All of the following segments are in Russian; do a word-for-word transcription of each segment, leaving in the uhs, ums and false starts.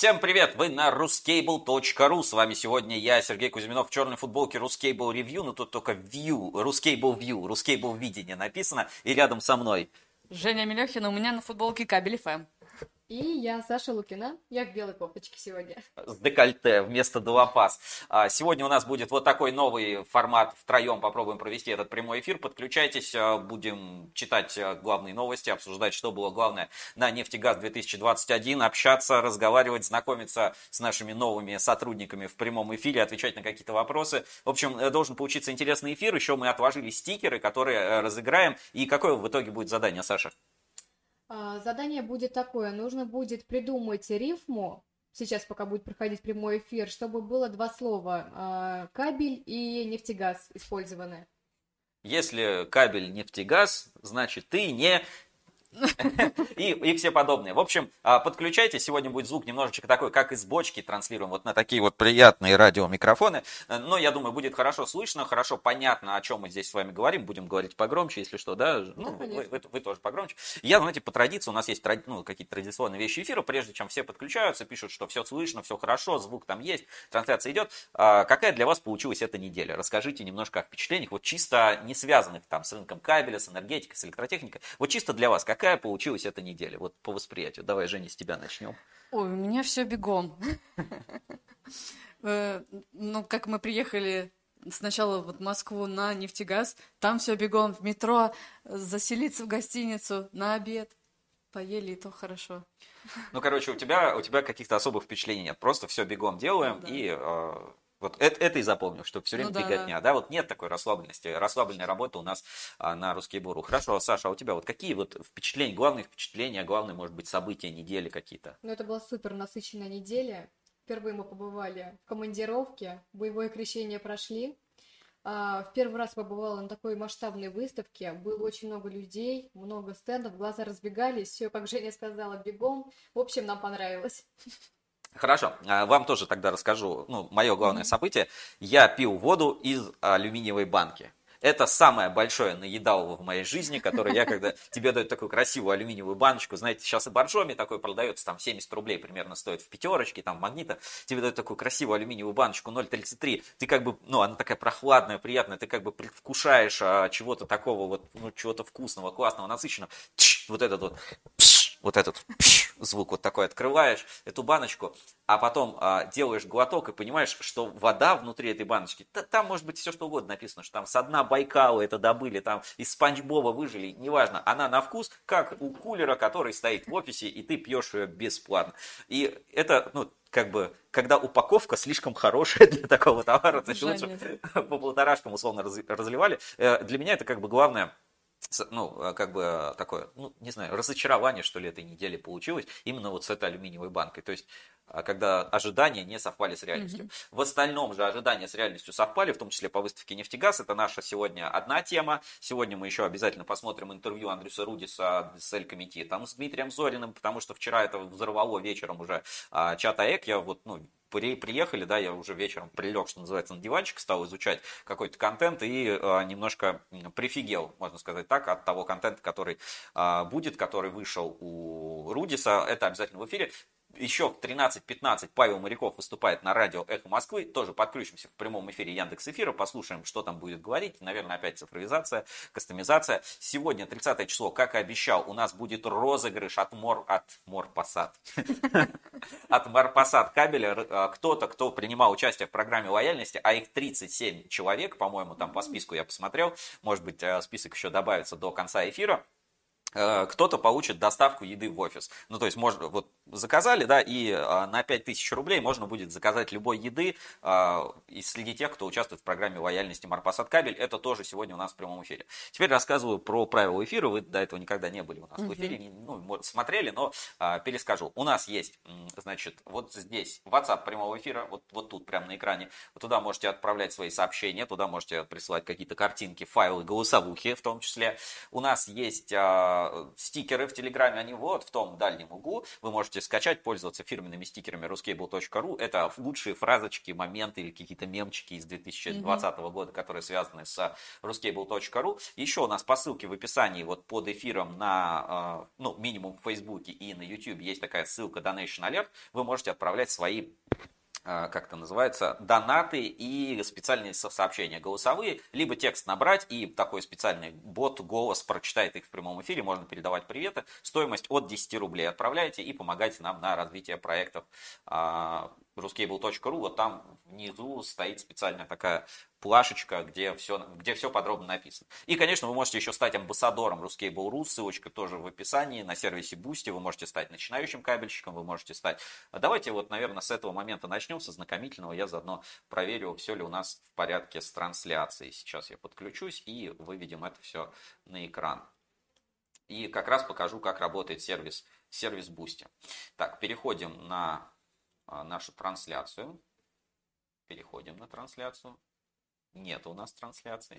Всем привет! Вы на ruskable точка ру. С вами сегодня я, Сергей Кузьминов, в черной футболке Ruskable Review, но тут только View, Ruskable View, Ruskable Видение написано, и рядом со мной Женя Мелехина, у меня на футболке Кабель эф эм. И я, Саша Лукина, я в белой кофточке сегодня. С декольте вместо Долопас. Сегодня у нас будет вот такой новый формат. Втроем попробуем провести этот прямой эфир. Подключайтесь, будем читать главные новости, обсуждать, что было главное на Нефтегаз две тысячи двадцать один, общаться, разговаривать, знакомиться с нашими новыми сотрудниками в прямом эфире, отвечать на какие-то вопросы. В общем, должен получиться интересный эфир. Еще мы отложили стикеры, которые разыграем. И какое в итоге будет задание, Саша? Задание будет такое. Нужно будет придумать рифму, сейчас пока будет проходить прямой эфир, чтобы было два слова: кабель и нефтегаз использованы. Если кабель, нефтегаз, значит ты не... И, и все подобные. В общем, подключайтесь. Сегодня будет звук немножечко такой, как из бочки, транслируем вот на такие вот приятные радиомикрофоны. Но я думаю, будет хорошо слышно, хорошо понятно, о чем мы здесь с вами говорим. Будем говорить погромче, если что, да? Ну, да, вы, вы, вы тоже погромче. Я, знаете, по традиции, у нас есть ну, какие-то традиционные вещи эфира. Прежде чем все подключаются, пишут, что все слышно, все хорошо, звук там есть, трансляция идет. А какая для вас получилась эта неделя? Расскажите немножко о впечатлениях, вот чисто не связанных там с рынком кабеля, с энергетикой, с электротехникой. Вот чисто для вас, какая получилась эта неделя? Вот по восприятию. Давай, Женя, с тебя начнем. Ой, у меня все бегом. Ну, как мы приехали сначала вот в Москву на нефтегаз, там все бегом, в метро, заселиться в гостиницу, на обед. Поели, и то хорошо. Ну, короче, у тебя, у тебя каких-то особых впечатлений нет. Просто все бегом делаем, Ну, да. и э, вот это, это и запомнил, что все время Ну, да, беготня. да. Да, вот нет такой расслабленности. Расслабленная работа у нас а, на Ruskable.ru. Хорошо, Саша, а у тебя вот какие вот впечатления, главные впечатления, главные, может быть, события недели какие-то? Ну, это была супер насыщенная неделя. Впервые мы побывали в командировке, боевое крещение прошли. А, В первый раз побывала на такой масштабной выставке. Было очень много людей, много стендов, глаза разбегались. Все, как Женя сказала, бегом. В общем, нам понравилось. Хорошо, а, вам тоже тогда расскажу, ну, мое главное Мгм. событие. Я пил воду из алюминиевой банки. Это самое большое наедалово в моей жизни, которое я, когда тебе дают такую красивую алюминиевую баночку, знаете, сейчас и боржоми такой продается, там семьдесят рублей примерно стоит в пятерочке, там в Магнита, тебе дают такую красивую алюминиевую баночку ноль тридцать три, ты как бы, ну, она такая прохладная, приятная, ты как бы предвкушаешь а, чего-то такого вот, ну, чего-то вкусного, классного, насыщенного, Тш, вот этот вот, пш, вот этот пш, звук вот такой открываешь, эту баночку, а потом а, делаешь глоток и понимаешь, что вода внутри этой баночки, та, там может быть все что угодно написано, что там со дна Байкала это добыли, там из Спанч Боба выжили, неважно, она на вкус, как у кулера, который стоит в офисе, и ты пьешь ее бесплатно. И это, ну, как бы, когда упаковка слишком хорошая для такого товара, то есть лучше по полторашкам условно раз- разливали. Э, Для меня это как бы главное, с- ну, как бы такое, ну, не знаю, разочарование, что ли, этой недели получилось именно вот с этой алюминиевой банкой. То есть, а, когда ожидания не совпали с реальностью. Мгм. В остальном же ожидания с реальностью совпали, в том числе по выставке «Нефтегаз». Это наша сегодня одна тема. Сегодня мы еще обязательно посмотрим интервью Андрюса Рудиса с Эль-Комитетом, с Дмитрием Зориным, потому что вчера это взорвало вечером уже а, чат АЭК. Я вот, ну, при- приехали, да, я уже вечером прилег, что называется, на диванчик, стал изучать какой-то контент и а, немножко м, прифигел, можно сказать так, от того контента, который а, будет, который вышел у Рудиса. Это обязательно в эфире. Еще в тринадцать пятнадцать Павел Моряков выступает на радио «Эхо Москвы». Тоже подключимся в прямом эфире Яндекс.Эфира, послушаем, что там будет говорить. Наверное, опять цифровизация, кастомизация. Сегодня, тридцатое число, как и обещал, у нас будет розыгрыш от Мор... от Морпасад. От Марпасад кабеля. Кто-то, кто принимал участие в программе лояльности, а их тридцать семь человек, по-моему, там по списку я посмотрел. Может быть, список еще добавится до конца эфира. Кто-то получит доставку еды в офис. Ну, то есть, можно, вот заказали, да, и а, на пять тысяч рублей можно будет заказать любой еды а, и среди тех, кто участвует в программе лояльности Марпасад Кабель. Это тоже сегодня у нас в прямом эфире. Теперь рассказываю про правила эфира. Вы до этого никогда не были у нас в эфире, не, ну, может, смотрели, но а, перескажу. У нас есть, значит, вот здесь WhatsApp прямого эфира, вот, вот тут прямо на экране. Вы туда можете отправлять свои сообщения, туда можете присылать какие-то картинки, файлы, голосовухи в том числе. У нас есть а, стикеры в Телеграме, они вот в том дальнем углу. Вы можете скачать, пользоваться фирменными стикерами ruskable точка ру. Это лучшие фразочки, моменты или какие-то мемчики из две тысячи двадцатого mm-hmm. года, которые связаны с ruskable точка ру. Еще у нас по ссылке в описании вот под эфиром на, ну, минимум в Фейсбуке и на YouTube есть такая ссылка Donation Alert. Вы можете отправлять свои, как это называется, донаты и специальные сообщения голосовые, либо текст набрать, и такой специальный бот, голос прочитает их в прямом эфире, можно передавать приветы. Стоимость от десяти рублей отправляйте и помогайте нам на развитие проектов ruskable точка ру. Вот там внизу стоит специальная такая плашечка, где все, где все подробно написано. И, конечно, вы можете еще стать амбассадором ruskable точка ру, ссылочка тоже в описании, на сервисе Boosty, вы можете стать начинающим кабельщиком, вы можете стать... Давайте вот, наверное, с этого момента начнем, со знакомительного, я заодно проверю, все ли у нас в порядке с трансляцией. Сейчас я подключусь и выведем это все на экран. И как раз покажу, как работает сервис, сервис Boosty. Так, переходим на нашу трансляцию. Переходим на трансляцию. Нет у нас трансляции.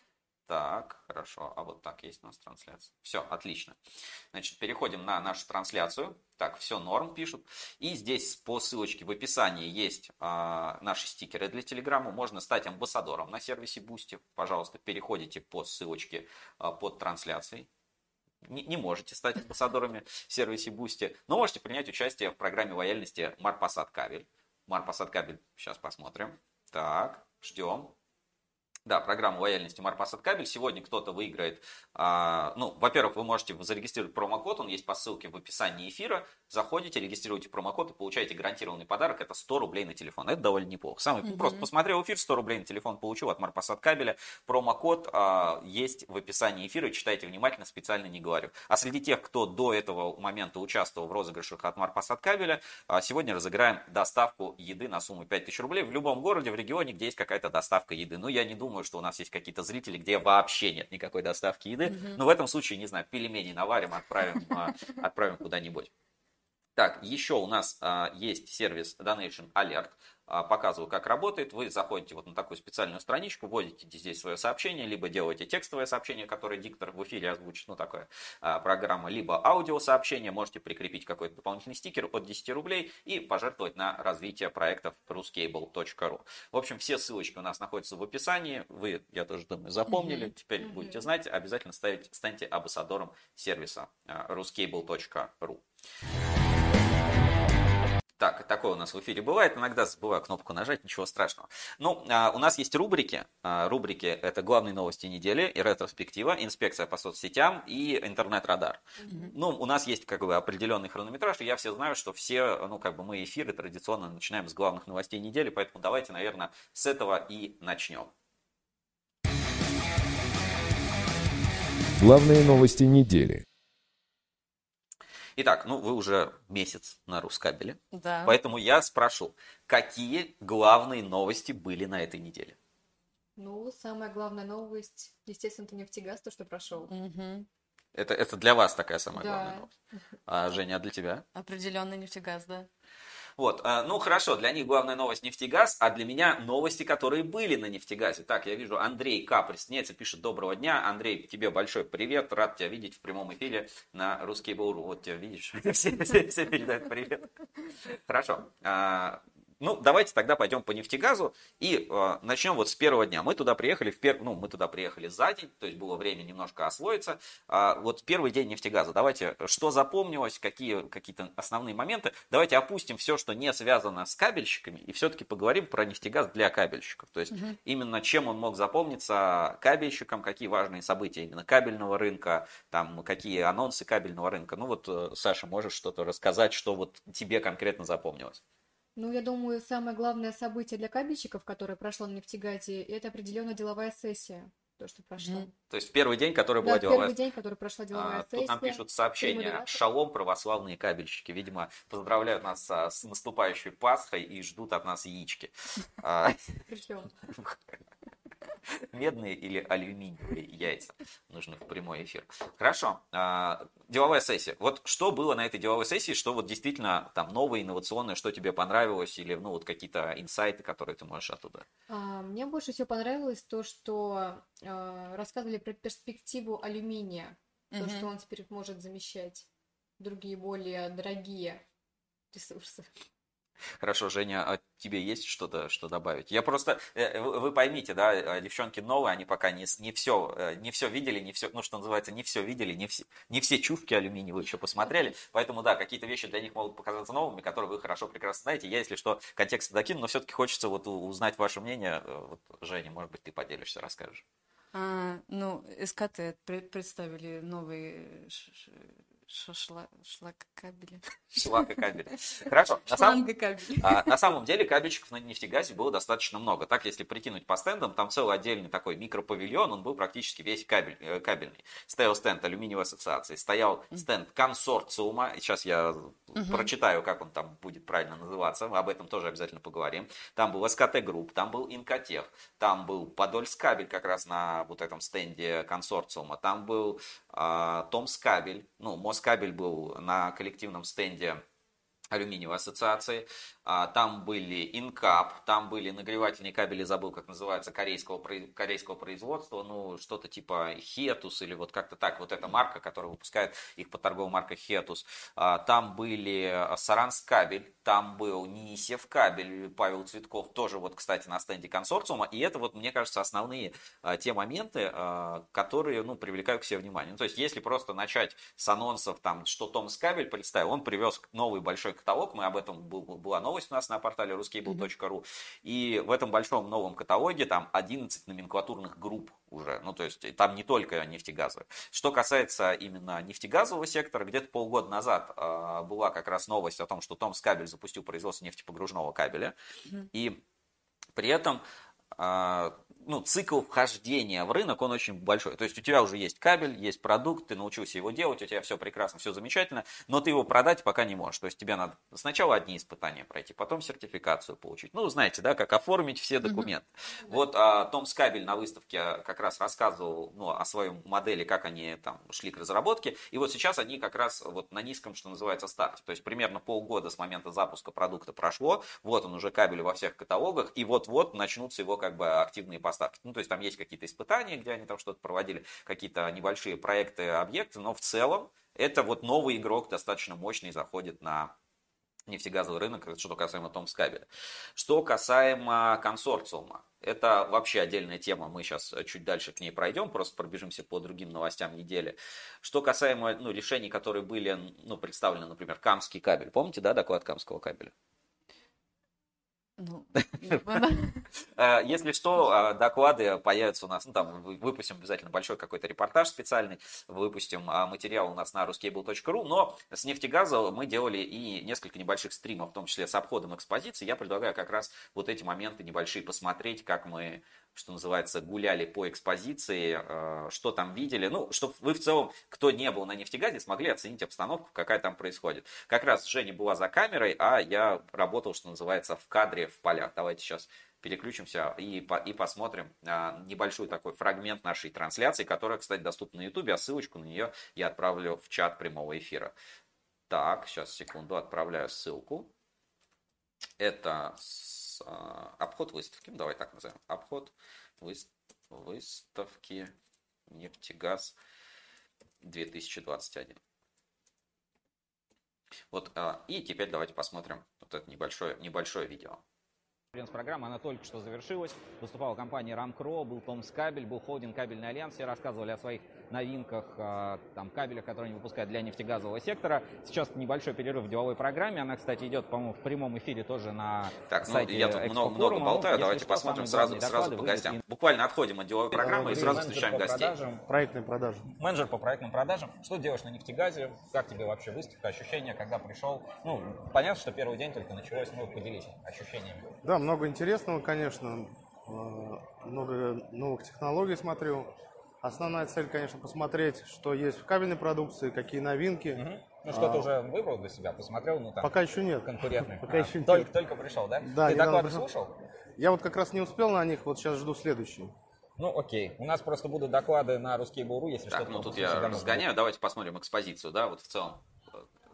Так, хорошо. А вот так есть у нас трансляция. Все, отлично. Значит, переходим на нашу трансляцию. Так, все норм пишут. И здесь по ссылочке в описании есть а, наши стикеры для Телеграма. Можно стать амбассадором на сервисе Boosty. Пожалуйста, переходите по ссылочке а, под трансляцией. Не, не можете стать амбассадорами в сервисе Boosty, но можете принять участие в программе лояльности Марпасад Кабель. Марпасад Кабель, сейчас посмотрим. Так, ждем. Да, программа лояльности Марпасад Кабель. Сегодня кто-то выиграет. А, ну, во-первых, вы можете зарегистрировать промокод, он есть по ссылке в описании эфира. Заходите, регистрируйте промокод и получаете гарантированный подарок. Это сто рублей на телефон. Это довольно неплохо. Самый mm-hmm. просто посмотрел эфир, сто рублей на телефон получил от Марпасад Кабеля. Промокод а, есть в описании эфира. Читайте внимательно, специально не говорю. А среди тех, кто до этого момента участвовал в розыгрышах от Марпасад Кабеля, а, сегодня разыграем доставку еды на сумму пять тысяч рублей в любом городе, в регионе, где есть какая-то доставка еды. Ну, я не думаю, что у нас есть какие-то зрители, где вообще нет никакой доставки еды. Mm-hmm. Но в этом случае, не знаю, пельмени наварим, отправим, отправим куда-нибудь. Так, еще у нас а, есть сервис Donation Alert. А, показываю, как работает. Вы заходите вот на такую специальную страничку, вводите здесь свое сообщение, либо делаете текстовое сообщение, которое диктор в эфире озвучит, ну такая а, программа, либо аудиосообщение. Можете прикрепить какой-то дополнительный стикер от десяти рублей и пожертвовать на развитие проектов ruskable точка ру. В общем, все ссылочки у нас находятся в описании. Вы, я тоже думаю, запомнили. Mm-hmm. Теперь mm-hmm. будете знать. Обязательно ставить, станьте амбассадором сервиса а, ruskable точка ру. Так, такое у нас в эфире бывает. Иногда забываю кнопку нажать, ничего страшного. Ну, а, у нас есть рубрики. А, рубрики – это главные новости недели и ретроспектива, инспекция по соцсетям и интернет-радар. Mm-hmm. Ну, у нас есть как бы определенный хронометраж, и я все знаю, что все, ну, как бы мы эфиры традиционно начинаем с главных новостей недели, поэтому давайте, наверное, с этого и начнем. Главные новости недели. Итак, ну вы уже месяц на Рускабеле, да. Поэтому я спрошу, какие главные новости были на этой неделе? Ну, самая главная новость, естественно, это нефтегаз, то, что прошел. Угу. Это, это для вас такая самая да. главная новость. А, Женя, а для тебя? Определенный нефтегаз, да. Вот, ну хорошо, для них главная новость нефтегаз, а для меня новости, которые были на нефтегазе. Так, я вижу, Андрей К. присоединяется, пишет: доброго дня. Андрей, тебе большой привет, рад тебя видеть в прямом эфире на ruskable точка ру. Вот тебя видишь, все, все, все передают привет. Хорошо. Ну, давайте тогда пойдем по нефтегазу и э, начнем вот с первого дня. Мы туда приехали, в пер... ну, мы туда приехали за день, то есть было время немножко освоиться. А вот первый день нефтегаза. Давайте, что запомнилось, какие какие-то основные моменты. Давайте опустим все, что не связано с кабельщиками, и все-таки поговорим про нефтегаз для кабельщиков. То есть угу. именно чем он мог запомниться кабельщикам, какие важные события именно кабельного рынка, там, какие анонсы кабельного рынка. Ну вот, Саша, можешь что-то рассказать, что вот тебе конкретно запомнилось? Ну, я думаю, самое главное событие для кабельщиков, которое прошло на нефтегазе, это определенно деловая сессия. То, что прошло. Mm-hmm. То есть в первый день, который да, была деловая первый день, который прошла деловая а, сессия. Тут нам пишут сообщение: шалом, православные кабельщики. Видимо, поздравляют нас а, с наступающей Пасхой и ждут от нас яички. Пришлем. Медные или алюминиевые яйца нужны в прямой эфир. Хорошо. А, деловая сессия. Вот что было на этой деловой сессии, что вот действительно там новое, инновационное, что тебе понравилось, или ну вот какие-то инсайты, которые ты можешь оттуда? А, мне больше всего понравилось то, что а, рассказывали про перспективу алюминия, угу. то, что он теперь может замещать другие более дорогие ресурсы. Хорошо, Женя, а тебе есть что-то, что добавить? Я просто, э, вы вы поймите, да, э, девчонки новые, они пока не, с- не все, не все видели, не все, ну, что называется, не все видели, не все, не все чушки алюминиевые еще посмотрели, поэтому, да, какие-то вещи для них могут показаться новыми, которые вы хорошо, прекрасно знаете. Я, если что, контекст докину, но все-таки хочется вот у- узнать ваше мнение. Э, Вот, Женя, может быть, ты поделишься, расскажешь. А, ну, СКТ пред- представили новые ш- ш- шашла- шлаккабели. Шлака кабель. Хорошо, на самом, Шлангокабели. А, на самом деле кабельчиков на нефтегазе было достаточно много. Так, если прикинуть по стендам, там целый отдельный такой микропавильон, он был практически весь кабель, э, кабельный. Стоял стенд алюминиевой ассоциации, стоял стенд консорциума. И сейчас я прочитаю, как он там будет правильно называться, об этом тоже обязательно поговорим. Там был СКТ Групп, там был Инкотех, там был Подольскабель как раз на вот этом стенде консорциума, там был а, Томскабель, ну, Москабель был на коллективном стенде алюминиевой ассоциации, а, там были Инкап, там были нагревательные кабели, забыл, как называется, корейского, произ- корейского производства, ну, что-то типа Хетус или вот как-то так, вот эта марка, которая выпускает их под торговой маркой Хетус. А, там были Саранскабель, там был Нисев кабель, Павел Цветков, тоже вот, кстати, на стенде консорциума, и это вот, мне кажется, основные а, те моменты, а, которые, ну, привлекают к себе внимание. Ну, то есть, если просто начать с анонсов, там, что Томскабель представил, он привез новый большой каталог, мы об этом, был- была новость у нас на портале ruskable точка ру, и в этом большом новом каталоге там одиннадцать номенклатурных групп уже, ну то есть там не только нефтегазовые. Что касается именно нефтегазового сектора, где-то полгода назад э, была как раз новость о том, что Томскабель запустил производство нефтепогружного кабеля, и при этом а, ну, цикл вхождения в рынок, он очень большой. То есть у тебя уже есть кабель, есть продукт, ты научился его делать, у тебя все прекрасно, все замечательно, но ты его продать пока не можешь. То есть тебе надо сначала одни испытания пройти, потом сертификацию получить. Ну, знаете, да, как оформить все документы. Mm-hmm. Вот а, Томскабель на выставке как раз рассказывал, ну, о своей модели, как они там шли к разработке. И вот сейчас они как раз вот на низком, что называется, старте. То есть примерно полгода с момента запуска продукта прошло. Вот он уже кабель во всех каталогах. И вот-вот начнутся его как бы активные поставки. Ну, то есть там есть какие-то испытания, где они там что-то проводили, какие-то небольшие проекты, объекты. Но в целом это вот новый игрок достаточно мощный заходит на нефтегазовый рынок, что касаемо Томскабеля. Что касаемо консорциума, это вообще отдельная тема, мы сейчас чуть дальше к ней пройдем, просто пробежимся по другим новостям недели. Что касаемо ну, решений, которые были ну, представлены, например, Камский кабель. Помните, да, доклад Камского кабеля? Ну, Если что, доклады появятся у нас, ну там выпустим обязательно большой какой-то репортаж специальный, выпустим материал у нас на ruskable точка ру, но с нефтегаза мы делали и несколько небольших стримов, в том числе с обходом экспозиции. Я предлагаю как раз вот эти моменты небольшие посмотреть, как мы, что называется, гуляли по экспозиции, что там видели, ну, чтобы вы в целом, кто не был на нефтегазе, смогли оценить обстановку, какая там происходит. Как раз Женя была за камерой, а я работал, что называется, в кадре, в полях. Давайте сейчас переключимся и, по, и посмотрим а, небольшой такой фрагмент нашей трансляции, которая, кстати, доступна на ютубе, а ссылочку на нее я отправлю в чат прямого эфира. Так, сейчас, секунду, отправляю ссылку. Это с, а, обход выставки, ну, давай так назовем, обход выставки. Выставки «Нефтегаз две тысячи двадцать один». Вот, и теперь давайте посмотрим вот это небольшое, небольшое видео. Программа, она только что завершилась. Выступала компания Рамкро, был Томскабель, был холдинг Кабельный альянс. Все рассказывали о своих новинках, там, кабелях, которые они выпускают для нефтегазового сектора. Сейчас небольшой перерыв в деловой программе. Она, кстати, идет, по-моему, в прямом эфире тоже на так, сайте ну, я тут много, много болтаю. Давайте что, посмотрим сразу, сразу по гостям. Буквально отходим от деловой программы и сразу встречаем гостей. Проектные продажи. Менеджер по проектным продажам. Что делаешь на нефтегазе? Как тебе вообще выставка, ощущения, когда пришел? Ну, понятно, что первый день только началось, но поделись ощущениями. Да, много интересного, конечно, много новых технологий смотрю. Основная цель, конечно, посмотреть, что есть в кабельной продукции, какие новинки. Угу. Ну, что-то а... уже выбрал для себя, посмотрел? Ну, там, пока еще нет. Конкурентный. Пока а, еще только, нет. Только пришел, да? Да. Ты доклады слушал? Я вот как раз не успел на них, вот сейчас жду следующий. Ну, окей. У нас просто будут доклады на ruskable точка ру, если так, что-то. Ну, тут я разгоняю. Давайте посмотрим экспозицию, да, вот в целом.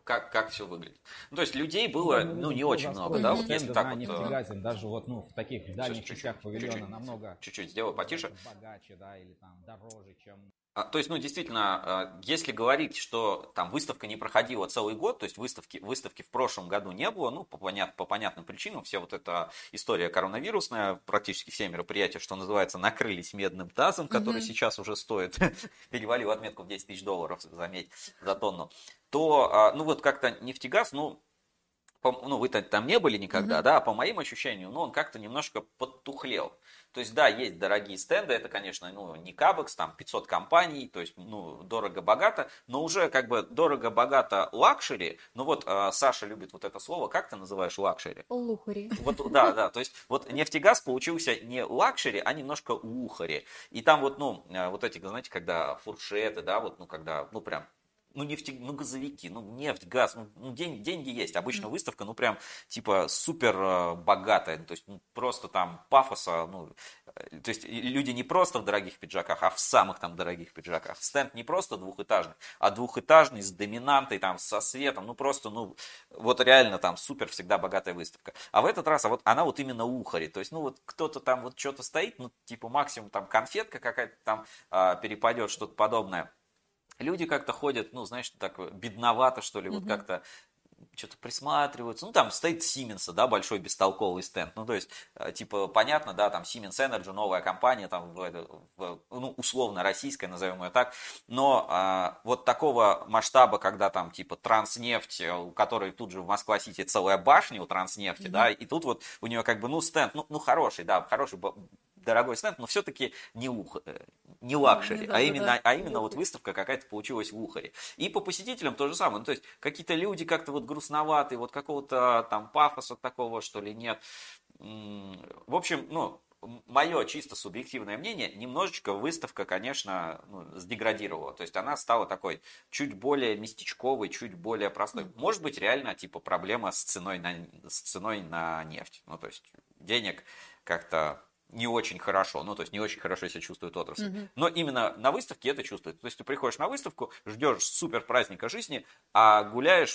как, как все выглядит. Ну, то есть людей было, Да, мы ну, видим, не кто очень много, застроил да, вот стенды если так на вот... э, нефтегазе, даже вот, ну, в таких дальних чуть-чуть, частях павильона чуть-чуть. намного Чуть-чуть сделай потише. называется, богаче, да, или там дороже, чем... А, То есть, ну, действительно, а, если говорить, что там выставка не проходила целый год, то есть выставки, выставки в прошлом году не было, ну, по, понят, по понятным причинам, вся вот эта история коронавирусная, практически все мероприятия, что называется, накрылись медным тазом, который Мгм. сейчас уже стоит, перевалил отметку в десять тысяч долларов, заметь, за тонну, то, а, ну, вот как-то нефтегаз, ну, по- ну, вы-то там не были никогда, Мгм. да, а по моим ощущениям, ну, он как-то немножко подтухлел. То есть, да, есть дорогие стенды, это, конечно, ну, не Кабекс, там пятьсот компаний, то есть, ну, дорого-богато, но уже как бы дорого-богато лакшери, ну вот э, Саша любит вот это слово, как ты называешь лакшери? Лухари. Вот, да, да, то есть вот нефтегаз получился не лакшери, а немножко ухари. И там вот, ну, э, вот эти, знаете, когда фуршеты, да, вот, ну, когда, ну, прям, ну, нефти, ну, газовики, ну, нефть, газ, ну, ну, день, деньги есть. Обычно выставка, ну, прям, типа, супер э, богатая, то есть, ну, просто там пафоса, ну, э, то есть, и люди не просто в дорогих пиджаках, а в самых там дорогих пиджаках. Стенд не просто двухэтажный, а двухэтажный с доминантой, там, со светом, ну, просто, ну, вот реально там супер всегда богатая выставка. А в этот раз, а вот она вот именно ухари, то есть, ну, вот кто-то там вот что-то стоит, ну, типа, максимум там конфетка какая-то там э, перепадет, что-то подобное. Люди как-то ходят, ну, знаешь, так бедновато, что ли, вот Мгм. как-то что-то присматриваются. Ну, там стоит Сименса, да, большой бестолковый стенд. Ну, то есть, э, типа, понятно, да, там Siemens Energy, новая компания, там, в, это- в, ну, условно российская, назовем ее так. Но а, вот такого масштаба, когда там, типа, Транснефть, э, у которой тут же в Москва-Сити целая башня у Транснефти, да, и тут вот у нее как бы, ну, стенд, ну, ну хороший, да, хороший, б- дорогой стенд, но все-таки не, ух, э, не лакшери, Не, а да-да-да. именно, а именно вот выставка какая-то получилась в ухаре. И по посетителям то же самое. Ну, то есть какие-то люди как-то вот грустноватые, вот какого-то там пафоса такого, что ли, нет. М, В общем, ну, мое чисто субъективное мнение, немножечко выставка, конечно, ну, сдеградировала. То есть она стала такой чуть более местечковой, чуть более простой. Может быть, реально, типа, проблема с ценой на, с ценой на нефть. Ну, то есть денег как-то не очень хорошо, ну, то есть не очень хорошо себя чувствует отрасль. Мгм. Но именно на выставке это чувствуется. То есть ты приходишь на выставку, ждешь супер праздника жизни, а гуляешь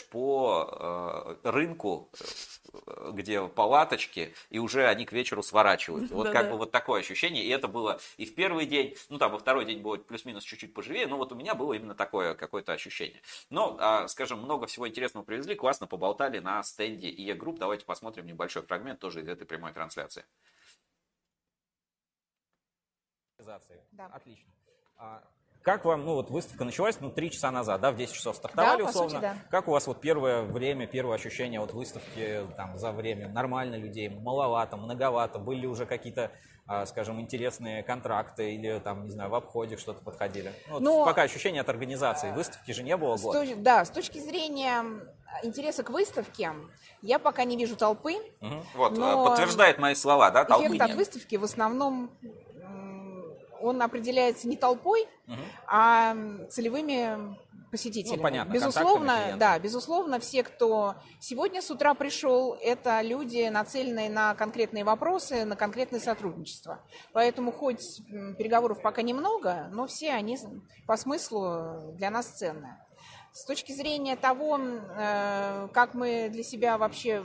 по э, рынку, э, где палаточки, и уже они к вечеру сворачивают. Вот как Да-да. бы вот такое ощущение. И это было и в первый день, ну там во второй день было плюс-минус чуть-чуть поживее, но вот у меня было именно такое какое-то ощущение. Но, а, скажем, много всего интересного привезли, классно поболтали на стенде и E-Group. Давайте посмотрим небольшой фрагмент тоже из этой прямой трансляции. Да. Отлично. А как вам, ну вот выставка началась, ну, три часа назад, да, в десять часов стартовали, Да, по условно. сути, да. Как у вас вот первое время, первое ощущение от выставки там за время? Нормально людей, маловато, многовато? Были ли уже какие-то, а, скажем, интересные контракты или там, не знаю, в обходе что-то подходили? Ну, вот Ну, пока ощущение от организации. Выставки же не было С год. точ- да, с точки зрения интереса к выставке, я пока не вижу толпы. Мгм. Вот, Но э, подтверждает мои слова, да, толпы Эффект от нет. выставки в основном м, он определяется не толпой, Мгм. а целевыми посетителями. Ну, понятно, Безусловно, контактами да, безусловно, все, кто сегодня с утра пришел, это люди, нацеленные на конкретные вопросы, на конкретное сотрудничество. Поэтому хоть м, переговоров пока немного, но все они по смыслу для нас ценные. С точки зрения того, э, как мы для себя вообще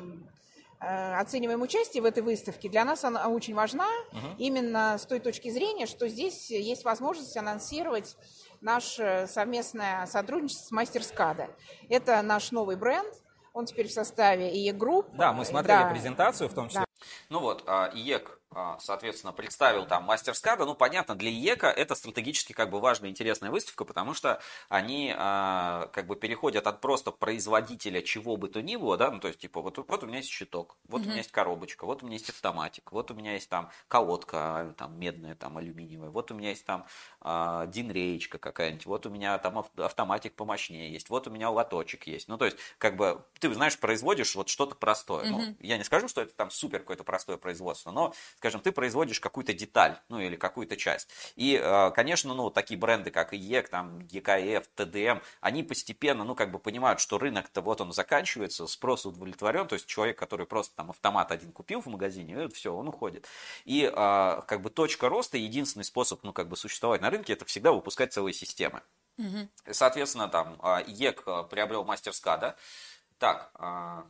э, оцениваем участие в этой выставке, для нас она очень важна, Мгм. именно с той точки зрения, что здесь есть возможность анонсировать наше совместное сотрудничество с Мастерскада. Это наш новый бренд, он теперь в составе E-Group. Да, мы смотрели Да. презентацию в том числе. Ну вот, а, ИЕК, а, соответственно, представил там Мастерскада. Ну, понятно, для ИЕКа это стратегически как бы важная и интересная выставка, потому что они а, как бы переходят от просто производителя чего бы то ни было, да, ну, то есть, типа, вот, вот у меня есть щиток, вот у меня есть коробочка, вот у меня есть автоматик, вот у меня есть там колодка там медная, там алюминиевая, вот у меня есть там а, динреечка какая-нибудь, вот у меня там ав- автоматик помощнее есть, вот у меня лоточек есть. Ну, то есть, как бы, ты, знаешь, производишь вот что-то простое. Ну, Мгм. я не скажу, что это там супер какое-то простое производство, но, скажем, ты производишь какую-то деталь, ну, или какую-то часть. И, э, конечно, ну, такие бренды, как ИЕК, там, ГКФ, ТДМ, они постепенно, ну, как бы понимают, что рынок-то вот он заканчивается, спрос удовлетворен, то есть человек, который просто там автомат один купил в магазине, и все, он уходит. И, э, как бы, точка роста, единственный способ, ну, как бы, существовать на рынке, это всегда выпускать целые системы. Мгм. Соответственно, там а, ЕК а, приобрел MasterSCADA. Так, а,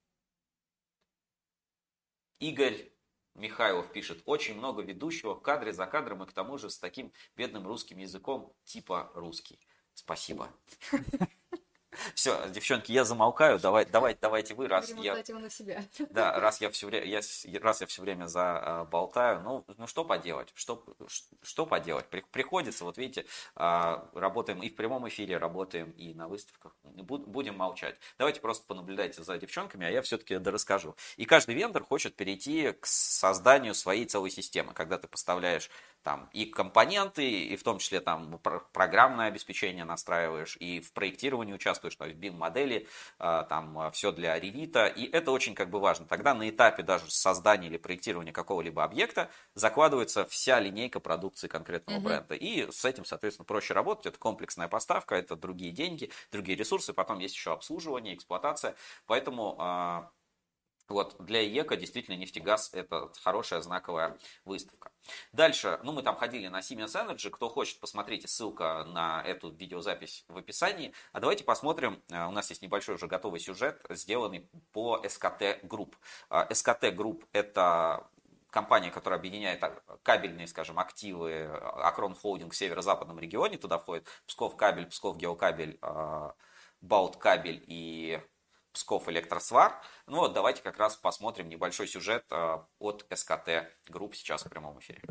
Игорь Михайлов пишет, очень много ведущего в кадре за кадром и к тому же с таким бедным русским языком типа русский. Спасибо. Все, девчонки, я замолкаю. Давай, давай, давайте вы, раз я, Перемотать его на себя. да, раз я все время, я, с- раз я все время заболтаю, ну, ну что поделать, что, ш- что поделать, При- приходится, вот видите, а, работаем и в прямом эфире, работаем и на выставках, Бу- будем молчать. Давайте просто понаблюдайте за девчонками, а я все-таки расскажу. И каждый вендор хочет перейти к созданию своей целой системы, когда ты поставляешь там и компоненты, и в том числе там про- программное обеспечение настраиваешь, и в проектировании участвуешь, то есть бим-модели, а, там все для ревита, и это очень как бы важно. Тогда на этапе даже создания или проектирования какого-либо объекта закладывается вся линейка продукции конкретного Мгм. бренда, и с этим, соответственно, проще работать, это комплексная поставка, это другие деньги, другие ресурсы, потом есть еще обслуживание, эксплуатация, поэтому... а, вот, для ИЕКа действительно нефтегаз это хорошая знаковая выставка. Дальше, ну мы там ходили на Siemens Energy, кто хочет, посмотрите, ссылка на эту видеозапись в описании. А давайте посмотрим, э, у нас есть небольшой уже готовый сюжет, сделанный по эс ка тэ Group. Э, эс ка тэ Group это компания, которая объединяет а, кабельные, скажем, активы э, Акрон Холдинг в северо-западном регионе, туда входит Псков Кабель, Псков Геокабель, э, Балт Кабель и Псков Электросвар. Ну вот давайте как раз посмотрим небольшой сюжет э, от эс ка тэ Group сейчас в прямом эфире.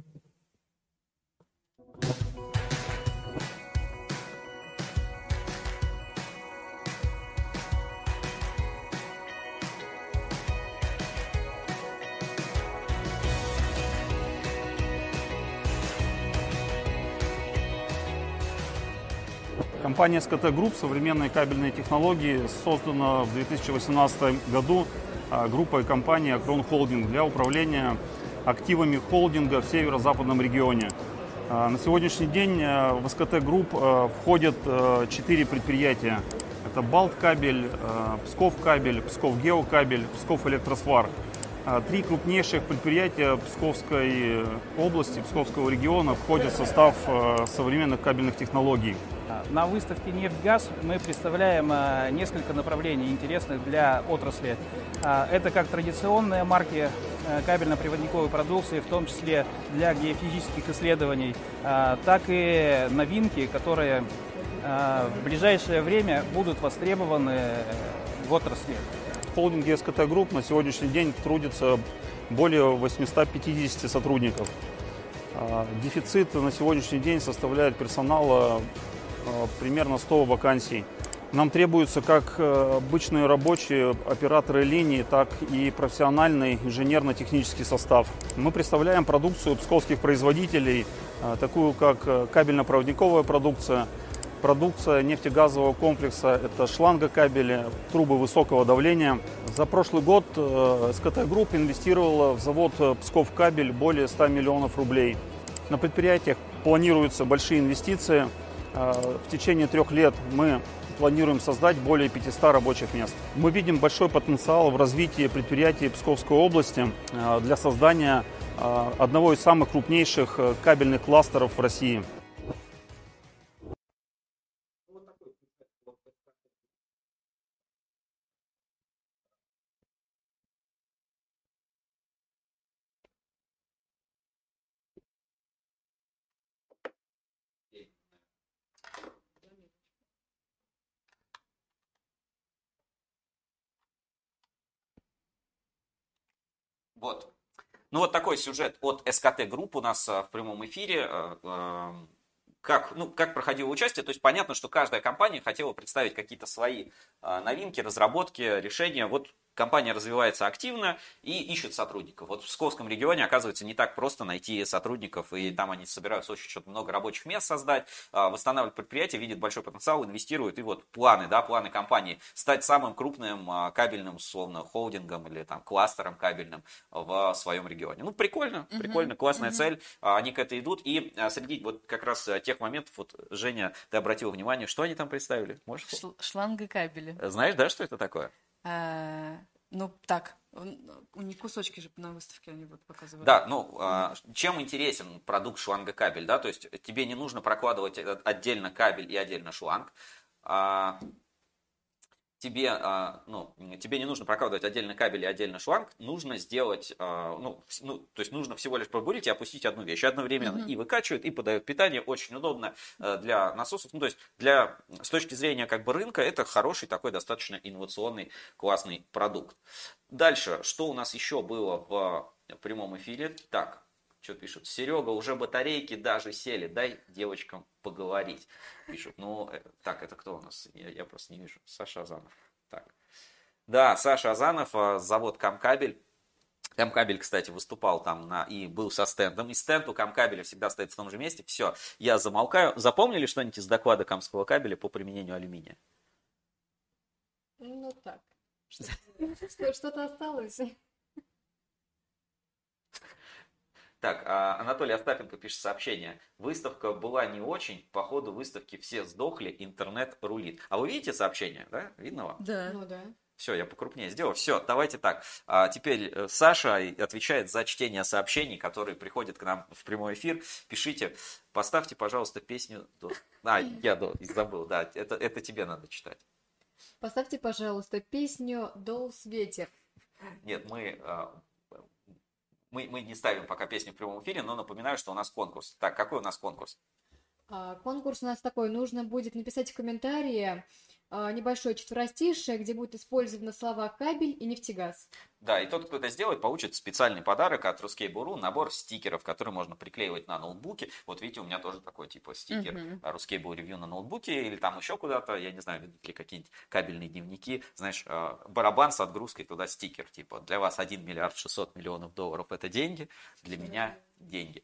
Компания эс ка тэ Group «Современные кабельные технологии» создана в две тысячи восемнадцатом году а, группой компании Акрон Холдинг для управления активами холдинга в северо-западном регионе. А, На сегодняшний день а, в эс ка тэ Group а, входят а, четыре предприятия. Это Балт Кабель, а, Псков Кабель, Псков Геокабель, Псков Электросвар. А, Три крупнейших предприятия Псковской области, Псковского региона входят в состав а, современных кабельных технологий. На выставке «Нефтьгаз» мы представляем а, несколько направлений, интересных для отрасли. А, Это как традиционные марки а, кабельно-проводниковой продукции, в том числе для геофизических исследований, а, так и новинки, которые а, в ближайшее время будут востребованы в отрасли. В холдинге эс ка тэ Group на сегодняшний день трудится более восемьсот пятьдесят сотрудников. А, Дефицит на сегодняшний день составляет персонала а, примерно сто вакансий. Нам требуются как а, обычные рабочие, операторы линии, так и профессиональный инженерно-технический состав. Мы представляем продукцию псковских производителей, а, такую как а, кабельно-проводниковая продукция, продукция нефтегазового комплекса, это шлангокабели, трубы высокого давления. За прошлый год э, эс ка тэ Group инвестировала в завод э, Псков Кабель более ста миллионов рублей. На предприятиях планируются большие инвестиции. Э, В течение трех лет мы планируем создать более пятисот рабочих мест. Мы видим большой потенциал в развитии предприятий Псковской области э, для создания э, одного из самых крупнейших э, кабельных кластеров в России. Вот. Ну вот такой сюжет от эс ка тэ Group у нас а, в прямом эфире. А, а, Как, ну, как проходило участие, то есть понятно, что каждая компания хотела представить какие-то свои а, новинки, разработки, решения. Вот компания развивается активно и ищет сотрудников. Вот в Псковском регионе, оказывается, не так просто найти сотрудников, и там они собираются очень что-то много рабочих мест создать, а, восстанавливать предприятие, видят большой потенциал, инвестируют, и вот планы, да, планы компании стать самым крупным а, кабельным, условно, холдингом или там кластером кабельным в своем регионе. Ну, прикольно, Мгм, прикольно, классная мгм. цель, а, они к этому идут, и а, среди вот как раз а, тех моментов, вот, Женя, ты обратила внимание, что они там представили? Можешь? Шл- шлангокабели. Знаешь, да, что это такое? А, Ну, так, он- у них кусочки же на выставке они вот показывают. Да, ну, а, чем интересен продукт шлангокабель, да, то есть тебе не нужно прокладывать этот отдельно кабель и отдельно шланг, а, тебе, а, ну, тебе не нужно прокладывать отдельно кабель и отдельно шланг, нужно сделать, а, ну, вс- ну, то есть нужно всего лишь пробурить и опустить одну вещь. Одновременно Мгм. и выкачивает, и подает питание, очень удобно э, для насосов. Ну, то есть для, с точки зрения как бы рынка, это хороший такой достаточно инновационный, классный продукт. Дальше, что у нас еще было в прямом эфире? Так, что пишут? Серега, уже батарейки даже сели, дай девочкам поговорить. Пишут, ну, э, так, это кто у нас? Я, я просто не вижу. Саша Азанов. Так. Да, Саша Азанов, э, завод Камкабель. Камкабель, кстати, выступал там на, и был со стендом. И стенд у Камкабеля всегда стоит в том же месте. Все, я замолкаю. Запомнили что-нибудь из доклада Камского кабеля по применению алюминия? Ну так. Что- Что-то осталось. Так, а, Анатолий Остапенко пишет сообщение. Выставка была не очень, по ходу выставки все сдохли, интернет рулит. А вы видите сообщение, да? Видно вам? Да. Ну да. Все, я покрупнее сделал. Все, давайте так. А теперь э, Саша отвечает за чтение сообщений, которые приходят к нам в прямой эфир. Пишите, поставьте, пожалуйста, песню... до- А, я до- забыл, да, это, это тебе надо читать. Поставьте, пожалуйста, песню «Долс ветер». Нет, мы, а, мы, мы не ставим пока песню в прямом эфире, но напоминаю, что у нас конкурс. Так, какой у нас конкурс? А, Конкурс у нас такой. Нужно будет написать в комментарии а, небольшое четверостишее, где будут использованы слова «кабель» и «нефтегаз». Да, и тот, кто это сделает, получит специальный подарок от Ruskable.ru, набор стикеров, которые можно приклеивать на ноутбуки. Вот видите, у меня тоже такой типа стикер Мгм. Ruskable ревью на ноутбуке или там еще куда-то, я не знаю, ведут ли какие-нибудь кабельные дневники. Знаешь, э, барабан с отгрузкой туда стикер, типа для вас один миллиард шестьсот миллионов долларов это деньги, для меня деньги.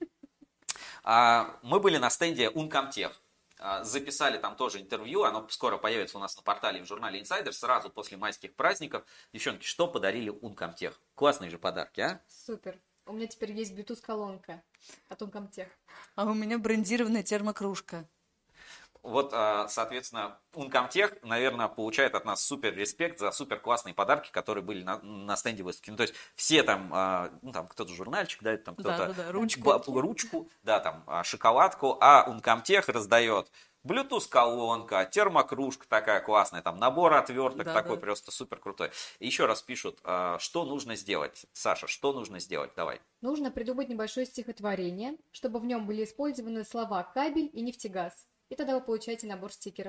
А, Мы были на стенде Uncomtech. А, Записали там тоже интервью, оно скоро появится у нас на портале в журнале Insider, сразу после майских праздников. Девчонки, что подарили Uncomtech? Классные же подарки, а? Супер. У меня теперь есть Bluetooth-колонка от Uncomtech. А у меня брендированная термокружка. Вот, а, соответственно, Uncomtech, наверное, получает от нас супер респект за супер классные подарки, которые были на, на стенде выставки. Ну, то есть все там, а, ну, там кто-то журнальчик дает, там кто-то Да-да-да, ручку. ба- ручку, да, там а, шоколадку, а Uncomtech раздает Bluetooth-колонка, термокружка такая классная, там набор отверток Да, такой да. просто супер крутой. Еще раз пишут, а, что нужно сделать. Саша, что нужно сделать? Давай. Нужно придумать небольшое стихотворение, чтобы в нем были использованы слова «кабель» и «нефтегаз». И тогда вы получаете набор стикеров.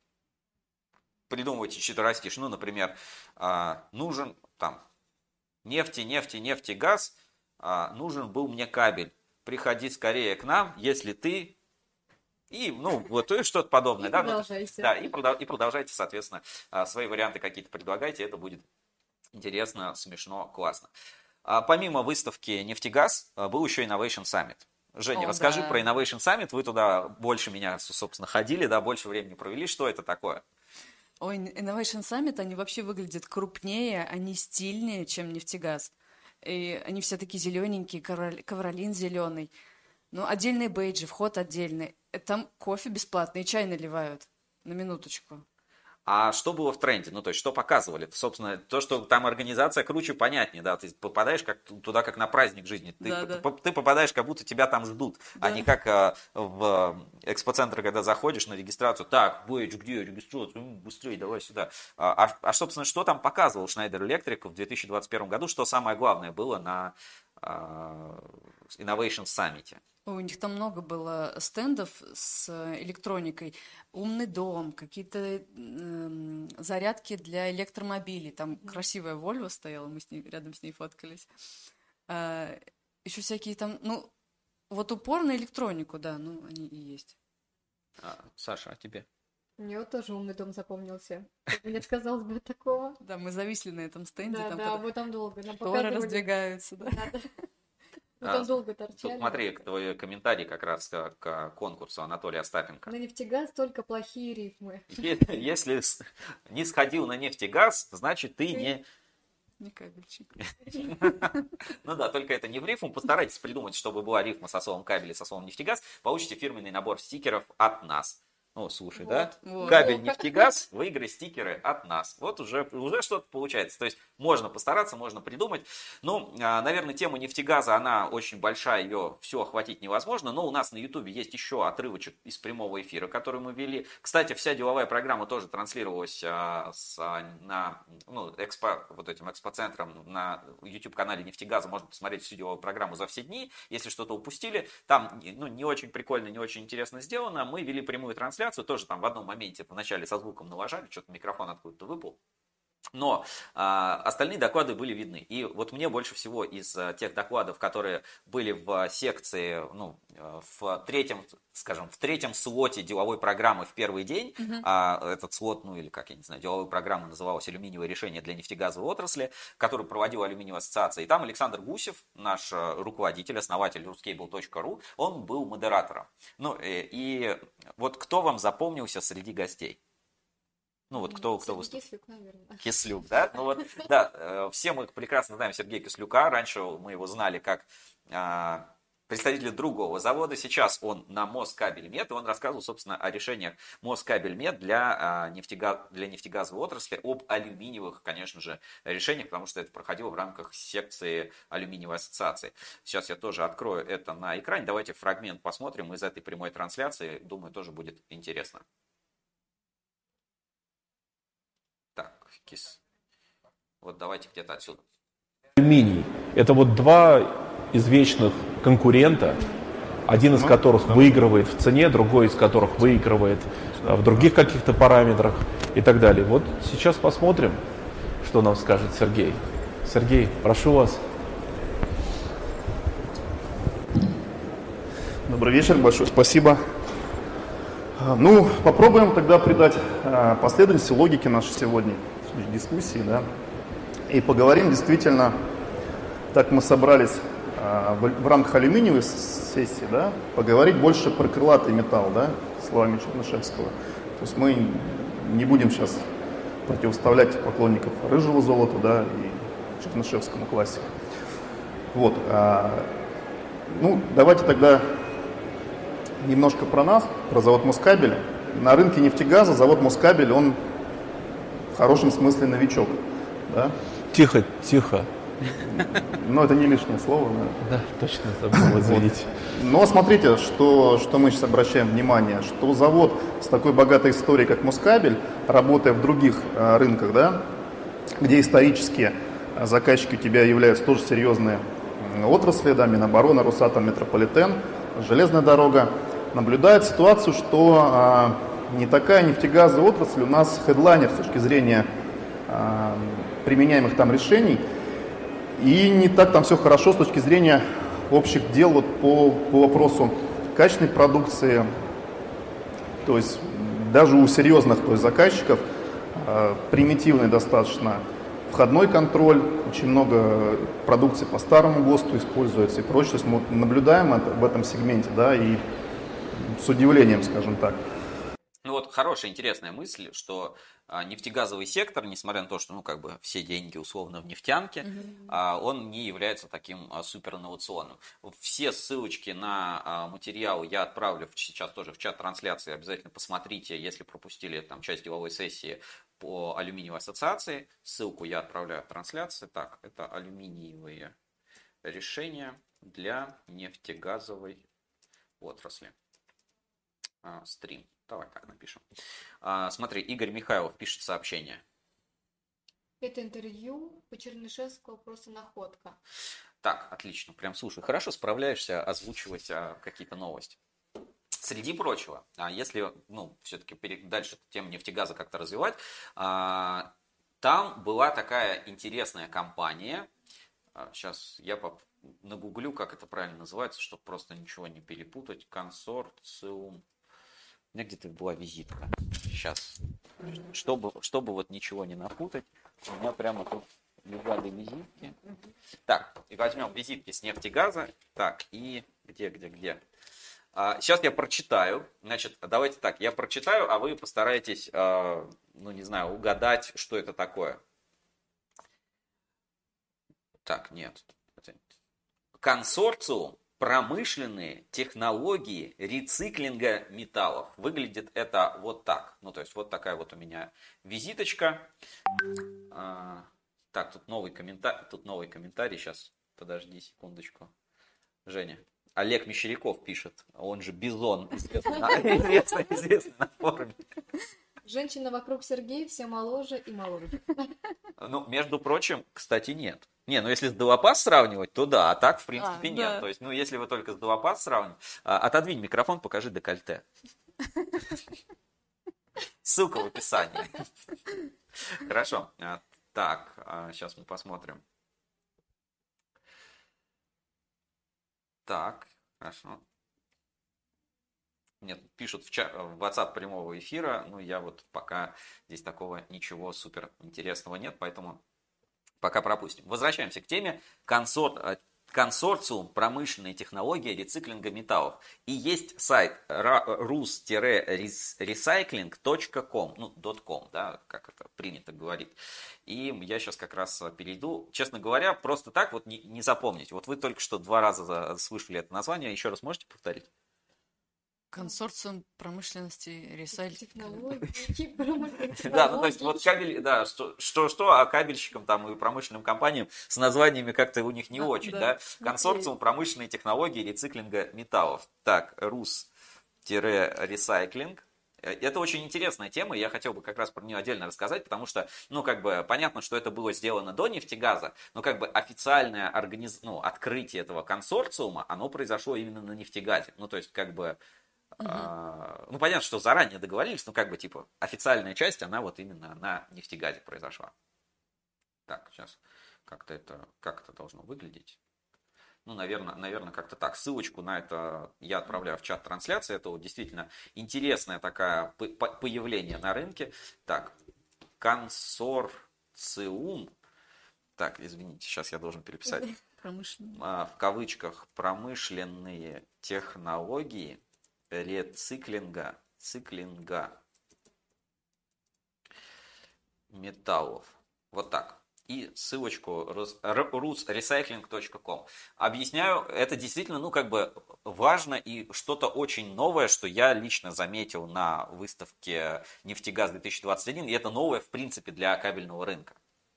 Придумывайте четверостишь. Ну, например, а, нужен там нефти, нефти, нефти, газ, а, нужен был мне кабель. Приходи скорее к нам, если ты... И, ну, вот и что-то подобное. И да? Ну, продолжайте. да, и, продол- и продолжайте, соответственно, а, свои варианты какие-то предлагайте. Это будет интересно, смешно, классно. А, помимо выставки «Нефтегаз» а, был еще Innovation Summit. Женя, О, расскажи да. про Innovation Summit. Вы туда больше меня, собственно, ходили, да, больше времени провели. Что это такое? Ой, Innovation Summit, они вообще выглядят крупнее, они стильнее, чем нефтегаз. И они все такие зелененькие, ковролин зеленый. Ну, отдельные бейджи, вход отдельный. Э, Там кофе бесплатный, и чай наливают. На минуточку. А что было в тренде? Ну, то есть, что показывали? Собственно, то, что там организация круче, понятнее, да, ты попадаешь как, туда как на праздник жизни. Ты, Да, да. п- ты попадаешь, как будто тебя там ждут, а Да. не как а, в экспоцентр, когда заходишь на регистрацию. Так, бейдж, где регистрация? М, Быстрее, давай сюда. А, а, а, собственно, что там показывал Schneider Electric в две тысячи двадцать первом году? Что самое главное было на а, Innovation Summit? Ой, у них там много было стендов с электроникой. Умный дом, какие-то эм, зарядки для электромобилей. Там красивая Volvo стояла, мы с ней, рядом с ней фоткались. А, еще всякие там, ну, вот упор на электронику, да, ну, они и есть. А, Саша, а тебе? Мне вот тоже «Умный дом» запомнился. Как бы не отказалась бы от такого. Да, мы зависли на этом стенде, Да, там да, когда мы там долго. Нам шторы показывали. раздвигаются, да. Да, да. Мы А, там долго Тут торчали. смотри, твой комментарий как раз к, к конкурсу Анатолия Остапенко. На нефтегаз только плохие рифмы. Е- Если с- не сходил на нефтегаз, значит ты не... Не кабельчик. Ну да, только это не в рифму. Постарайтесь придумать, чтобы была рифма со словом кабель и со словом нефтегаз. Получите фирменный набор стикеров от нас. О, слушай, Вот, да? вот. Кабель нефтегаз, выиграй стикеры от нас. Вот уже, уже что-то получается. То есть можно постараться, можно придумать. Ну, наверное, тема нефтегаза, она очень большая, ее все охватить невозможно. Но у нас на ютубе есть еще отрывочек из прямого эфира, который мы вели. Кстати, вся деловая программа тоже транслировалась а, с, а, на ну, экспо, вот этим экспоцентром на YouTube-канале нефтегаза. Можно посмотреть всю деловую программу за все дни. Если что-то упустили, там ну, не очень прикольно, не очень интересно сделано. Мы вели прямую трансляцию. Тоже там в одном моменте вначале со звуком налажали, что-то микрофон откуда-то выпал. Но а, остальные доклады были видны. И вот мне больше всего из а, тех докладов, которые были в секции, ну, в третьем, скажем, в третьем слоте деловой программы в первый день, uh-huh. а, этот слот, ну или как, я не знаю, деловая программа называлась «Алюминиевое решение для нефтегазовой отрасли», которую проводила Алюминиевая ассоциация. И там Александр Гусев, наш руководитель, основатель ruskable точка ру, он был модератором. Ну и, и вот кто вам запомнился среди гостей? Ну вот кто, кто выступил? Кислюк, наверное. Кислюк, да? Ну вот, да, все мы прекрасно знаем Сергея Кислюка. Раньше мы его знали как а, представителя другого завода. Сейчас он на Москабельмет, и он рассказывал, собственно, о решениях Москабельмет для, а, нефтегаз, для нефтегазовой отрасли, об алюминиевых, конечно же, решениях, потому что это проходило в рамках секции Алюминиевой ассоциации. Сейчас я тоже открою это на экране. Давайте фрагмент посмотрим из этой прямой трансляции. Думаю, тоже будет интересно. Так, кис. Вот давайте где-то отсюда. Алюминий. Это вот два извечных конкурента, один из которых выигрывает в цене, другой из которых выигрывает в других каких-то параметрах и так далее. Вот сейчас посмотрим, что нам скажет Сергей. Сергей, прошу вас. Добрый вечер, большое спасибо. Ну, попробуем тогда придать последовательности логике нашей сегодня дискуссии, да, и поговорим действительно, так мы собрались в рамках алюминиевой сессии, да, поговорить больше про крылатый металл, да, словами Чернышевского. То есть мы не будем сейчас противоставлять поклонников рыжего золота, да, и Чернышевскому классику. Вот, ну, давайте тогда немножко про нас, про завод Москабель. На рынке нефтегаза завод Москабель, он в хорошем смысле новичок. Да? Тихо, тихо. Но это не лишнее слово. Да, да точно забыл, извините. Но смотрите, что, что мы сейчас обращаем внимание, что завод с такой богатой историей, как Москабель, работая в других а, рынках, да, где исторически заказчики у тебя являются тоже серьезные отрасли, да, Минобороны, Росатом, Метрополитен, железная дорога, наблюдает ситуацию, что а, не такая нефтегазовая отрасль у нас хедлайнер с точки зрения а, применяемых там решений, и не так там все хорошо с точки зрения общих дел вот по, по вопросу качественной продукции, то есть даже у серьезных то есть, заказчиков а, примитивный достаточно входной контроль, очень много продукции по старому ГОСТу используется и прочее. То есть мы наблюдаем это в этом сегменте, да, и с удивлением, скажем так. Ну вот хорошая, интересная мысль, что а, нефтегазовый сектор, несмотря на то, что ну как бы все деньги условно в нефтянке, mm-hmm. а, он не является таким а, суперинновационным. Все ссылочки на а, материалы я отправлю в, сейчас тоже в чат трансляции. Обязательно посмотрите, если пропустили там часть деловой сессии по алюминиевой ассоциации. Ссылку я отправляю в трансляции. Так, это алюминиевые решения для нефтегазовой отрасли. А, стрим. Давай так напишем. А, смотри, Игорь Михайлов пишет сообщение. Это интервью по Чернышевскому просто находка. Так, отлично. Прям, слушай, хорошо справляешься озвучивать а, какие-то новости. Среди прочего, а если, ну, все-таки дальше тему нефтегаза как-то развивать, а, там была такая интересная компания. А, сейчас я поп- нагуглю, как это правильно называется, чтобы просто ничего не перепутать. Консорциум. У меня где-то была визитка. Сейчас. Чтобы, чтобы вот ничего не напутать, у меня прямо тут лежали визитки. Так, и возьмем визитки с нефтегаза. Так, и где, где, где? А, сейчас я прочитаю. Значит, давайте так, я прочитаю, а вы постарайтесь, а, ну не знаю, угадать, что это такое. Так, нет. Консорциум промышленные технологии рециклинга металлов. Выглядит это вот так. Ну, то есть, вот такая вот у меня визиточка. А, так, тут новый комментарий. Тут новый комментарий. Сейчас, подожди секундочку. Женя. Олег Мещеряков пишет. Он же Бизон. Известный, известный на форуме. Женщина вокруг Сергея все моложе и моложе. Ну, между прочим, кстати, нет. Не, ну если с Делопас сравнивать, то да, а так, в принципе, А, нет. да. То есть, ну, если вы только с Делопас сравниваете, а, отодвинь микрофон, покажи декольте. Ссылка в описании. Хорошо. А, так, а, сейчас мы посмотрим. Так, хорошо. Нет, пишут в, чат, в WhatsApp прямого эфира, ну я вот пока здесь такого ничего супер интересного нет, поэтому пока пропустим. Возвращаемся к теме консор... консорциум промышленной технологии рециклинга металлов. И есть сайт рус ресайклинг точка ком, ну, .com, да, как это принято говорить. И я сейчас как раз перейду. Честно говоря, просто так вот не, не запомнить. Вот вы только что два раза слышали это название, еще раз можете повторить? Консорциум промышленности ресайклинга. Технологии, промышленные Да, ну то есть технологии. вот кабель, да, что, что, что, а кабельщикам там и промышленным компаниям с названиями как-то у них не Да, очень, да. да. Консорциум промышленной технологии рециклинга металлов. Так, рус-ресайклинг. Это очень интересная тема, и я хотел бы как раз про нее отдельно рассказать, потому что, ну, как бы, понятно, что это было сделано до нефтегаза, но, как бы, официальное организ... ну, открытие этого консорциума, оно произошло именно на нефтегазе. Ну, то есть, как бы, Мгм. а, ну, понятно, что заранее договорились, но, как бы, типа, официальная часть, она вот именно на нефтегазе произошла. Так, сейчас, как-то это, как это должно выглядеть? Ну, наверное, наверное, как-то так. Ссылочку на это я отправляю в чат трансляции. Это вот действительно интересное такое по- по- появление на рынке. Так, консорциум. Так, извините, сейчас я должен переписать. Промышленный. А, в кавычках промышленные технологии рециклинга, циклинга металлов. Вот так. И ссылочку рус ресайклинг точка ком. Объясняю, это действительно, ну, как бы важно и что-то очень новое, что я лично заметил на выставке «Нефтегаз две тысячи двадцать один», и это новое, в принципе, для кабельного рынка.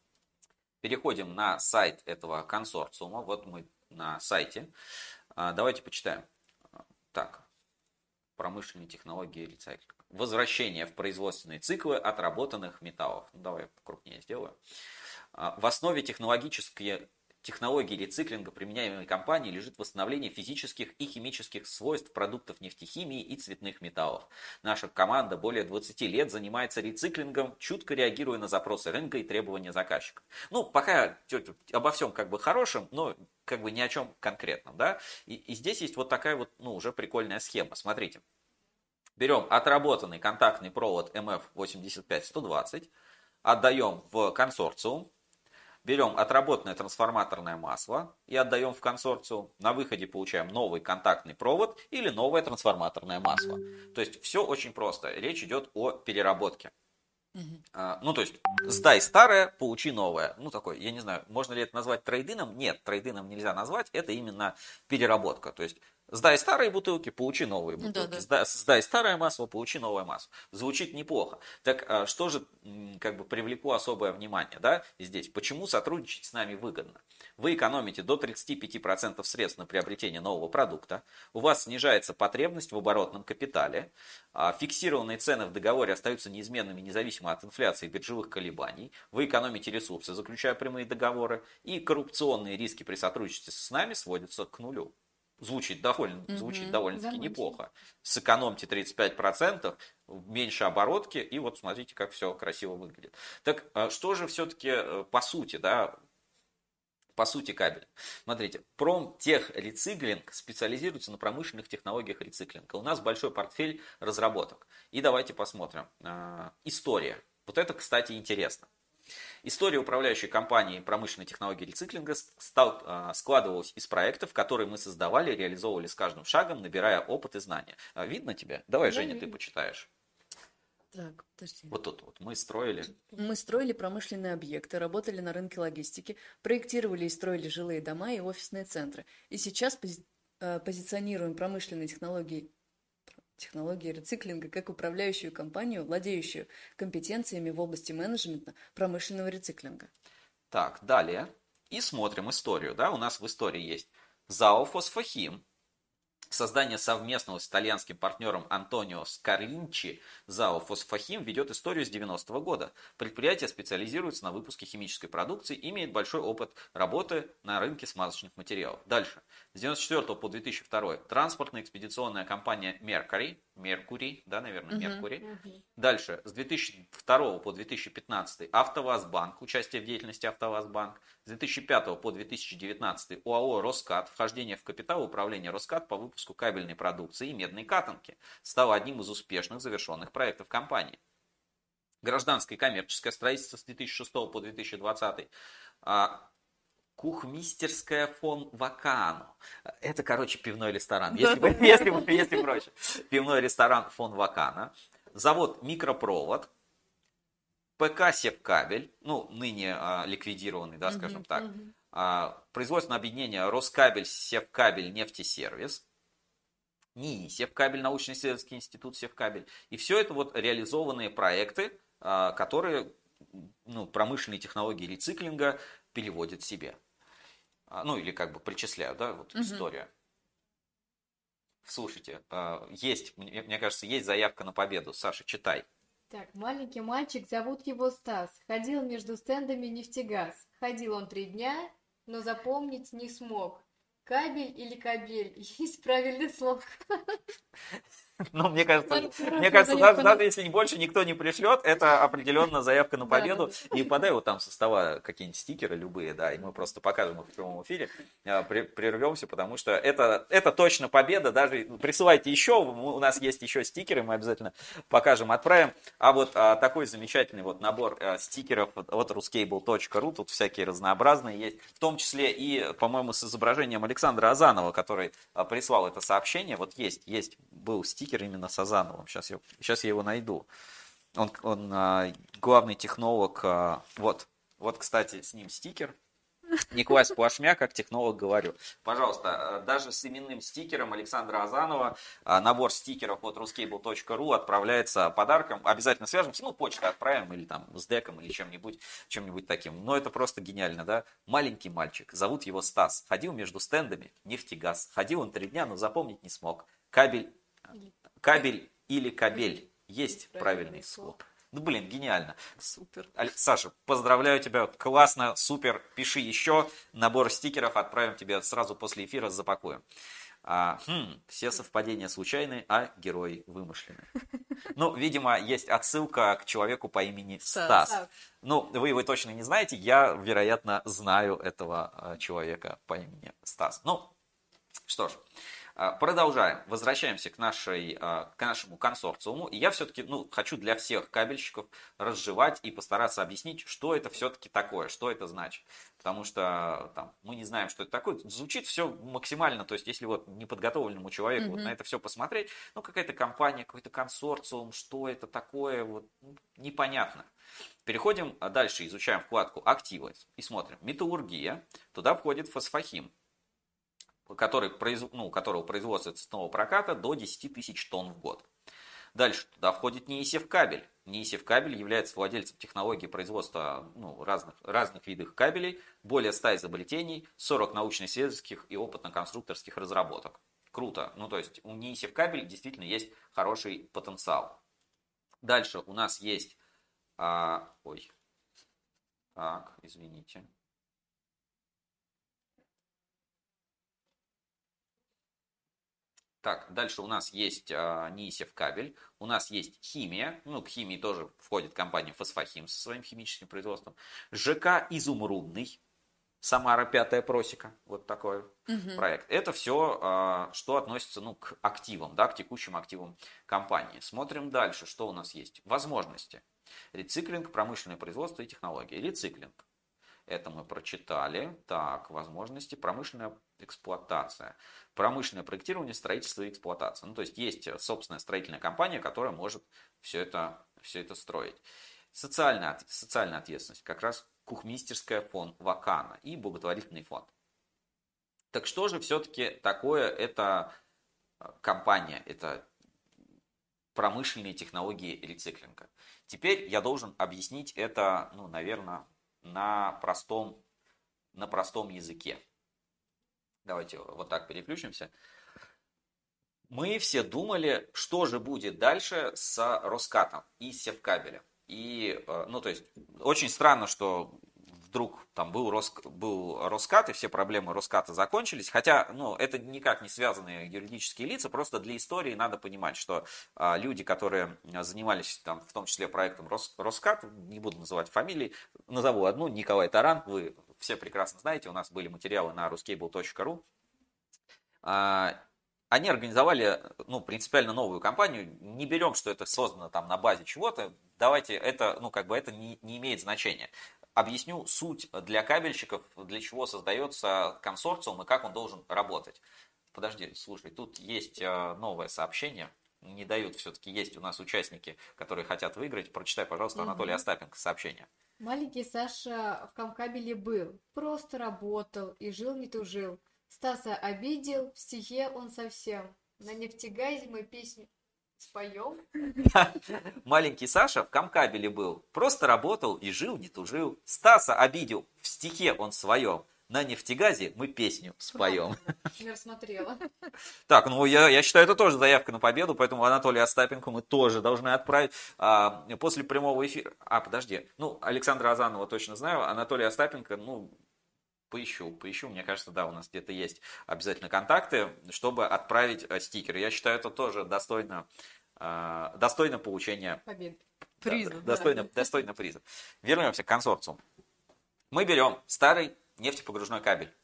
Переходим на сайт этого консорциума. Вот мы на сайте. Давайте почитаем. Так. Промышленные технологии рециклинга. Возвращение в производственные циклы отработанных металлов. Ну, давай покрупнее сделаю. В основе технологической технологии рециклинга, применяемой компанией, лежит восстановление физических и химических свойств продуктов нефтехимии и цветных металлов. Наша команда более двадцати лет занимается рециклингом, чутко реагируя на запросы рынка и требования заказчиков. Ну, пока обо всем как бы хорошем, но как бы ни о чем конкретном, да. И, и здесь есть вот такая вот, ну, уже прикольная схема. Смотрите. Берем отработанный контактный провод эм эф восемьдесят пять сто двадцать, отдаем в консорциум. Берем отработанное трансформаторное масло и отдаем в консорциум. На выходе получаем новый контактный провод или новое трансформаторное масло. То есть все очень просто. Речь идет о переработке. Мгм. А, Ну, то есть, сдай старое, получи новое. Ну, такой, я не знаю, можно ли это назвать трейдином? Нет, трейдином нельзя назвать. Это именно переработка. То есть, сдай старые бутылки, получи новые Да, бутылки. да. Сдай, сдай старое масло, получи новое масло. Звучит неплохо. Так а, что же м, как бы привлекло особое внимание, да, здесь? Почему сотрудничать с нами выгодно? Вы экономите до тридцати пяти процентов средств на приобретение нового продукта. У вас снижается потребность в оборотном капитале. а, Фиксированные цены в договоре остаются неизменными независимо от инфляции и биржевых колебаний. Вы экономите ресурсы, заключая прямые договоры. И коррупционные риски при сотрудничестве с нами сводятся к нулю. Звучит довольно, звучит Мгм. довольно-таки Заманчиво. неплохо. Сэкономьте тридцать пять процентов, меньше оборотки, и вот смотрите, как все красиво выглядит. Так а, что же все-таки э, по сути, да, по сути кабель? Смотрите, промтехрециклинг специализируется на промышленных технологиях рециклинга. У нас большой портфель разработок. И давайте посмотрим. А, История. Вот это, кстати, интересно. История управляющей компании промышленной технологии рециклинга стал, а, складывалась из проектов, которые мы создавали, реализовывали с каждым шагом, набирая опыт и знания. А, Видно тебе? Давай, Да, Женя, ты видно. почитаешь. Так, подожди. Вот тут вот мы строили. Мы строили промышленные объекты, работали на рынке логистики, проектировали и строили жилые дома и офисные центры. И сейчас пози- э, позиционируем промышленные технологии, технологии рециклинга как управляющую компанию, владеющую компетенциями в области менеджмента промышленного рециклинга. Так, далее. И смотрим историю. Да? У нас в истории есть ЗАО «Фосфохим», создание совместного с итальянским партнером Антонио Скарлинчи ЗАО «Фосфохим» ведет историю с девяностого года. Предприятие специализируется на выпуске химической продукции и имеет большой опыт работы на рынке смазочных материалов. Дальше. С девяносто четвёртого по две тысячи второй транспортная экспедиционная компания Mercury, Mercury, да, наверное, Mercury. Uh-huh. Дальше. С две тысячи второго по две тысячи пятнадцатый АвтоВАЗбанк, участие в деятельности АвтоВАЗбанк. С две тысячи пятого по две тысячи девятнадцатый ОАО «Роскат», вхождение в капитал управления «Роскат» по выпуску кабельной продукции и медной катанки, стало одним из успешных завершенных проектов компании. Гражданское и коммерческое строительство с две тысячи шестого по две тысячи двадцатый. Кухмистерская фон Вакаано. Это, короче, пивной ресторан. Если, да. если, если, если проще. Пивной ресторан фон Вакаано. Завод «Микропровод». ПК «Севкабель», ну, ныне а, ликвидированный, да, скажем uh-huh, так. Uh-huh. А, производственное объединение «Роскабель», «Севкабель», «Нефтесервис». НИИ «Севкабель», научно-исследовательский институт «Севкабель». И все это вот реализованные проекты, а, которые ну, промышленные технологии рециклинга переводят себе. А, ну, или как бы причисляют, да, вот uh-huh. история. Слушайте, а, есть, мне, мне кажется, есть заявка на победу. Саша, читай. Так, маленький мальчик, зовут его Стас, ходил между стендами «Нефтегаз». Ходил он три дня, но запомнить не смог. Кабель или кабель? Есть правильный слог. Ну, мне кажется, мне кажется даже, даже если больше никто не пришлет, это определенно заявка на победу. Да, да. И подай вот там со стола какие-нибудь стикеры любые, да, и мы просто покажем их в прямом эфире, прервемся, потому что это, это точно победа. Даже присылайте еще, у нас есть еще стикеры, мы обязательно покажем, отправим. А вот а, такой замечательный вот набор а, стикеров от ruskable точка ру, тут всякие разнообразные есть, в том числе и, по-моему, с изображением Александра Азанова, который а, прислал это сообщение. Вот есть, есть, был стикер именно с Азановым. Сейчас я, сейчас я его найду. Он, он а, главный технолог. А, вот, вот, кстати, с ним стикер. Николай Сплошмя, как технолог говорю. Пожалуйста, даже с именным стикером Александра Азанова набор стикеров от ruskable точка ру отправляется подарком. Обязательно свяжемся, ну, почтой отправим или там с деком или чем-нибудь, чем-нибудь таким. Но это просто гениально, да? Маленький мальчик, зовут его Стас, ходил между стендами «Нефтегаз». Ходил он три дня, но запомнить не смог. Кабель, кабель или кабель. Есть правильный слог. Ну, блин, гениально. Супер. Саша, поздравляю тебя. Классно, супер. Пиши еще. Набор стикеров отправим тебе сразу после эфира, запакуем. А, хм, все совпадения случайны, а герои вымышлены. Ну, видимо, есть отсылка к человеку по имени Стас. Стас. Ну, вы его точно не знаете. Я, вероятно, знаю этого человека по имени Стас. Ну, что ж. Продолжаем. Возвращаемся к, нашей, к нашему консорциуму. И я все-таки ну, хочу для всех кабельщиков разжевать и постараться объяснить, что это все-таки такое, что это значит. Потому что там, мы не знаем, что это такое. Звучит все максимально, то есть если вот неподготовленному человеку mm-hmm. вот на это все посмотреть, ну какая-то компания, какой-то консорциум, что это такое, вот, непонятно. Переходим дальше, изучаем вкладку «Активы» и смотрим. Металлургия, туда входит фосфохим. Который, ну, у которого производство цветного проката до десяти тысяч тонн в год. Дальше туда входит НИИ «Севкабель». НИИ «Севкабель» является владельцем технологии производства ну, разных, разных видов кабелей, более ста изобретений, сорок научно-исследовательских и опытно-конструкторских разработок. Круто. Ну, то есть у НИИ «Севкабель» действительно есть хороший потенциал. Дальше у нас есть... А, ой. Так, извините. Так, дальше у нас есть а, НИИ «Севкабель», у нас есть химия, ну, к химии тоже входит компания «Фосфохим» со своим химическим производством, ЖК «Изумрудный», Самара, пятая просека, вот такой угу. проект. Это все, а, что относится ну, к активам, да, к текущим активам компании. Смотрим дальше, что у нас есть. Возможности. Рециклинг, промышленное производство и технологии. Рециклинг. Это мы прочитали. Так, возможности. Промышленная эксплуатация. Промышленное проектирование, строительство и эксплуатация. Ну, то есть, есть собственная строительная компания, которая может все это, все это строить. Социальная, социальная ответственность. Как раз Кухмистерская фон Вакаано и благотворительный фонд. Так что же все-таки такое эта компания, это промышленные технологии рециклинга? Теперь я должен объяснить это, ну, наверное, на простом, на простом языке. Давайте вот так переключимся. Мы все думали, что же будет дальше с Роскатом и Севкабелем. И, ну, то есть, очень странно, что вдруг там был, Рос, был Роскат, и все проблемы Роската закончились. Хотя, ну, это никак не связанные юридические лица, просто для истории надо понимать, что а, люди, которые занимались там, в том числе проектом Рос, Роскат, не буду называть фамилии, назову одну, Николай Таран, вы все прекрасно знаете, у нас были материалы на ruskable точка ру. А, они организовали, ну, принципиально новую компанию. Не берем, что это создано там на базе чего-то. Давайте, это, ну, как бы это не, не имеет значения. Объясню суть для кабельщиков, для чего создается консорциум и как он должен работать. Подожди, слушай, тут есть новое сообщение. Не дают, все-таки есть у нас участники, которые хотят выиграть. Прочитай, пожалуйста, Анатолий угу. Остапенко сообщение. Маленький Саша в Камкабеле был, просто работал и жил не тужил. Стаса обидел, в стихе он совсем. На нефтегазе мы песню споем. Маленький Саша в Камкабеле был, просто работал и жил не тужил. Стаса обидел, в стихе он своем. На нефтегазе мы песню споем. Не рассмотрела. Так, ну я, я считаю, это тоже заявка на победу, поэтому Анатолия Остапенко мы тоже должны отправить а, после прямого эфира. А, подожди, ну Александра Азанова точно знаю, Анатолия Остапенко, ну поищу, поищу, мне кажется, да, у нас где-то есть обязательно контакты, чтобы отправить стикер. Я считаю, это тоже достойно, а, достойно получения победы. Приза. Да, достойно, достойно приза. Вернемся к консорциуму. Мы берем старый нефтепогружной кабель.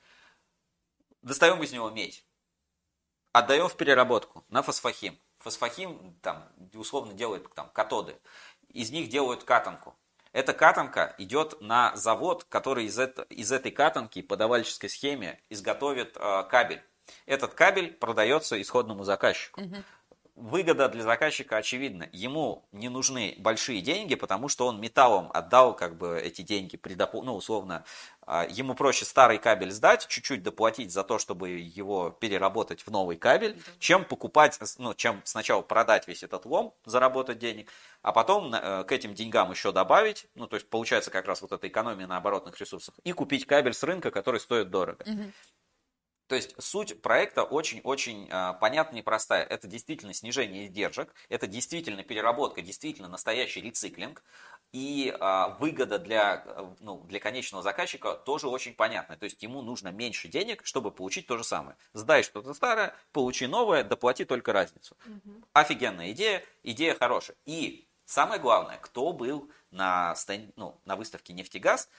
Достаем из него медь. Отдаем в переработку на фосфохим. Фосфохим там, условно делает там, катоды. Из них делают катанку. Эта катанка идет на завод, который из, это, из этой катанки по давальческой схеме изготовит э, кабель. Этот кабель продается исходному заказчику. Угу. Выгода для заказчика очевидна. Ему не нужны большие деньги, потому что он металлом отдал как бы эти деньги, предопо... ну, условно, ему проще старый кабель сдать, чуть-чуть доплатить за то, чтобы его переработать в новый кабель, чем покупать, ну, чем сначала продать весь этот лом, заработать денег, а потом к этим деньгам еще добавить, ну, то есть получается как раз вот эта экономия на оборотных ресурсах, и купить кабель с рынка, который стоит дорого. Угу. То есть суть проекта очень-очень э, понятная и простая. Это действительно снижение издержек, это действительно переработка, действительно настоящий рециклинг. И э, выгода для, э, ну, для конечного заказчика тоже очень понятная. То есть ему нужно меньше денег, чтобы получить то же самое. Сдай что-то старое, получи новое, доплати только разницу. Угу. Офигенная идея, идея хорошая. И самое главное, кто был на, ну, на выставке «Нефтегаз»,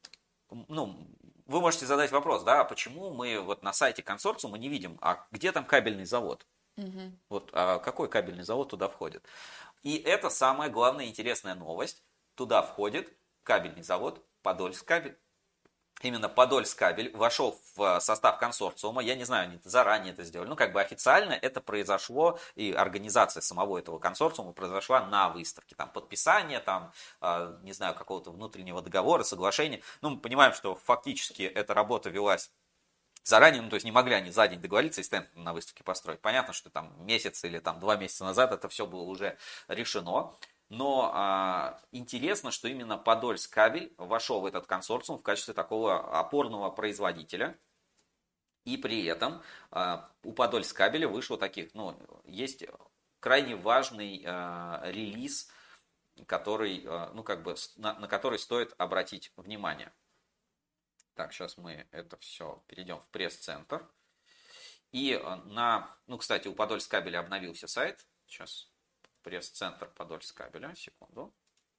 ну, вы можете задать вопрос, да, почему мы вот на сайте консорциума не видим, а где там кабельный завод? Угу. Вот, а какой кабельный завод туда входит? И это самая главная интересная новость. Туда входит кабельный завод Подольскабель. Именно Подольскабель вошел в состав консорциума. Я не знаю, они заранее это сделали. Ну, как бы официально это произошло, и организация самого этого консорциума произошла на выставке. Там подписание, там, не знаю, какого-то внутреннего договора, соглашения. Ну, мы понимаем, что фактически эта работа велась заранее, ну, то есть не могли они за день договориться и стенд на выставке построить. Понятно, что там месяц или там два месяца назад это все было уже решено. Но а, интересно, что именно Подольскабель вошел в этот консорциум в качестве такого опорного производителя. И при этом а, у Подольскабеля вышло таких, ну, есть крайне важный а, релиз, который, а, ну, как бы, на, на который стоит обратить внимание. Так, сейчас мы это все перейдем в пресс-центр. И на, ну, кстати, у Подольскабеля обновился сайт. Сейчас. Пресс-центр Подольскабеля. Секунду.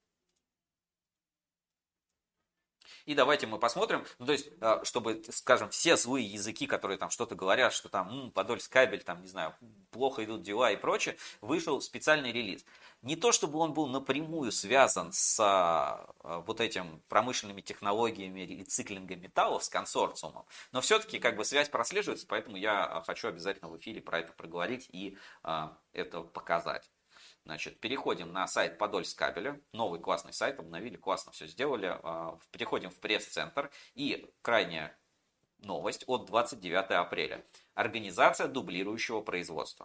И давайте мы посмотрим, ну, то есть, чтобы, скажем, все злые языки, которые там что-то говорят, что там м, Подольскабель, там, не знаю, плохо идут дела и прочее, вышел специальный релиз. Не то, чтобы он был напрямую связан с а, вот этим промышленными технологиями рециклинга металлов, с консорциумом, но все-таки как бы связь прослеживается, поэтому я хочу обязательно в эфире про это проговорить и а, это показать. Значит, переходим на сайт Подольскабеля, новый классный сайт, обновили, классно все сделали. Переходим в пресс-центр и крайне новость от двадцать девятого апреля. Организация дублирующего производства.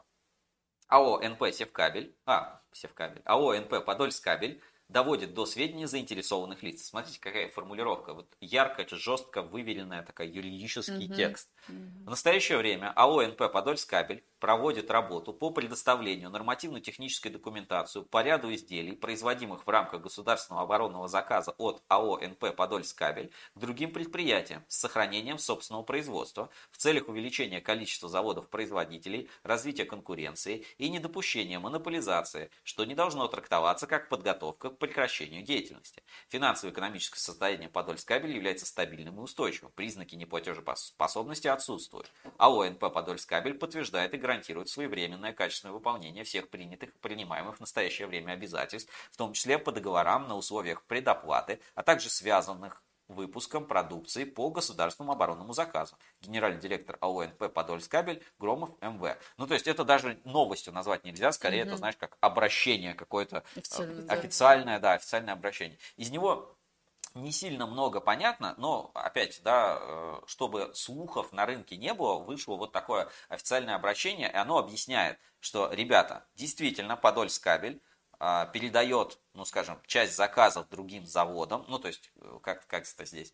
АО эн пэ Севкабель, а, Севкабель, АО эн пэ Подольскабель доводит до сведения заинтересованных лиц. Смотрите, какая формулировка. Вот ярко, жестко выверенная такая юридический Мгм. текст. Мгм. В настоящее время АО эн пэ Подольскабель проводит работу по предоставлению нормативно-технической документации по ряду изделий, производимых в рамках государственного оборонного заказа от АО эн пэ Подольскабель к другим предприятиям с сохранением собственного производства в целях увеличения количества заводов-производителей, развития конкуренции и недопущения монополизации, что не должно трактоваться как подготовка к прекращению деятельности. Финансово-экономическое состояние Подольскабель является стабильным и устойчивым. Признаки неплатежеспособности отсутствуют. АО эн пэ Подольскабель подтверждает и гарантирует своевременное качественное выполнение всех принятых и принимаемых в настоящее время обязательств, в том числе по договорам на условиях предоплаты, а также связанных выпуском продукции по государственному оборонному заказу. Генеральный директор АО эн пэ Подольскабель Громов эм вэ. Ну, то есть, это даже новостью назвать нельзя, скорее, Мгм. это, знаешь, как обращение какое-то, Официальное, э, да. официальное, да, официальное обращение. Из него не сильно много понятно, но, опять, да, э, чтобы слухов на рынке не было, вышло вот такое официальное обращение, и оно объясняет, что, ребята, действительно, Подольскабель а, передает, ну, скажем, часть заказов другим заводам, ну, то есть, э, как, как это здесь,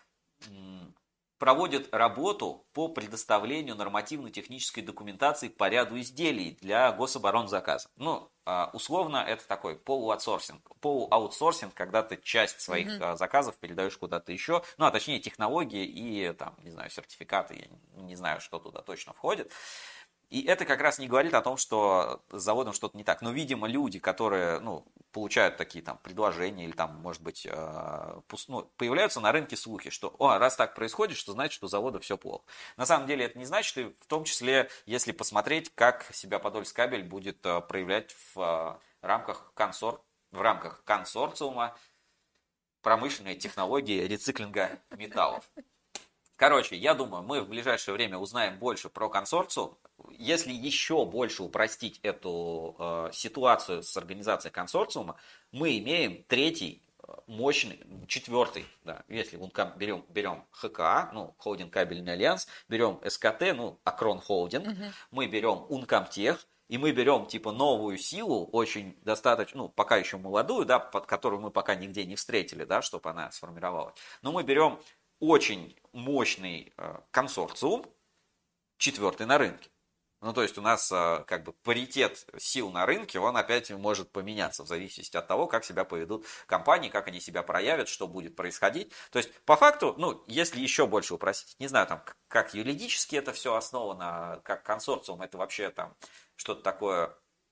М, проводит работу по предоставлению нормативно-технической документации по ряду изделий для гособоронзаказа. Ну, а, условно, это такой полуаутсорсинг, полуаутсорсинг, когда ты часть своих Мгм. а, заказов передаешь куда-то еще, ну, а точнее, технологии и, там, не знаю, сертификаты, я не, не знаю, что туда точно входит. И это как раз не говорит о том, что с заводом что-то не так. Но, видимо, люди, которые, ну, получают такие там предложения или там, может быть, э, пус- ну, появляются на рынке слухи, что, о, раз так происходит, что значит, что у завода все плохо. На самом деле это не значит, и в том числе, если посмотреть, как себя Подольскабель будет э, проявлять в э, рамках консор... в рамках консорциума промышленной технологии рециклинга металлов. Короче, я думаю, мы в ближайшее время узнаем больше про консорциум. Если еще больше упростить эту э, ситуацию с организацией консорциума, мы имеем третий, э, мощный, четвертый, да, если ункам, берем, берем ха ка а, ну, Холдинг Кабельный Альянс, берем эс ка тэ, ну, Акрон Холдинг, Мгм. мы берем Ункомтех, и мы берем типа новую силу, очень достаточно, ну, пока еще молодую, да, под которую мы пока нигде не встретили, да, чтобы она сформировалась. Но мы берем очень мощный э, консорциум, четвертый на рынке. Ну, то есть у нас э, как бы паритет сил на рынке, он опять может поменяться в зависимости от того, как себя поведут компании, как они себя проявят, что будет происходить. То есть, по факту, ну, если еще больше упростить, не знаю, там, как юридически это все основано, как консорциум, это вообще там что-то такое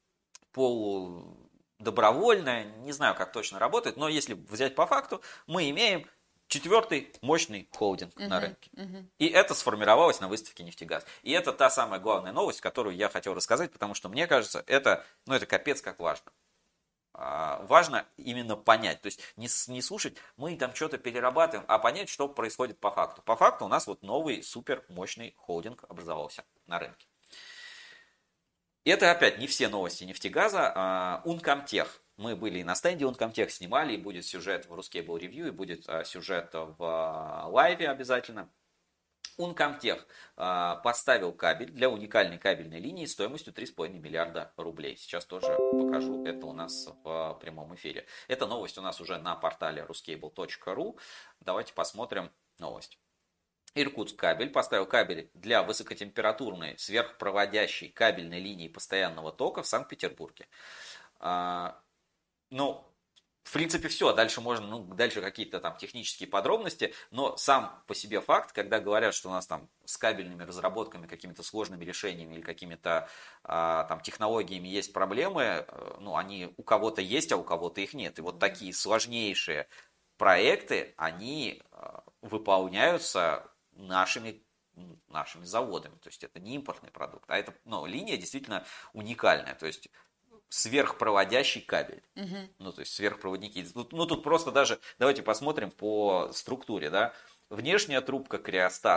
полудобровольное, не знаю, как точно работает, но если взять по факту, мы имеем четвертый мощный холдинг на Мгм. рынке. Мгм. И это сформировалось на выставке «Нефтегаз». И это та самая главная новость, которую я хотел рассказать, потому что мне кажется, это, ну, это капец как важно. А, важно именно понять, то есть не, с- не слушать, мы там что-то перерабатываем, а понять, что происходит по факту. По факту у нас вот новый супер мощный холдинг образовался на рынке. И это опять не все новости «Нефтегаза», а Ункомтех. Мы были и на стенде Ункомтех, снимали, и будет сюжет в Ruscable Review, и будет а, сюжет в а, лайве обязательно. Ункомтех а, поставил кабель для уникальной кабельной линии стоимостью три с половиной миллиарда рублей. Сейчас тоже покажу это у нас в а, прямом эфире. Эта новость у нас уже на портале ruscable точка ру. Давайте посмотрим новость. Иркутск кабель поставил кабель для высокотемпературной сверхпроводящей кабельной линии постоянного тока в Санкт-Петербурге. А, ну, в принципе, все. Дальше можно, ну, дальше какие-то там технические подробности, но сам по себе факт, когда говорят, что у нас там с кабельными разработками, какими-то сложными решениями или какими-то а, там технологиями есть проблемы, э, ну, они у кого-то есть, а у кого-то их нет. И вот такие сложнейшие проекты, они э, выполняются нашими, нашими заводами. То есть это не импортный продукт, а это, ну, линия действительно уникальная. То есть сверхпроводящий кабель. Мгм. Ну, то есть сверхпроводники. Тут- Ну, тут просто даже, давайте посмотрим по структуре, да. Внешняя трубка криостата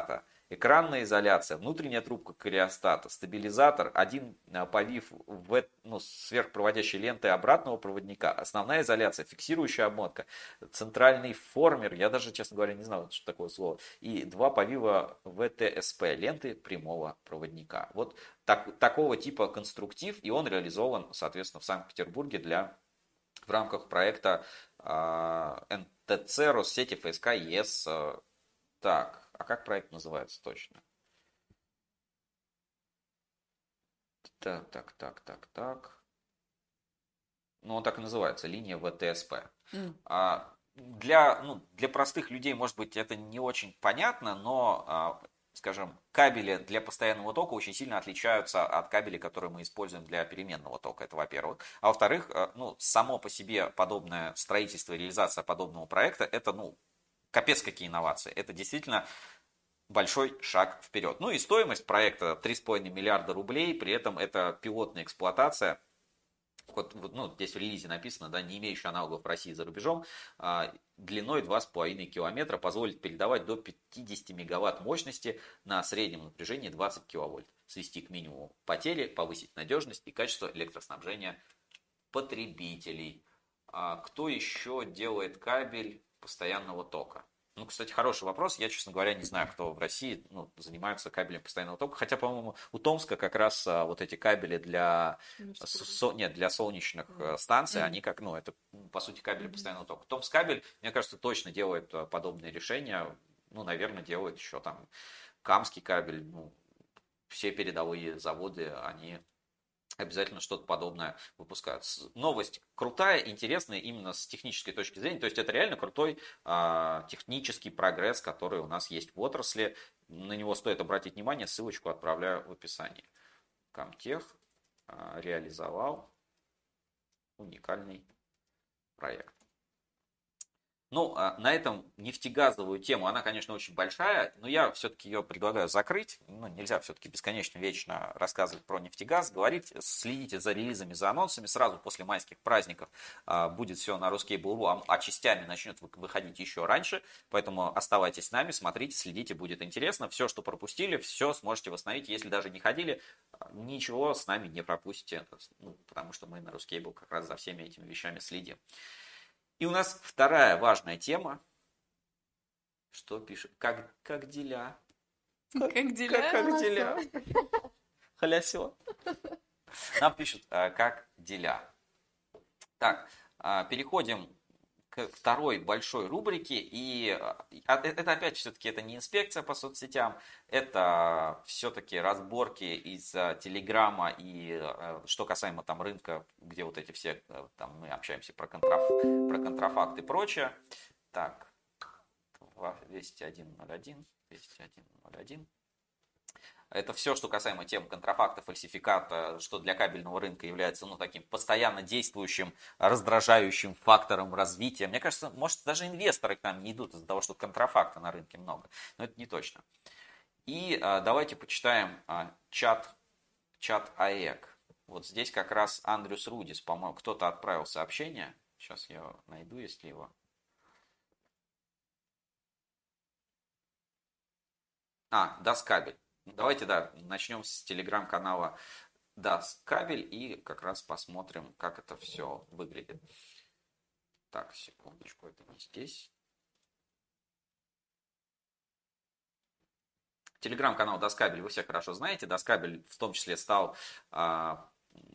экранная изоляция, внутренняя трубка криостата, стабилизатор, один повив в, ну, сверхпроводящей лентой обратного проводника, основная изоляция, фиксирующая обмотка, центральный формер, я даже, честно говоря, не знал, что такое слово, и два повива вэ тэ эс пэ, ленты прямого проводника. Вот так, такого типа конструктив, и он реализован, соответственно, в Санкт-Петербурге для, в рамках проекта э, эн тэ цэ, Россети, эф эс ка, ЕС. Так, а как проект называется точно? Так, так, так, так, так. Ну, он так и называется, линия вэ тэ эс пэ. Mm. А, для, ну, для простых людей, может быть, это не очень понятно, но, а, скажем, кабели для постоянного тока очень сильно отличаются от кабелей, которые мы используем для переменного тока. Это во-первых. А во-вторых, ну, само по себе подобное строительство и реализация подобного проекта, это, ну, капец какие инновации. Это действительно большой шаг вперед. Ну и стоимость проекта три с половиной миллиарда рублей, при этом это пилотная эксплуатация. Вот, вот, ну, здесь в релизе написано, да, не имеющая аналогов в России и за рубежом, а, длиной два с половиной километра, позволит передавать до пятьдесят мегаватт мощности на среднем напряжении двадцать киловольт, свести к минимуму потери, повысить надежность и качество электроснабжения потребителей. А кто еще делает кабель постоянного тока? Ну, кстати, хороший вопрос. Я, честно говоря, не знаю, кто в России, ну, занимается кабелем постоянного тока. Хотя, по-моему, у Томска как раз а, вот эти кабели для, со, нет, для солнечных mm-hmm. станций, mm-hmm. они как, ну, это, по сути, кабели mm-hmm. постоянного тока. Томскабель, мне кажется, точно делает подобные решения. Ну, наверное, делает еще там Камский кабель. Ну, все передовые заводы, они обязательно что-то подобное выпускают. Новость крутая, интересная именно с технической точки зрения. То есть это реально крутой а, технический прогресс, который у нас есть в отрасли. На него стоит обратить внимание. Ссылочку отправляю в описании. Комтех а, реализовал уникальный проект. Ну, на этом нефтегазовую тему, она, конечно, очень большая, но я все-таки ее предлагаю закрыть. Ну, нельзя все-таки бесконечно, вечно рассказывать про нефтегаз, говорить. Следите за релизами, за анонсами. Сразу после майских праздников будет все на Ruskable.ru, а частями начнет выходить еще раньше. Поэтому оставайтесь с нами, смотрите, следите, будет интересно. Все, что пропустили, все сможете восстановить. Если даже не ходили, ничего с нами не пропустите, ну, потому что мы на Ruskable как раз за всеми этими вещами следим. И у нас вторая важная тема. Что пишет? Как, как деля? Как, как деля? Как, как деля? Халясё. Нам пишут, как деля. Так, переходим к второй большой рубрике. И это опять все-таки это не инспекция по соцсетям. Это все-таки разборки из Телеграма и что касаемо там рынка, где вот эти все, там мы общаемся про, контраф, про контрафакт и прочее. Так, двести один ноль один, двести один ноль один. Это все, что касаемо тем контрафакта, фальсификата, что для кабельного рынка является, ну, таким постоянно действующим, раздражающим фактором развития. Мне кажется, может, даже инвесторы к нам не идут из-за того, что контрафакта на рынке много. Но это не точно. И а, давайте почитаем а, чат, чат АЭК. Вот здесь как раз Андрюс Рудис, по-моему, кто-то отправил сообщение. Сейчас я его найду, если его... А, Даскабель. Давайте, да, начнем с телеграм-канала Даскабель и как раз посмотрим, как это все выглядит. Так, секундочку, это не здесь. Телеграм-канал Даскабель вы все хорошо знаете. Даскабель в том числе стал а,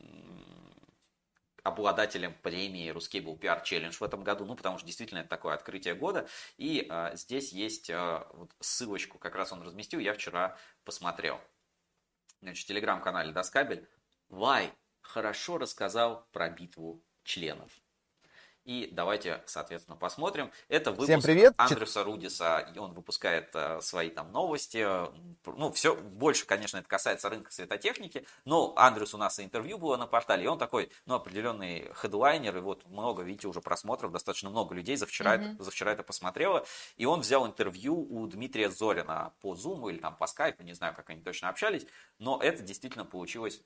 обладателем премии Ruskable пи ар Challenge в этом году, ну, потому что действительно это такое открытие года. И а, здесь есть а, вот ссылочку, как раз он разместил, я вчера посмотрел. Значит, в телеграм-канале Даскабель Вай хорошо рассказал про битву членов. И давайте, соответственно, посмотрим. Это выпуск Андрюса Рудиса. И он выпускает э, свои там новости. Ну, все, больше, конечно, это касается рынка светотехники. Но Андрюс у нас и интервью было на портале. И он такой, ну, определенный хедлайнер. И вот много, видите, уже просмотров. Достаточно много людей за вчера, mm-hmm. это, за вчера это посмотрело. И он взял интервью у Дмитрия Зорина по Zoom или там по Skype. Не знаю, как они точно общались. Но это действительно получилось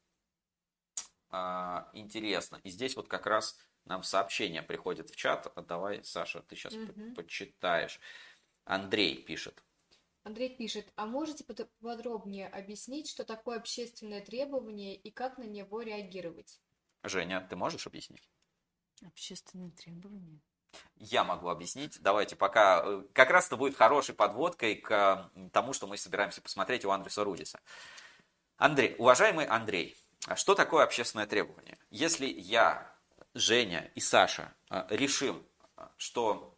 э, интересно. И здесь вот как раз... Нам сообщение приходит в чат. Давай, Саша, ты сейчас mm-hmm. почитаешь. Андрей пишет. Андрей пишет, а можете под- подробнее объяснить, что такое общественное требование и как на него реагировать? Женя, ты можешь объяснить? Общественные требования. Я могу объяснить. Давайте пока... э, Как раз это будет хорошей подводкой к э, тому, что мы собираемся посмотреть у Андрюса Рудиса. Андрей, уважаемый Андрей, а что такое общественное требование? Если я, Женя и Саша э, решим, э, что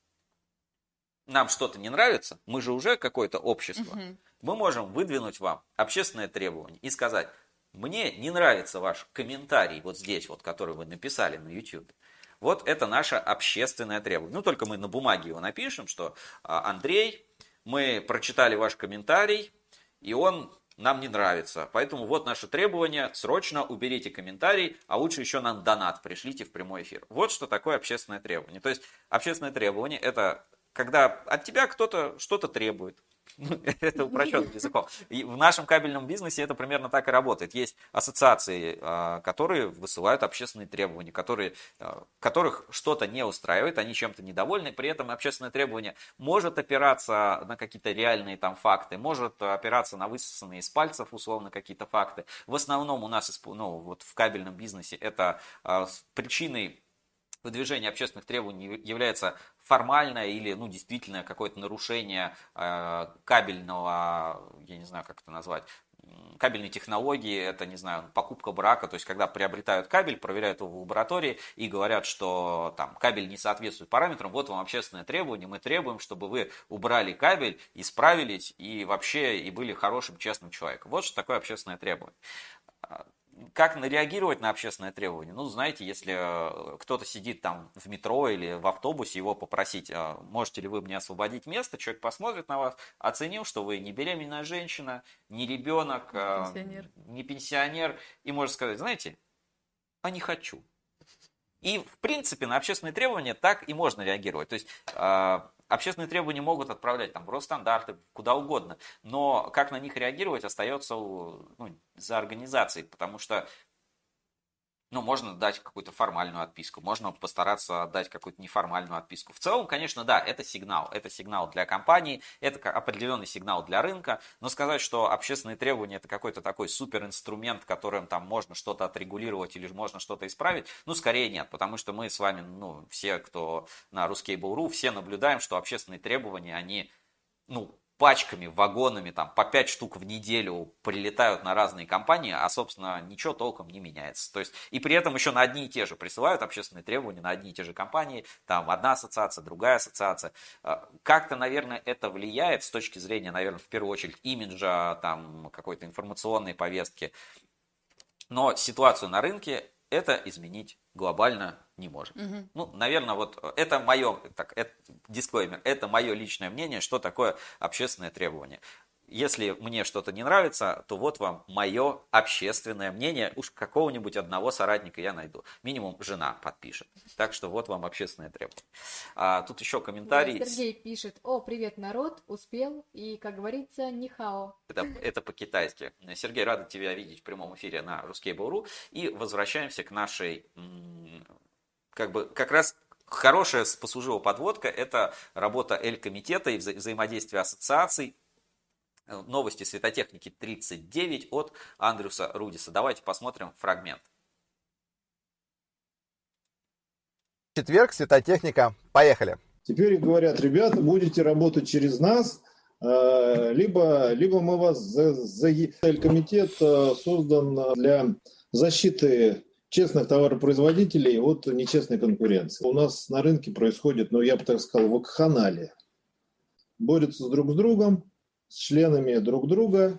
нам что-то не нравится, мы же уже какое-то общество, Мгм. мы можем выдвинуть вам общественное требование и сказать, мне не нравится ваш комментарий вот здесь, вот, который вы написали на YouTube. Вот это наше общественное требование. Ну, только мы на бумаге его напишем, что а, Андрей, мы прочитали ваш комментарий, и он нам не нравится. Поэтому вот наше требование, срочно уберите комментарий, а лучше еще нам донат пришлите в прямой эфир. Вот что такое общественное требование. То есть общественное требование это когда от тебя кто-то что-то требует. Это упрощенным языком. И в нашем кабельном бизнесе это примерно так и работает. Есть ассоциации, которые высылают общественные требования, которые, которых что-то не устраивает, они чем-то недовольны. При этом общественное требование может опираться на какие-то реальные там факты, может опираться на высосанные из пальцев условно какие-то факты. В основном у нас ну, вот в кабельном бизнесе это причиной выдвижение общественных требований является формальное или ну, действительно какое-то нарушение э, кабельного, я не знаю, как это назвать, кабельной технологии, это, не знаю, покупка брака, то есть когда приобретают кабель, проверяют его в лаборатории и говорят, что там кабель не соответствует параметрам, вот вам общественное требование, мы требуем, чтобы вы убрали кабель, исправились и вообще и были хорошим, честным человеком. Вот что такое общественное требование. Как реагировать на общественное требование? Ну, знаете, если кто-то сидит там в метро или в автобусе, его попросить, можете ли вы мне освободить место, человек посмотрит на вас, оценил, что вы не беременная женщина, не ребенок, Пенсионер. не пенсионер, и может сказать, знаете, а не хочу. И, в принципе, на общественные требования так и можно реагировать. То есть, общественные требования могут отправлять там, в Росстандарты, куда угодно, но как на них реагировать остается ну, за организацией, потому что ну, можно дать какую-то формальную отписку, можно постараться дать какую-то неформальную отписку. В целом, конечно, да, это сигнал, это сигнал для компании, это определенный сигнал для рынка, но сказать, что общественные требования это какой-то такой суперинструмент, которым там можно что-то отрегулировать или можно что-то исправить, ну, скорее нет, потому что мы с вами, ну, все, кто на Ruscable точка ру, все наблюдаем, что общественные требования, они, ну, пачками, вагонами, там, по пять штук в неделю прилетают на разные компании, а, собственно, ничего толком не меняется. То есть, и при этом еще на одни и те же присылают общественные требования, на одни и те же компании, там, одна ассоциация, другая ассоциация. Как-то, наверное, это влияет с точки зрения, наверное, в первую очередь, имиджа, там, какой-то информационной повестки. Но ситуацию на рынке это изменить глобально не может. Угу. Ну, наверное, вот это мое, так, это, дисклеймер, это мое личное мнение, что такое общественное требование. Если мне что-то не нравится, то вот вам мое общественное мнение. Уж какого-нибудь одного соратника я найду. Минимум жена подпишет. Так что вот вам общественное требование. А, тут еще комментарий. Да, Сергей пишет, о, привет, народ, успел. И, как говорится, нихао. Это, это по-китайски. Сергей, рада тебя видеть в прямом эфире на Ruscable точка ру. И возвращаемся к нашей, как бы, как раз хорошая послужила подводка. Это работа Эль-комитета и вза- взаимодействие ассоциаций. Новости светотехники тридцать девять от Андрюса Рудиса. Давайте посмотрим фрагмент. Четверг, светотехника. Поехали. Теперь говорят, ребята, будете работать через нас, либо, либо мы вас за, за... Эль-комитет создан для защиты честных товаропроизводителей от нечестной конкуренции. У нас на рынке происходит, ну я бы так сказал, вакханалия. Борются друг с другом, с членами друг друга.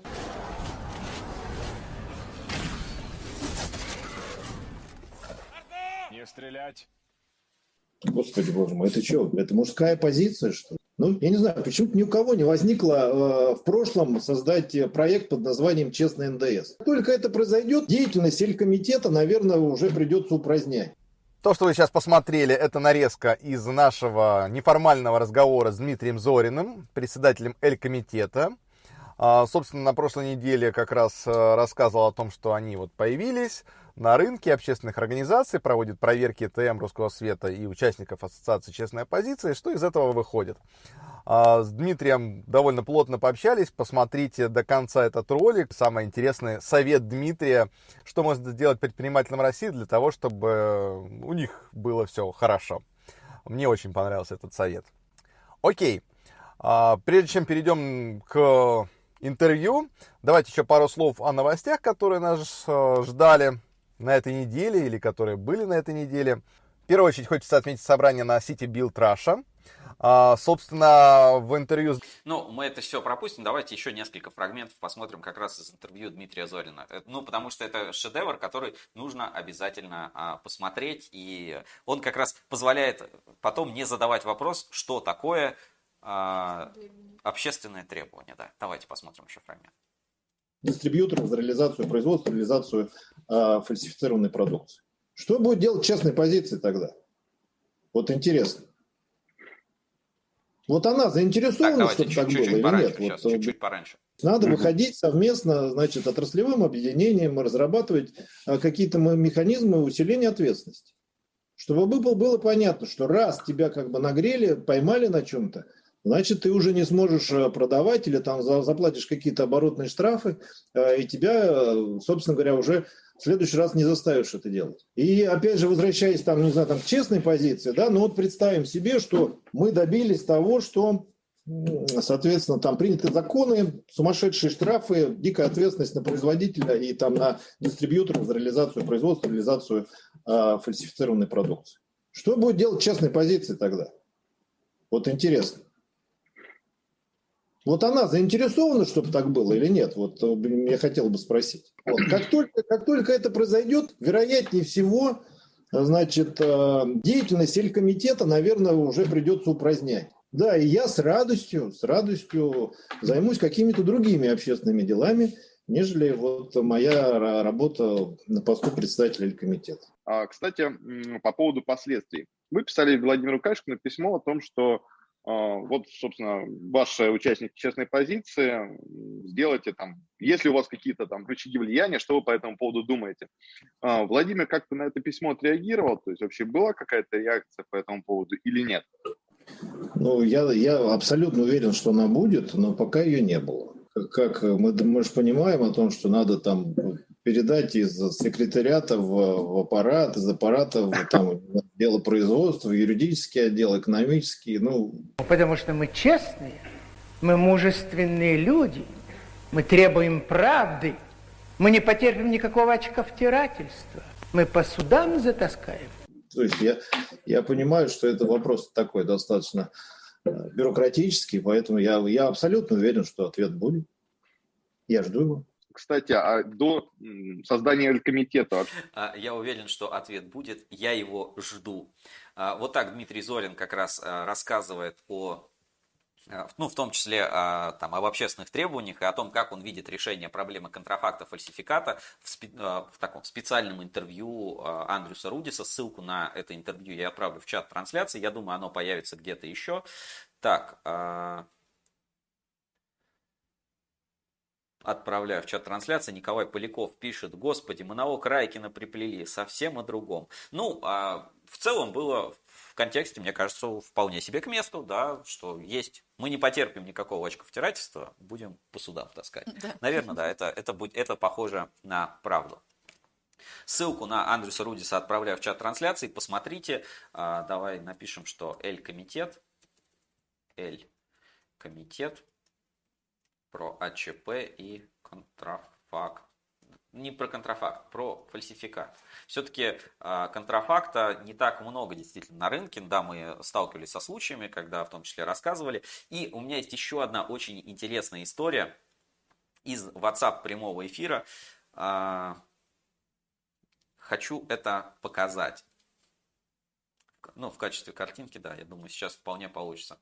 Не стрелять. Господи, боже мой, это что? Это мужская позиция, что ли? Ну, я не знаю, почему-то ни у кого не возникло э, в прошлом создать проект под названием «Честный эн дэ эс». Только это произойдет, деятельность Эль-комитета, наверное, уже придется упразднять. То, что вы сейчас посмотрели, это нарезка из нашего неформального разговора с Дмитрием Зориным, председателем Эль-комитета. Собственно, на прошлой неделе как раз рассказывал о том, что они вот появились, на рынке, общественных организаций, проводит проверки ТМ Русского Света и участников Ассоциации «Честная позиция». Что из этого выходит? С Дмитрием довольно плотно пообщались. Посмотрите до конца этот ролик. Самый интересный совет Дмитрия, что можно сделать предпринимателям России для того, чтобы у них было все хорошо. Мне очень понравился этот совет. Окей. Прежде чем перейдем к интервью, давайте еще пару слов о новостях, которые нас ждали на этой неделе или которые были на этой неделе. В первую очередь хочется отметить собрание на City Build Russia. А, собственно, в интервью... Ну, мы это все пропустим. Давайте еще несколько фрагментов посмотрим как раз из интервью Дмитрия Зорина. Ну, потому что это шедевр, который нужно обязательно а, посмотреть. И он как раз позволяет потом не задавать вопрос, что такое а, общественное требование. Да. Давайте посмотрим еще фрагмент. Дистрибьюторов за реализацию производства, реализацию а, фальсифицированной продукции. Что будет делать частной позиции тогда? Вот интересно. Вот она заинтересована, так, чтобы так было чуть-чуть или пораньше, нет? Сейчас, вот, чуть-чуть пораньше. Надо выходить совместно, значит, отраслевым объединением, разрабатывать а, какие-то механизмы усиления ответственности. Чтобы было, было понятно, что раз тебя как бы нагрели, поймали на чем-то, значит, ты уже не сможешь продавать или там заплатишь какие-то оборотные штрафы, и тебя, собственно говоря, уже в следующий раз не заставишь это делать. И опять же, возвращаясь там, не знаю, там, к честной позиции, да, ну вот представим себе, что мы добились того, что, соответственно, там приняты законы, сумасшедшие штрафы, дикая ответственность на производителя и там на дистрибьюторов за реализацию производства, реализацию э, фальсифицированной продукции. Что будет делать частной позиции тогда? Вот интересно. Вот она заинтересована, чтобы так было или нет? Вот я хотел бы спросить. Вот. Как только, как только это произойдет, вероятнее всего, значит, деятельность селькомитета, наверное, уже придется упразднять. Да, и я с радостью, с радостью займусь какими-то другими общественными делами, нежели вот моя работа на посту председателя комитета. Кстати, по поводу последствий. Вы писали Владимиру Кашкину письмо о том, что вот, собственно, ваши участники честной позиции, сделайте там, если у вас какие-то там рычаги влияния, что вы по этому поводу думаете? Владимир как-то на это письмо отреагировал? То есть вообще была какая-то реакция по этому поводу или нет? Ну, я, я абсолютно уверен, что она будет, но пока ее не было. Как мы, мы же понимаем о том, что надо там передать из секретариата в, в аппарат, из аппарата в там, дело производства, юридический отдел, экономический. Ну. Потому что мы честные, мы мужественные люди, мы требуем правды, мы не потерпим никакого очковтирательства, мы по судам затаскаем. То есть я, я понимаю, что это вопрос такой достаточно бюрократический, поэтому я, я абсолютно уверен, что ответ будет. Я жду его. Кстати, а до создания комитета? Я уверен, что ответ будет. Я его жду. Вот так Дмитрий Зорин как раз рассказывает о, ну, в том числе там, об общественных требованиях и о том, как он видит решение проблемы контрафакта, фальсификата в, спе, в таком специальном интервью Андрюса Рудиса. Ссылку на это интервью я отправлю в чат трансляции. Я думаю, оно появится где-то еще. Так, отправляю в чат трансляции. Николай Поляков пишет: господи, монолог Райкина приплели, совсем о другом. Ну, а в целом было в контексте, мне кажется, вполне себе к месту, да, что есть, мы не потерпим никакого очковтирательства, будем по судам таскать. Да. Наверное, да, это, это, будет, это похоже на правду. Ссылку на Андрюса Рудиса отправляю в чат трансляции, посмотрите. А, давай напишем, что L-комитет, L-комитет про АЧП и контрафакт. Не про контрафакт, про фальсификат. Все-таки э, контрафакта не так много действительно на рынке. Да, мы сталкивались со случаями, когда в том числе рассказывали. И у меня есть еще одна очень интересная история из WhatsApp прямого эфира. Э, хочу это показать. Ну, в качестве картинки, да, я думаю, сейчас вполне получится.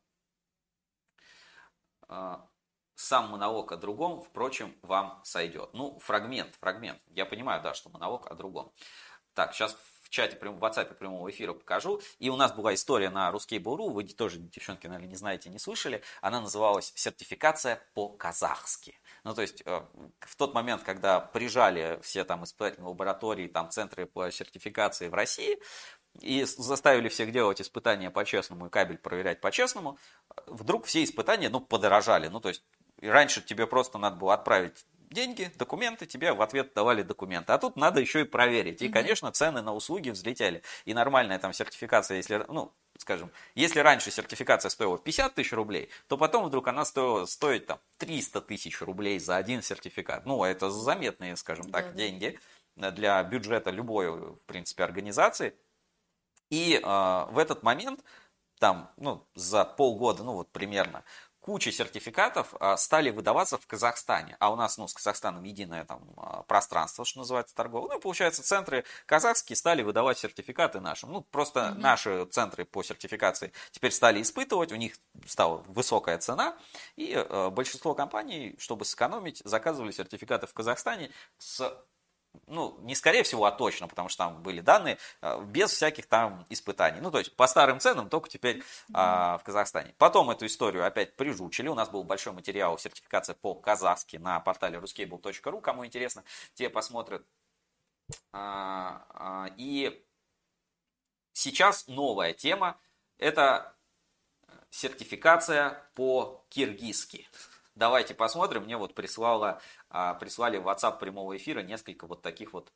Э, Сам монолог о другом, впрочем, вам сойдет. Ну, фрагмент, фрагмент. Я понимаю, да, что монолог о другом. Так, сейчас чате, в WhatsApp прямого эфира покажу. И у нас была история на Ruskable.ru, вы тоже, девчонки, наверное, не знаете, не слышали. Она называлась «Сертификация по-казахски». Ну, то есть, в тот момент, когда прижали все там испытательные лаборатории, там центры по сертификации в России, и заставили всех делать испытания по-честному и кабель проверять по-честному, вдруг все испытания, ну, подорожали. Ну, то есть, раньше тебе просто надо было отправить деньги, документы, тебе в ответ давали документы. А тут надо еще и проверить. И, конечно, цены на услуги взлетели. И нормальная там сертификация, если, ну, скажем, если раньше сертификация стоила пятьдесят тысяч рублей, то потом вдруг она стоила, стоит там триста тысяч рублей за один сертификат. Ну, это заметные, скажем так, да, деньги для бюджета любой, в принципе, организации. И э, в этот момент, там, ну, за полгода, ну, вот примерно, куча сертификатов стали выдаваться в Казахстане. А у нас, ну, с Казахстаном единое там пространство, что называется, торговое. Ну, и получается, центры казахские стали выдавать сертификаты нашим. Ну, просто mm-hmm. наши центры по сертификации теперь стали испытывать, у них стала высокая цена. И э, большинство компаний, чтобы сэкономить, заказывали сертификаты в Казахстане с... Ну, не скорее всего, а точно, потому что там были данные, без всяких там испытаний. Ну, то есть, по старым ценам, только теперь а, в Казахстане. Потом эту историю опять прижучили. У нас был большой материал сертификация по-казахски на портале ruskable точка ру. Кому интересно, те посмотрят. А, а, и сейчас новая тема. Это сертификация по-киргизски. Давайте посмотрим. Мне вот прислала, прислали в WhatsApp прямого эфира несколько вот таких вот...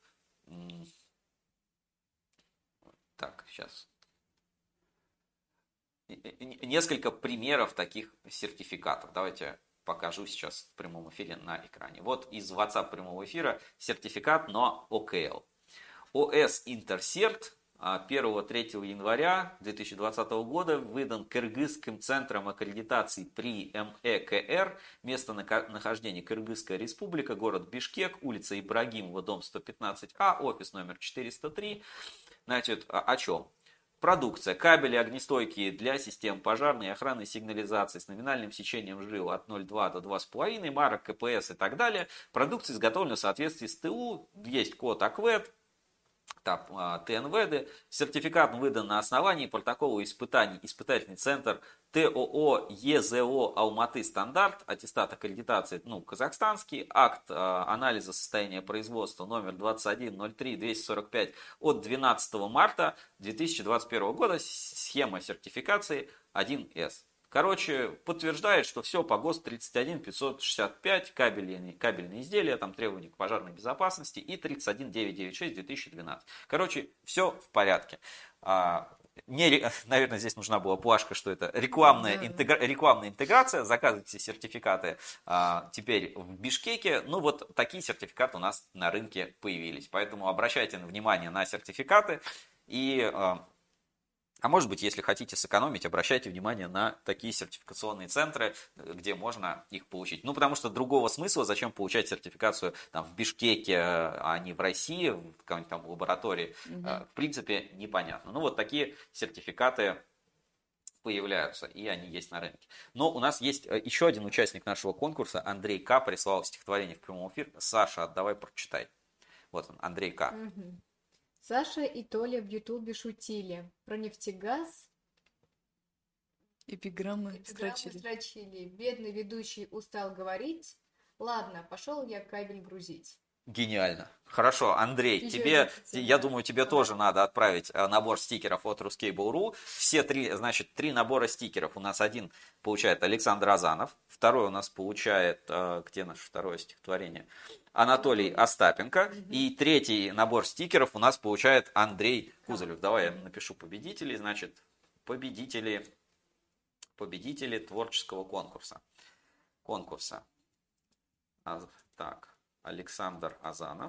Так, сейчас. Несколько примеров таких сертификатов. Давайте покажу сейчас в прямом эфире на экране. Вот из WhatsApp прямого эфира сертификат на о ка эл. ОС Интерсерт первого-третьего января две тысячи двадцатого года выдан Кыргызским центром аккредитации при эм э ка эр, место нахождения Кыргызская республика, город Бишкек, улица Ибрагимова, дом сто пятнадцать а, офис номер четыреста три. Значит, о чем? Продукция. Кабели огнестойкие для систем пожарной и охранной сигнализации с номинальным сечением жил от ноль целых две десятых до два с половиной, марок ка пэ эс и так далее. Продукция изготовлена в соответствии с тэ у, есть код АКВЭД, там, тэ эн вэ дэ. Сертификат выдан на основании протокола испытаний. Испытательный центр тэ о о е зэ о Алматы стандарт, аттестат аккредитации, ну, казахстанский, акт а, анализа состояния производства номер двадцать один ноль три двести сорок пять от двенадцатого марта две тысячи двадцать первого года, схема сертификации один эс. Короче, подтверждает, что все по ГОСТ тридцать один пятьсот шестьдесят пять, кабельные, кабельные изделия, там требования к пожарной безопасности, и тридцать один девятьсот девяносто шесть две тысячи двенадцать. Короче, все в порядке. А, не, наверное, здесь нужна была плашка, что это рекламная, интегра, рекламная интеграция. Заказывайте сертификаты а, теперь в Бишкеке. Ну вот такие сертификаты у нас на рынке появились. Поэтому обращайте внимание на сертификаты и... А, А может быть, если хотите сэкономить, обращайте внимание на такие сертификационные центры, где можно их получить. Ну, потому что другого смысла, зачем получать сертификацию там, в Бишкеке, а не в России, в какой-нибудь там лаборатории, угу. в принципе, непонятно. Ну, вот такие сертификаты появляются, и они есть на рынке. Но у нас есть еще один участник нашего конкурса, Андрей К. прислал стихотворение в прямом эфире. Саша, давай прочитай. Вот он, Андрей К. Угу. Саша и Толя в Ютубе шутили про нефтегаз. Эпиграммы, Эпиграммы строчили. строчили. Бедный ведущий устал говорить. Ладно, пошел я кабель грузить. Гениально. Хорошо, Андрей, тебе, я думаю, тебе тоже надо отправить набор стикеров от ruskable точка ру. Все три, значит, три набора стикеров. У нас один получает Александр Азанов, второй у нас получает, где наше второе стихотворение? Анатолий Остапенко. И третий набор стикеров у нас получает Андрей Кузолев. Давай я напишу победителей. Значит, победители, победители творческого конкурса. Конкурса. Так, Александр Азанов.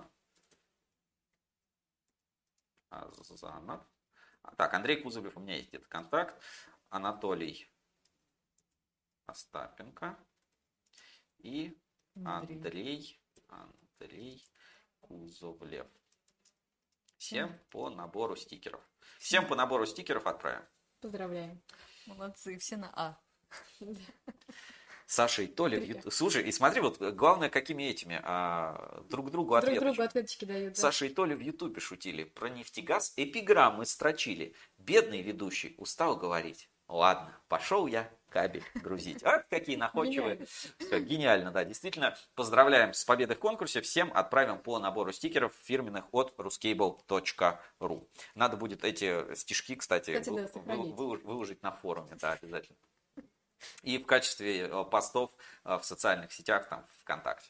Азанов. Так, Андрей Кузолев, у меня есть где-то контакт. Анатолий Остапенко. И Андрей... Андрей Кузовлев. Всем mm. по набору стикеров. Всем по набору стикеров отправим. Поздравляем. Молодцы, все на А. Саша и Толя в Ютубе. Слушай, и смотри, вот главное, какими этими а, друг другу Друг ответочки. другу ответочки дают, да. Саша и Толя в Ютубе шутили. Про нефтегаз эпиграммы строчили. Бедный ведущий устал говорить. Ладно, пошел я кабель грузить. А какие находчивые. Все, гениально, да, действительно. Поздравляем с победой в конкурсе. Всем отправим по набору стикеров фирменных от ruscable точка ру. Надо будет эти стишки, кстати, Кстати, да, вы, вы, выложить на форуме, да, обязательно. И в качестве постов в социальных сетях, там, ВКонтакте.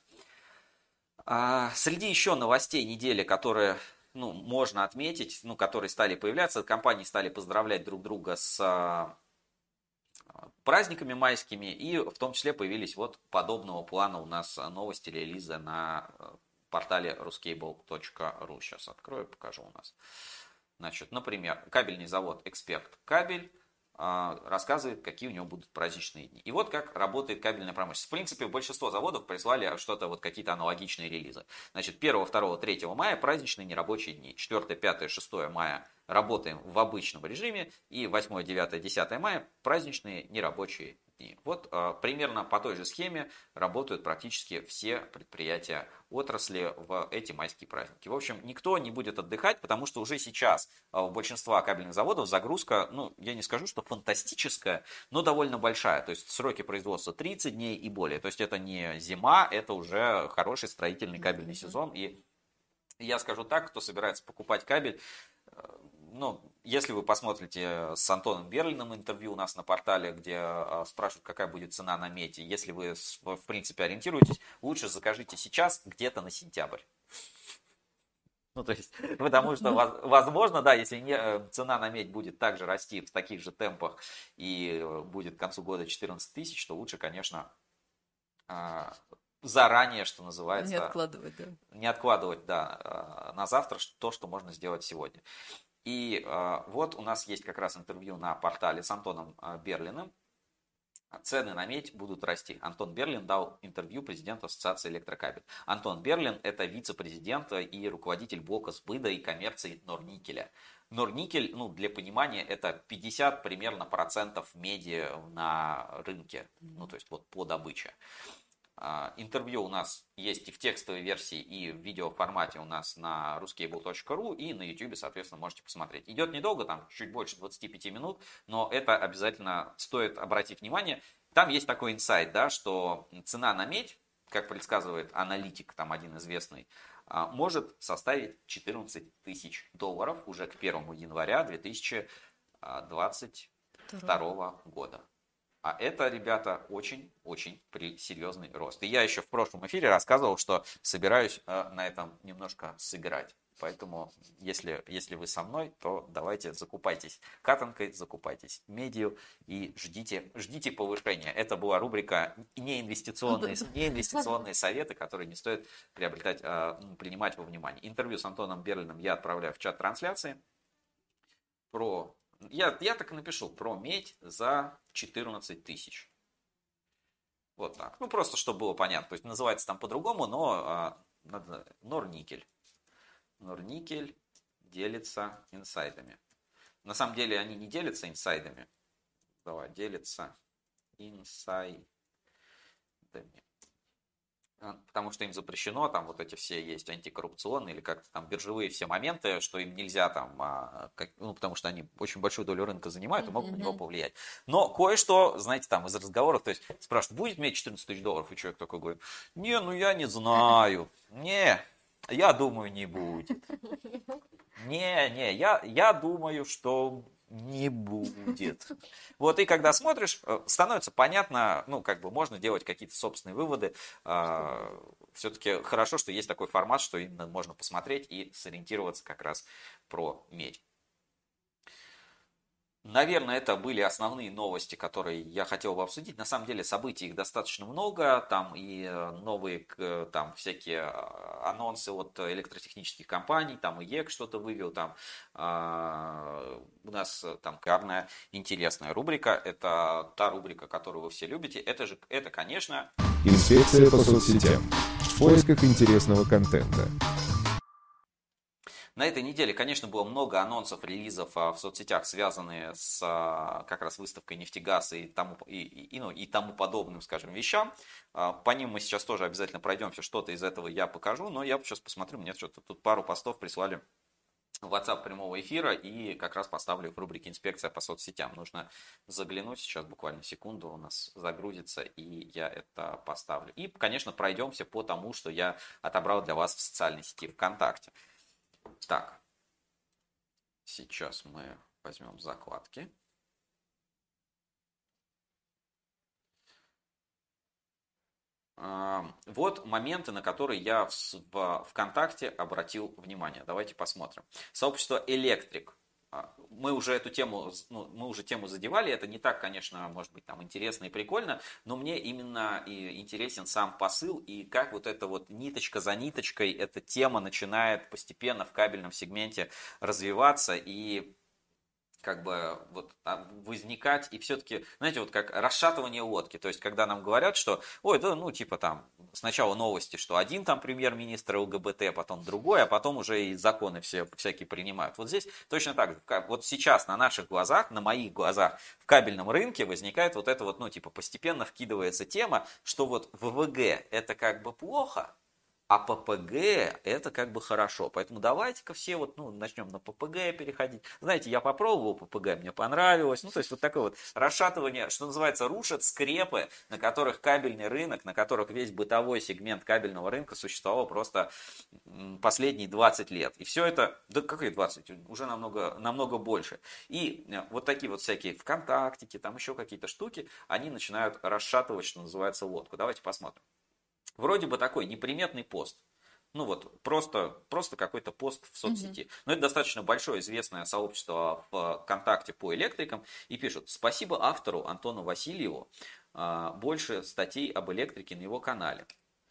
А, среди еще новостей недели, которые, ну, можно отметить, ну, которые стали появляться, компании стали поздравлять друг друга с праздниками майскими, и в том числе появились вот подобного плана у нас новости, релизы на портале ruscable точка ру. Сейчас открою, покажу у нас. Значит, например, кабельный завод «Эксперт Кабель» рассказывает, какие у него будут праздничные дни. И вот как работает кабельная промышленность. В принципе, большинство заводов прислали что-то, вот какие-то аналогичные релизы. Значит, первого, второго, третьего мая праздничные нерабочие дни. четвёртое, пятое, шестое мая работаем в обычном режиме. И восьмое, девятое, десятое мая праздничные нерабочие дни. Вот а, примерно по той же схеме работают практически все предприятия отрасли в эти майские праздники. В общем, никто не будет отдыхать, потому что уже сейчас а, у большинства кабельных заводов загрузка, ну, я не скажу, что фантастическая, но довольно большая. То есть сроки производства тридцать дней и более. То есть это не зима, это уже хороший строительный кабельный сезон. И я скажу так, кто собирается покупать кабель, ну, если вы посмотрите с Антоном Берлиным интервью у нас на портале, где э, спрашивают, какая будет цена на меди, если вы, в принципе, ориентируетесь, лучше закажите сейчас где-то на сентябрь. Ну, то есть, потому что, возможно, да, если не, цена на медь будет также расти в таких же темпах и будет к концу года четырнадцать тысяч, то лучше, конечно, э, заранее, что называется. Не откладывать, да. Не откладывать, да, на завтра то, что можно сделать сегодня. И э, вот у нас есть как раз интервью на портале с Антоном э, Берлиным. Цены на медь будут расти. Антон Берлин дал интервью президенту Ассоциации Электрокабель. Антон Берлин – это вице-президент и руководитель блока сбыта и коммерции Норникеля. Норникель, ну, для понимания, это пятьдесят примерно процентов меди на рынке, ну, то есть вот по добыче. Интервью у нас есть и в текстовой версии, и в видеоформате у нас на ruscable точка ру, и на YouTube, соответственно, можете посмотреть. Идет недолго, там чуть больше двадцати пяти минут, но это обязательно стоит обратить внимание. Там есть такой инсайт, да, что цена на медь, как предсказывает аналитик, там один известный, может составить четырнадцать тысяч долларов уже к первому января две тысячи двадцать второго года. А это, ребята, очень-очень серьезный рост. И я еще в прошлом эфире рассказывал, что собираюсь э, на этом немножко сыграть. Поэтому, если, если вы со мной, то давайте закупайтесь катанкой, закупайтесь медью и ждите, ждите повышения. Это была рубрика неинвестиционные, неинвестиционные советы, которые не стоит приобретать, э, принимать во внимание. Интервью с Антоном Берлиным я отправляю в чат трансляции. Про... Я, я так и напишу, про медь за четырнадцать тысяч. Вот так. Ну, просто, чтобы было понятно. То есть, называется там по-другому, но а, надо, Норникель. Норникель делится инсайдами. На самом деле, они не делятся инсайдами. Давай, делятся инсайдами. Потому что им запрещено, там вот эти все есть антикоррупционные или как-то там биржевые все моменты, что им нельзя там, а, как, ну потому что они очень большую долю рынка занимают и могут mm-hmm. на него повлиять. Но кое-что, знаете, там из разговоров, то есть спрашивают, будет медь четырнадцать тысяч долларов? И человек такой говорит, не, ну я не знаю, не, я думаю, не будет. Не, не, я, я думаю, что не будет. Вот и когда смотришь, становится понятно, ну, как бы можно делать какие-то собственные выводы. Все-таки хорошо, что есть такой формат, что именно можно посмотреть и сориентироваться как раз про медь. Наверное, это были основные новости, которые я хотел бы обсудить. На самом деле событий их достаточно много. Там и новые там, всякие анонсы от электротехнических компаний. Там и ЕК что-то вывел. Там, э, у нас там карная интересная рубрика. Это та рубрика, которую вы все любите. Это же, это, конечно... Инспекция по соцсетям. В поисках интересного контента. На этой неделе, конечно, было много анонсов, релизов в соцсетях, связанные с как раз выставкой «Нефтегаз» и тому, и, и, ну, и тому подобным, скажем, вещам. По ним мы сейчас тоже обязательно пройдемся, что-то из этого я покажу, но я сейчас посмотрю, мне что-то тут пару постов прислали в WhatsApp прямого эфира и как раз поставлю их в рубрике «Инспекция по соцсетям». Нужно заглянуть, сейчас буквально секунду у нас загрузится, и я это поставлю. И, конечно, пройдемся по тому, что я отобрал для вас в социальной сети ВКонтакте. Так, сейчас мы возьмем закладки. Вот моменты, на которые я в, в ВКонтакте обратил внимание. Давайте посмотрим. Сообщество «Электрик». Мы уже эту тему, ну, мы уже тему задевали. Это не так, конечно, может быть, там интересно и прикольно, но мне именно и интересен сам посыл и как вот эта вот ниточка за ниточкой эта тема начинает постепенно в кабельном сегменте развиваться и как бы вот возникать, и все-таки, знаете, вот как расшатывание лодки, то есть, когда нам говорят, что, ой, да, ну, типа там, сначала новости, что один там премьер-министр ЛГБТ, потом другой, а потом уже и законы все всякие принимают. Вот здесь точно так же, вот сейчас на наших глазах, на моих глазах в кабельном рынке возникает вот это вот, ну, типа, постепенно вкидывается тема, что вот ВВГ это как бы плохо, а ППГ это как бы хорошо. Поэтому давайте-ка все вот, ну, начнем на ППГ переходить. Знаете, я попробовал ППГ, мне понравилось. Ну, то есть вот такое вот расшатывание, что называется, рушат скрепы, на которых кабельный рынок, на которых весь бытовой сегмент кабельного рынка существовал просто последние двадцать лет. И все это, да какие двадцать, уже намного, намного больше. И вот такие вот всякие ВКонтактики, там еще какие-то штуки, они начинают расшатывать, что называется, лодку. Давайте посмотрим. Вроде бы такой неприметный пост. Ну вот, просто, просто какой-то пост в соцсети. Mm-hmm. Но это достаточно большое известное сообщество в ВКонтакте по электрикам. И пишут: спасибо автору Антону Васильеву. Больше статей об электрике на его канале.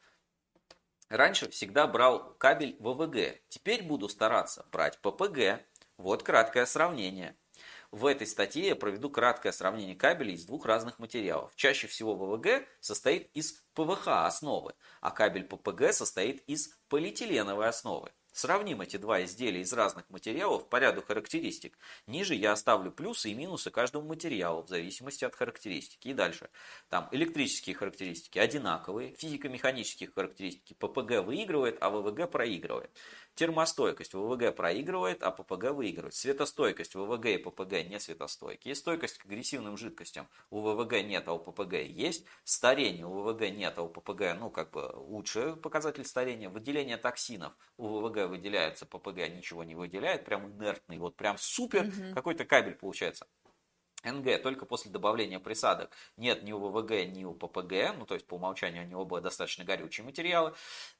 Раньше всегда брал кабель ВВГ. Теперь буду стараться брать ППГ. Вот краткое сравнение. В этой статье я проведу краткое сравнение кабелей из двух разных материалов. Чаще всего ВВГ состоит из ПВХ основы, а кабель ППГ состоит из полиэтиленовой основы. Сравним эти два изделия из разных материалов по ряду характеристик. Ниже я оставлю плюсы и минусы каждому материалу в зависимости от характеристики. И дальше. Там электрические характеристики одинаковые, физико-механические характеристики ППГ выигрывает, а ВВГ проигрывает. Термостойкость ВВГ проигрывает, а ППГ выигрывает. Светостойкость ВВГ и ППГ не светостойкие. Стойкость к агрессивным жидкостям у ВВГ нет, а у ППГ есть. Старение у ВВГ нет, а у ППГ, ну, как бы лучший показатель старения. Выделение токсинов у ВВГ выделяется, ППГ ничего не выделяет. Прям инертный, вот прям супер mm-hmm. какой-то кабель получается. НГ только после добавления присадок нет ни у ВВГ, ни у ППГ. Ну, то есть по умолчанию они оба достаточно горючие материалы.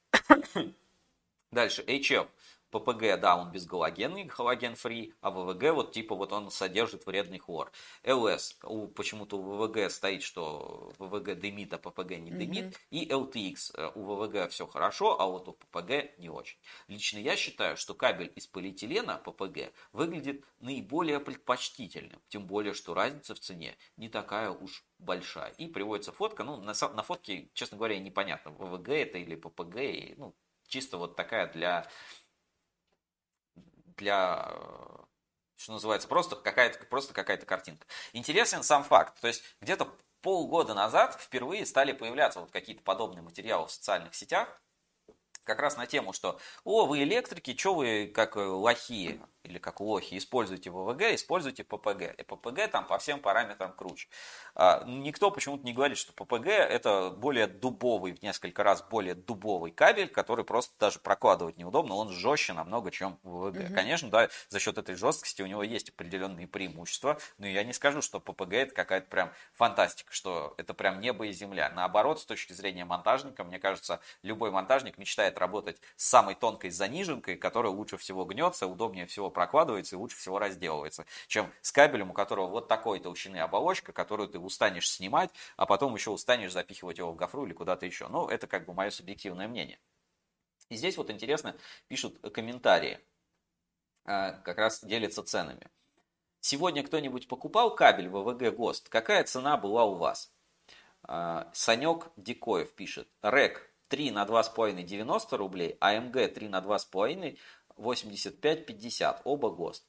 Дальше, эйч эф, ППГ, да, он безгалогенный, галоген-фри, а ВВГ вот типа вот он содержит вредный хлор. ЛС, у, почему-то у ВВГ стоит, что ВВГ дымит, а ППГ не дымит. Mm-hmm. И эл ти экс, у ВВГ все хорошо, а вот у ППГ не очень. Лично я считаю, что кабель из полиэтилена ППГ выглядит наиболее предпочтительным, тем более, что разница в цене не такая уж большая. И приводится фотка, ну на, на фотке, честно говоря, непонятно, ВВГ это или ППГ, и, ну, чисто вот такая для, для, что называется, просто какая-то, просто какая-то картинка. Интересен сам факт. То есть где-то полгода назад впервые стали появляться вот какие-то подобные материалы в социальных сетях. Как раз на тему, что о, вы электрики, что вы как лохи или как лохи используете ВВГ, используйте ППГ. И ППГ там по всем параметрам круче. А, никто почему-то не говорит, что ППГ это более дубовый, в несколько раз более дубовый кабель, который просто даже прокладывать неудобно, он жестче намного, чем ВВГ. Mm-hmm. Конечно, да, за счет этой жесткости у него есть определенные преимущества, но я не скажу, что ППГ это какая-то прям фантастика, что это прям небо и земля. Наоборот, с точки зрения монтажника, мне кажется, любой монтажник мечтает работать с самой тонкой заниженкой, которая лучше всего гнется, удобнее всего прокладывается и лучше всего разделывается, чем с кабелем, у которого вот такой толщины оболочка, которую ты устанешь снимать, а потом еще устанешь запихивать его в гофру или куда-то еще. Ну, это как бы мое субъективное мнение. И здесь вот интересно пишут комментарии, как раз делятся ценами. Сегодня кто-нибудь покупал кабель ВВГ ГОСТ? Какая цена была у вас? Санек Дикоев пишет. РЭК три на два с половиной девяносто рублей, АМГ три на два с половиной восемьдесят пять пятьдесят, оба ГОСТ.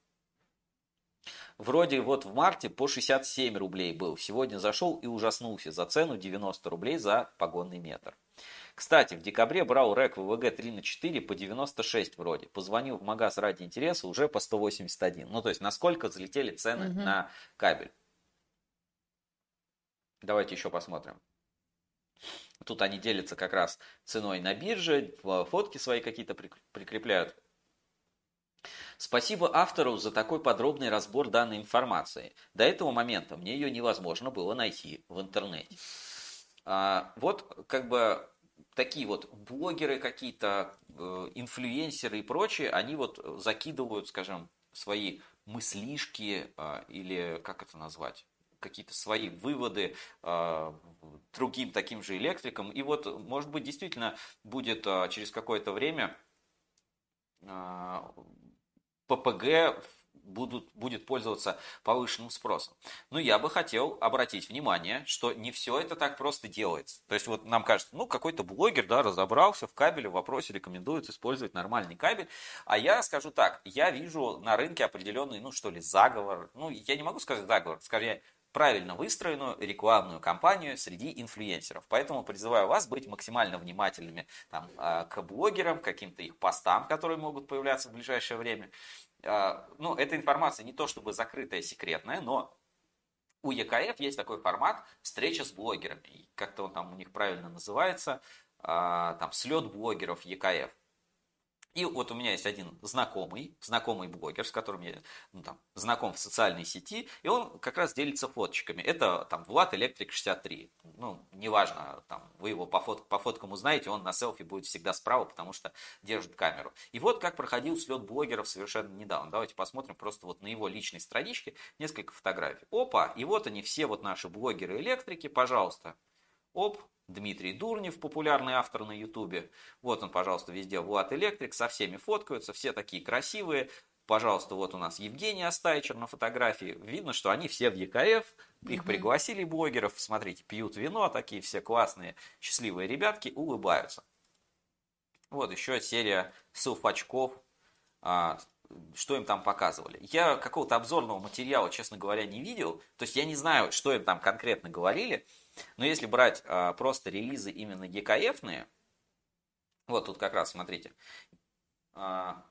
Вроде вот в марте по шестьдесят семь рублей был. Сегодня зашел и ужаснулся за цену девяносто рублей за погонный метр. Кстати, в декабре брал рэк ВВГ три на четыре по девяносто шесть вроде. Позвонил в магаз ради интереса, уже по сто восемьдесят один. Ну, то есть, насколько залетели цены Мгм. на кабель. Давайте еще посмотрим. Тут они делятся как раз ценой на бирже, фотки свои какие-то прикрепляют. Спасибо автору за такой подробный разбор данной информации. До этого момента мне ее невозможно было найти в интернете. А, вот как бы такие вот блогеры какие-то, э, инфлюенсеры и прочие, они вот закидывают, скажем, свои мыслишки э, или как это назвать? Какие-то свои выводы э, другим таким же электрикам. И вот, может быть, действительно будет э, через какое-то время э, ППГ будут, будет пользоваться повышенным спросом. Но я бы хотел обратить внимание, что не все это так просто делается. То есть вот нам кажется, ну какой-то блогер, да, разобрался в кабеле, в вопросе рекомендует использовать нормальный кабель. А я скажу так, я вижу на рынке определенный, ну что ли, заговор. Ну я не могу сказать заговор, скорее правильно выстроенную рекламную кампанию среди инфлюенсеров. Поэтому призываю вас быть максимально внимательными там, к блогерам, к каким-то их постам, которые могут появляться в ближайшее время. Ну, эта информация не то чтобы закрытая, секретная, но у ЕКФ есть такой формат встреча с блогерами. Как-то он там у них правильно называется, там слет блогеров ЕКФ. И вот у меня есть один знакомый, знакомый блогер, с которым я ну, там, знаком в социальной сети, и он как раз делится фоточками. Это там Влад Электрик шестьдесят три. Ну, неважно, там, вы его по, фот, по фоткам узнаете, он на селфи будет всегда справа, потому что держит камеру. И вот как проходил слет блогеров совершенно недавно. Давайте посмотрим просто вот на его личной страничке несколько фотографий. Опа, и вот они все вот наши блогеры-электрики, пожалуйста. Оп, Дмитрий Дурнев, популярный автор на ютубе. Вот он, пожалуйста, везде Влад Электрик, со всеми фоткаются, все такие красивые. Пожалуйста, вот у нас Евгений Остайчер на фотографии. Видно, что они все в ЕКФ, их пригласили блогеров. Смотрите, пьют вино, такие все классные, счастливые ребятки, улыбаются. Вот еще серия селфачков. Что им там показывали. Я какого-то обзорного материала, честно говоря, не видел. То есть я не знаю, что им там конкретно говорили. Но если брать а, просто релизы именно ЕКФные, вот тут как раз, смотрите. А,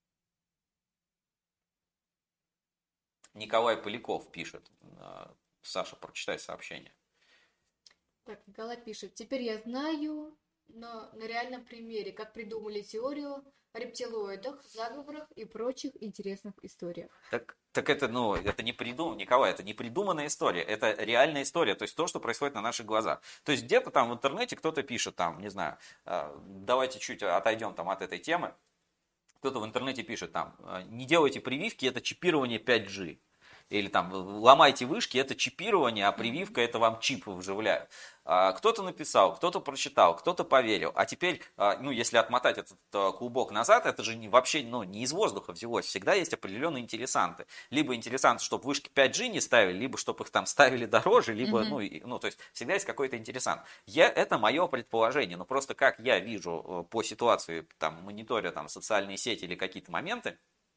Николай Поляков пишет. А, Саша, прочитай сообщение. Так, Николай пишет. Теперь я знаю, но на реальном примере, как придумали теорию о рептилоидах, заговорах и прочих интересных историях. Так, так это, ну, это не придум... Николай, это не придуманная история, это реальная история, то есть то, что происходит на наших глазах. То есть где-то там в интернете кто-то пишет, там, не знаю, давайте чуть отойдем там от этой темы, кто-то в интернете пишет там, не делайте прививки, это чипирование пять джи. Или там ломайте вышки, это чипирование, а прививка это вам чип вживляют. Кто-то написал, кто-то прочитал, кто-то поверил. А теперь, ну, если отмотать этот клубок назад, это же не, вообще ну, не из воздуха взялось. Всегда есть определенные интересанты. Либо интересанты, чтобы вышки пять джи не ставили, либо чтобы их там ставили дороже, либо, mm-hmm. ну, и, ну, то есть всегда есть какой-то интересант. Я, это мое предположение. Но просто как я вижу по ситуации, там, мониторя там, социальные сети или какие-то моменты,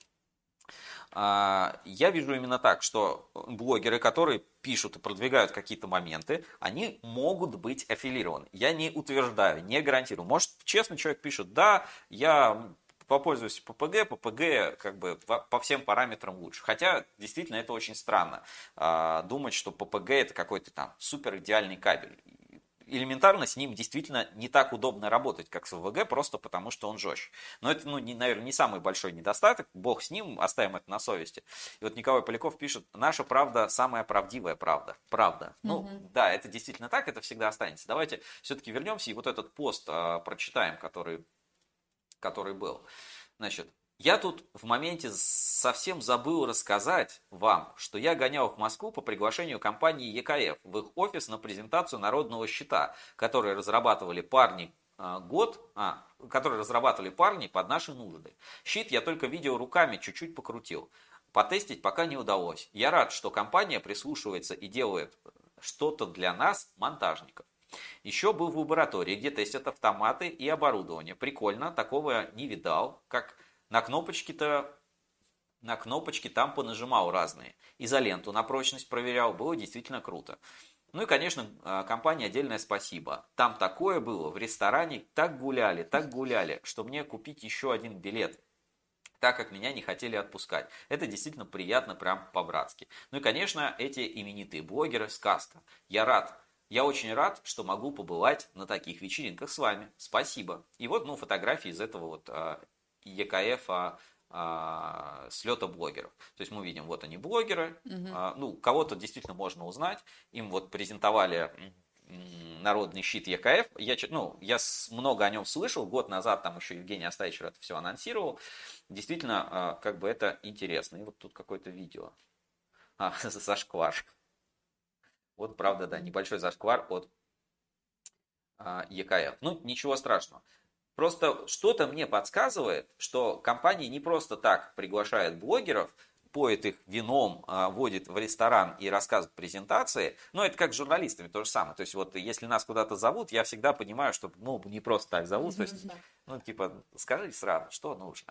я вижу именно так, что блогеры, которые пишут и продвигают какие-то моменты, они могут быть аффилированы. Я не утверждаю, не гарантирую. Может, честно человек пишет, да, я попользуюсь ППГ, ППГ как бы по всем параметрам лучше. Хотя, действительно, это очень странно. Думать, что ППГ это какой-то там супер идеальный кабель. Элементарно с ним действительно не так удобно работать, как с ВВГ, просто потому что он жестче. Но это, ну, не, наверное, не самый большой недостаток. Бог с ним, оставим это на совести. И вот Николай Поляков пишет, наша правда самая правдивая правда. Правда. Ну, угу. Да, это действительно так, это всегда останется. Давайте все-таки вернемся и вот этот пост а, прочитаем, который, который был. Значит, я тут в моменте совсем забыл рассказать вам, что я гонял в Москву по приглашению компании ЕКФ в их офис на презентацию народного щита, который разрабатывали парни а, год, а, который разрабатывали парни под наши нужды. Щит я только видел руками, чуть-чуть покрутил. Потестить пока не удалось. Я рад, что компания прислушивается и делает что-то для нас, монтажников. Еще был в лаборатории, где тестят автоматы и оборудование. Прикольно, такого не видал, как... На кнопочки-то, на кнопочки там понажимал разные. Изоленту на прочность проверял, было действительно круто. Ну и, конечно, компании отдельное спасибо. Там такое было, в ресторане так гуляли, так гуляли, что мне купить еще один билет, так как меня не хотели отпускать. Это действительно приятно, прям по-братски. Ну и, конечно, эти именитые блогеры, сказка. Я рад, я очень рад, что могу побывать на таких вечеринках с вами. Спасибо. И вот, ну, фотографии из этого вот е ка эф слета блогеров. То есть мы видим, вот они блогеры, угу. а, ну, кого-то действительно можно узнать, им вот презентовали народный щит е ка эф, я, ну, я много о нем слышал, год назад там еще Евгений Астайчер это все анонсировал, действительно, а, как бы это интересно. И вот тут какое-то видео, а, зашквар, вот правда, да, небольшой зашквар от а, е ка эф, ну, ничего страшного. Просто что-то мне подсказывает, что компания не просто так приглашает блогеров, поет их вином, водит в ресторан и рассказывает презентации. Но это как с журналистами то же самое. То есть вот если нас куда-то зовут, я всегда понимаю, что ну, не просто так зовут. То есть, ну типа, скажи сразу, что нужно.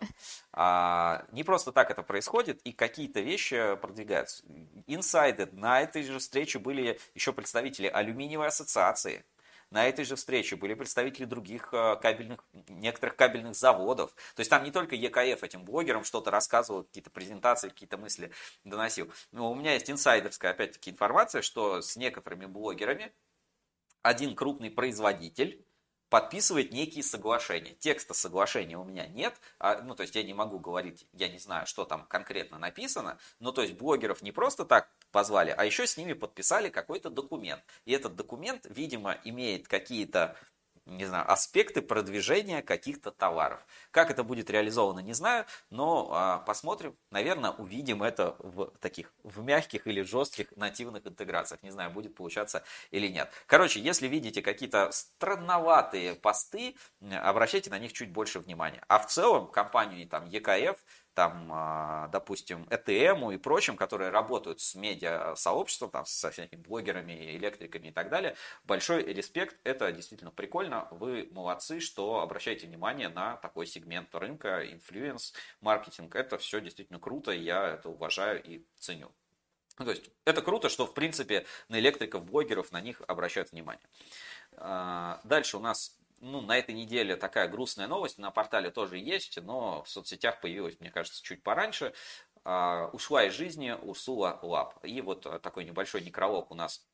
А, не просто так это происходит, и какие-то вещи продвигаются. Инсайды. На этой же встрече были еще представители алюминиевой ассоциации. На этой же встрече были представители других кабельных, некоторых кабельных заводов. То есть там не только е ка эф этим блогерам что-то рассказывал, какие-то презентации, какие-то мысли доносил. Но у меня есть инсайдерская, опять-таки, информация, что с некоторыми блогерами один крупный производитель подписывает некие соглашения. Текста соглашения у меня нет, а, ну, то есть я не могу говорить, я не знаю, что там конкретно написано, но то есть блогеров не просто так позвали, а еще с ними подписали какой-то документ. И этот документ, видимо, имеет какие-то, не знаю, аспекты продвижения каких-то товаров. Как это будет реализовано, не знаю, но а, посмотрим. Наверное, увидим это в таких, в мягких или жестких нативных интеграциях. Не знаю, будет получаться или нет. Короче, если видите какие-то странноватые посты, обращайте на них чуть больше внимания. А в целом, компанию там е ка эф, там, допустим, и тэ эм и прочим, которые работают с медиа-сообществом, там, со всякими блогерами, электриками и так далее, большой респект, это действительно прикольно, вы молодцы, что обращаете внимание на такой сегмент рынка, инфлюенс, маркетинг, это все действительно круто, я это уважаю и ценю. То есть, это круто, что, в принципе, на электриков, блогеров, на них обращают внимание. Дальше у нас... Ну, на этой неделе такая грустная новость, на портале тоже есть, но в соцсетях появилась, мне кажется, чуть пораньше. А, ушла из жизни Урсула Лаб. И вот такой небольшой некролог у нас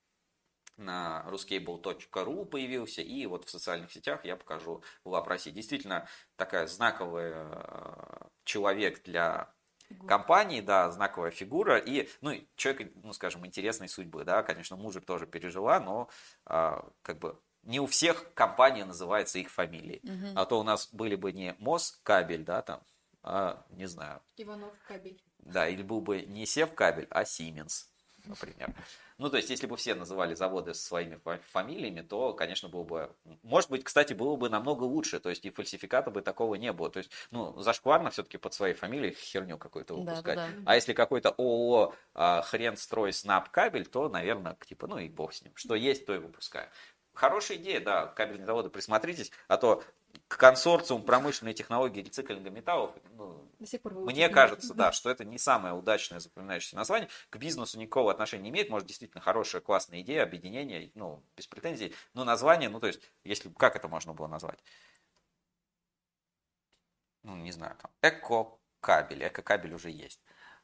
на ruskable точка ру появился, и вот в социальных сетях я покажу Лаб России. Действительно, такая знаковый человек для компании, да, знаковая фигура, и, ну, человек, ну, скажем, интересной судьбы, да, конечно, мужик тоже пережила, но, а, как бы, не у всех компания называется их фамилией. Угу. А то у нас были бы не Москабель, да, там, а, не знаю. Иванов Кабель. Да, или был бы не Севкабель, а Сименс, например. Ну, то есть, если бы все называли заводы своими фамилиями, то, конечно, было бы... Может быть, кстати, было бы намного лучше, то есть, и фальсификата бы такого не было. То есть, ну, зашкварно все-таки под своей фамилией херню какую-то выпускать. Да, да, да. А если какой-то ООО а, хрен строй снап кабель, то, наверное, типа, ну и бог с ним. Что есть, то и выпускаю. Хорошая идея, да, кабельные заводы, присмотритесь, а то консорциум промышленной технологии рециклинга металлов, ну, мне кажется, да, что это не самое удачное запоминающееся название, к бизнесу никакого отношения не имеет, может, действительно хорошая, классная идея, объединение, ну, без претензий, но название, ну, то есть, если, как это можно было назвать? Ну, не знаю, там, эко-кабель, эко-кабель уже есть.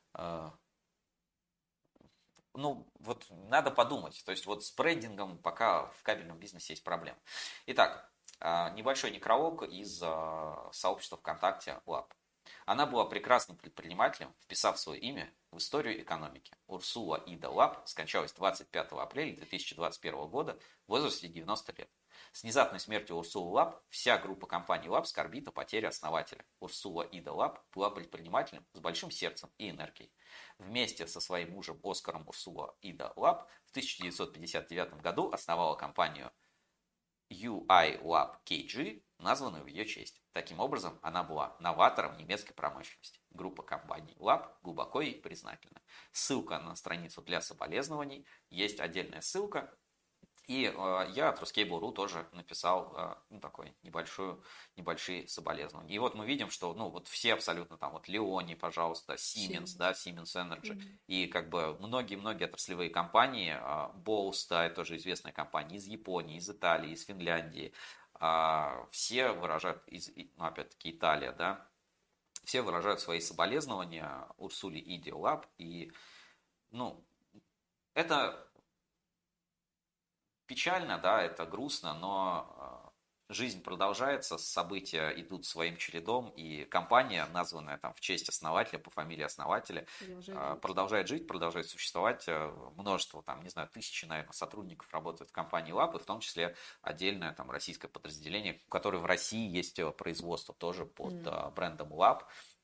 Ну, вот надо подумать. То есть, вот с брендингом пока в кабельном бизнесе есть проблемы. Итак, небольшой некролог из сообщества ВКонтакте Лаб. Она была прекрасным предпринимателем, вписав свое имя в историю экономики. Урсула Ида Лаб скончалась двадцать пятого апреля две тысячи двадцать первого года в возрасте девяноста лет. С внезапной смертью Урсулы Лаб вся группа компаний Лаб скорбит о потере основателя. Урсула Ида Лаб была предпринимателем с большим сердцем и энергией. Вместе со своим мужем Оскаром Урсула Ида Лаб в тысяча девятьсот пятьдесят девятом году основала компанию ю ай Lab кей джи, названную в ее честь. Таким образом, она была новатором немецкой промышленности. Группа компаний Lab глубоко ей признательна. Ссылка на страницу для соболезнований. Есть отдельная ссылка И э, я от Ruscable.ru тоже написал э, ну, такой небольшую, небольшие соболезнования. И вот мы видим, что ну, вот все абсолютно там, вот Leoni, пожалуйста, Siemens, Siemens. Да, Siemens Energy, mm-hmm. и как бы многие-многие отраслевые компании, э, Bose, да, это тоже известная компания из Японии, из Италии, из Финляндии, э, все выражают, из, ну, опять-таки Италия, да, все выражают свои соболезнования Урсуле Идеолаб, и ну, это печально, да, это грустно, но жизнь продолжается, события идут своим чередом, и компания, названная там в честь основателя, по фамилии основателя, продолжает, продолжает жить, продолжает существовать. Множество, там, не знаю, тысячи, наверное, сотрудников работают в компании ЛАП, и в том числе отдельное там российское подразделение, у которого в России есть производство тоже под mm. брендом ЛАП.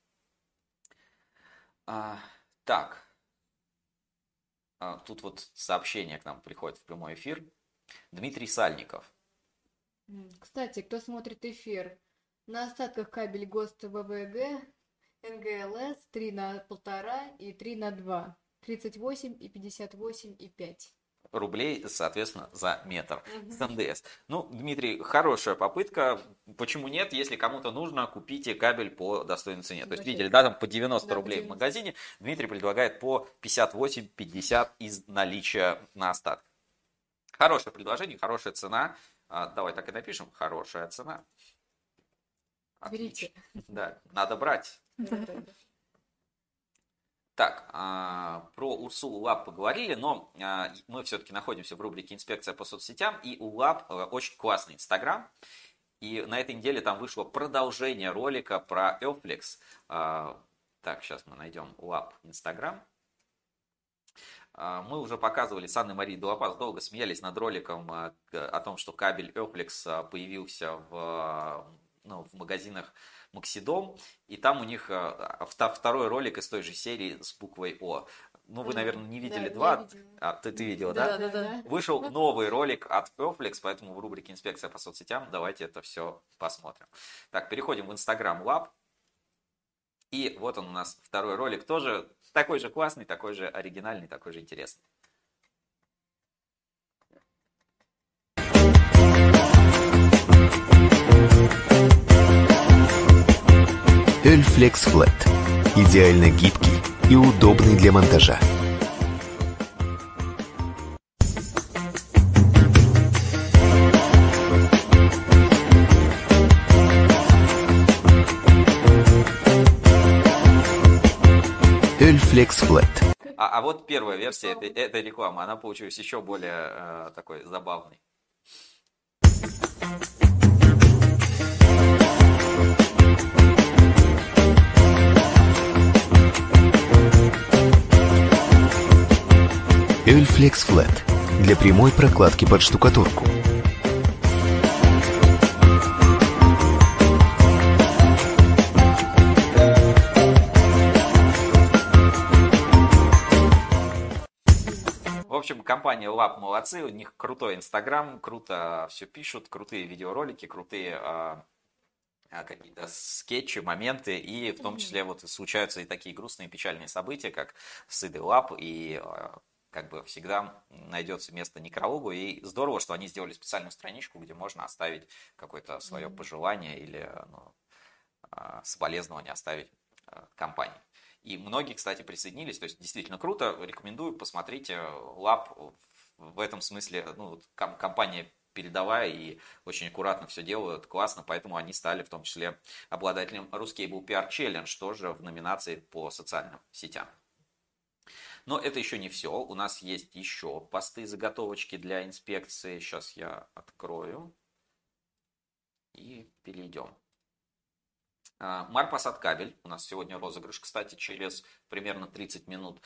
А, так, а, тут вот сообщение к нам приходит в прямой эфир. Дмитрий Сальников. Кстати, кто смотрит эфир, на остатках кабель ГОСТ ВВГ, НГЛС три на полтора и три на два, тридцать восемь и пятьдесят восемь и пять. Рублей, соответственно, за метр с эн дэ эс. Ну, Дмитрий, хорошая попытка. Почему нет? Если кому-то нужно, купите кабель по достойной цене. То есть, видели, да, там по девяносто да, рублей в магазине. Дмитрий предлагает по пятьдесят восемь - пятьдесят из наличия на остаток. Хорошее предложение, хорошая цена. Давай так и напишем. Хорошая цена. Отлично. Берите. Да, надо брать. Так, про Урсулу Лаб поговорили, но мы все-таки находимся в рубрике «Инспекция по соцсетям», и у Лаб очень классный Инстаграм. И на этой неделе там вышло продолжение ролика про Elflex. Так, сейчас мы найдем Лаб Инстаграм. Мы уже показывали с Анной Марией Долопас, долго смеялись над роликом о том, что кабель Elflex появился в, ну, в магазинах Максидом, и там у них второй ролик из той же серии с буквой О. Ну, вы, наверное, не видели да, два. А, ты, ты видела, да? Да, да, да. Вышел новый ролик от Elflex, поэтому в рубрике «Инспекция по соцсетям» давайте это все посмотрим. Так, переходим в Instagram Lab. И вот он у нас второй ролик, тоже такой же классный, такой же оригинальный, такой же интересный. Elflex Flat. Идеально гибкий и удобный для монтажа. Elflex Flat. А, а вот первая версия этой, этой рекламы, она получилась еще более э, такой забавной. Elflex Flat для прямой прокладки под штукатурку. В общем, компания Lab молодцы, у них крутой Инстаграм, круто все пишут, крутые видеоролики, крутые а, а, какие-то скетчи, моменты, и в том числе вот случаются и такие грустные, печальные события, как с ай ди Lab, и а, как бы всегда найдется место некрологу, и здорово, что они сделали специальную страничку, где можно оставить какое-то свое пожелание или ну, а, соболезнование оставить а, компании. И многие, кстати, присоединились, то есть действительно круто, рекомендую, посмотрите, Lab в этом смысле, ну, компания передовая и очень аккуратно все делают, классно, поэтому они стали в том числе обладателем Ruscable пи ар Challenge, тоже в номинации по социальным сетям. Но это еще не все, у нас есть еще посты, заготовочки для инспекции, сейчас я открою и перейдем. Марпасад кабель, у нас сегодня розыгрыш, кстати, через примерно тридцать минут,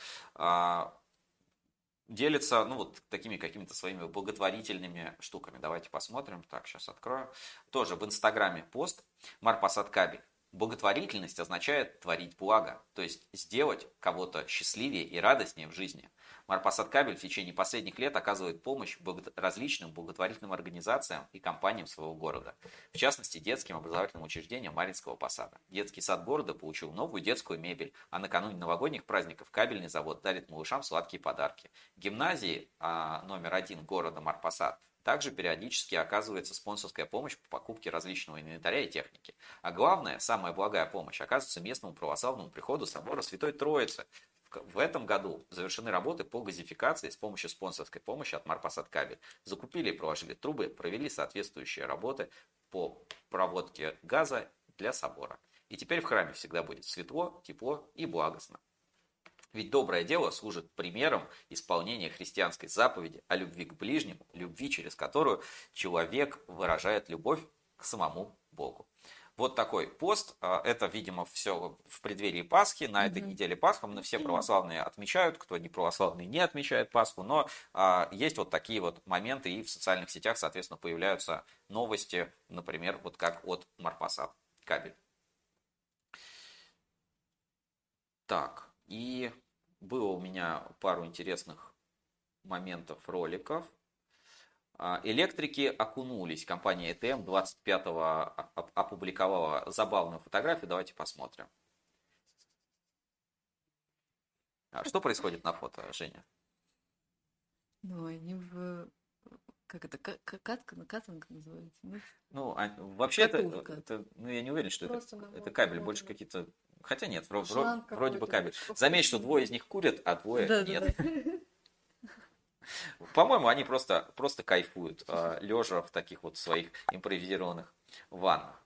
делится, ну, вот такими какими-то своими благотворительными штуками. Давайте посмотрим. Так, сейчас открою. Тоже в Инстаграме пост. Марпасад кабель. Благотворительность означает творить благо, то есть сделать кого-то счастливее и радостнее в жизни. Марпасад Кабель в течение последних лет оказывает помощь благо- различным благотворительным организациям и компаниям своего города. В частности, детским образовательным учреждениям Маринского посада. Детский сад города получил новую детскую мебель, а накануне новогодних праздников кабельный завод дарит малышам сладкие подарки. Гимназии а, номер один города Марпасад также периодически оказывается спонсорская помощь по покупке различного инвентаря и техники. А главное, самая благая помощь оказывается местному православному приходу собора Святой Троицы. В этом году завершены работы по газификации с помощью спонсорской помощи от Марпасад Кабель. Закупили и проложили трубы, провели соответствующие работы по проводке газа для собора. И теперь в храме всегда будет светло, тепло и благостно. Ведь доброе дело служит примером исполнения христианской заповеди о любви к ближнему, любви, через которую человек выражает любовь к самому Богу. Вот такой пост. Это, видимо, все в преддверии Пасхи. На этой неделе Пасхи мы все православные отмечают, кто не православный не отмечает Пасху. Но а, есть вот такие вот моменты, и в социальных сетях, соответственно, появляются новости, например, вот как от Марпасад Кабель. Так, и было у меня пару интересных моментов, роликов. Электрики окунулись. Компания и тэ эм двадцать пятого опубликовала забавную фотографию. Давайте посмотрим. А что происходит на фото, Женя? Ну, они в... Как это? Катка? Катанг называется? Ну, ну а, вообще это, это... Ну, я не уверен, что это, это кабель. Больше какие-то... Хотя нет, вроде, вроде бы кабель. Заметь, что двое из них курят, а двое да, нет. Да, да. По-моему, они просто, просто кайфуют, лежа в таких вот своих импровизированных ваннах.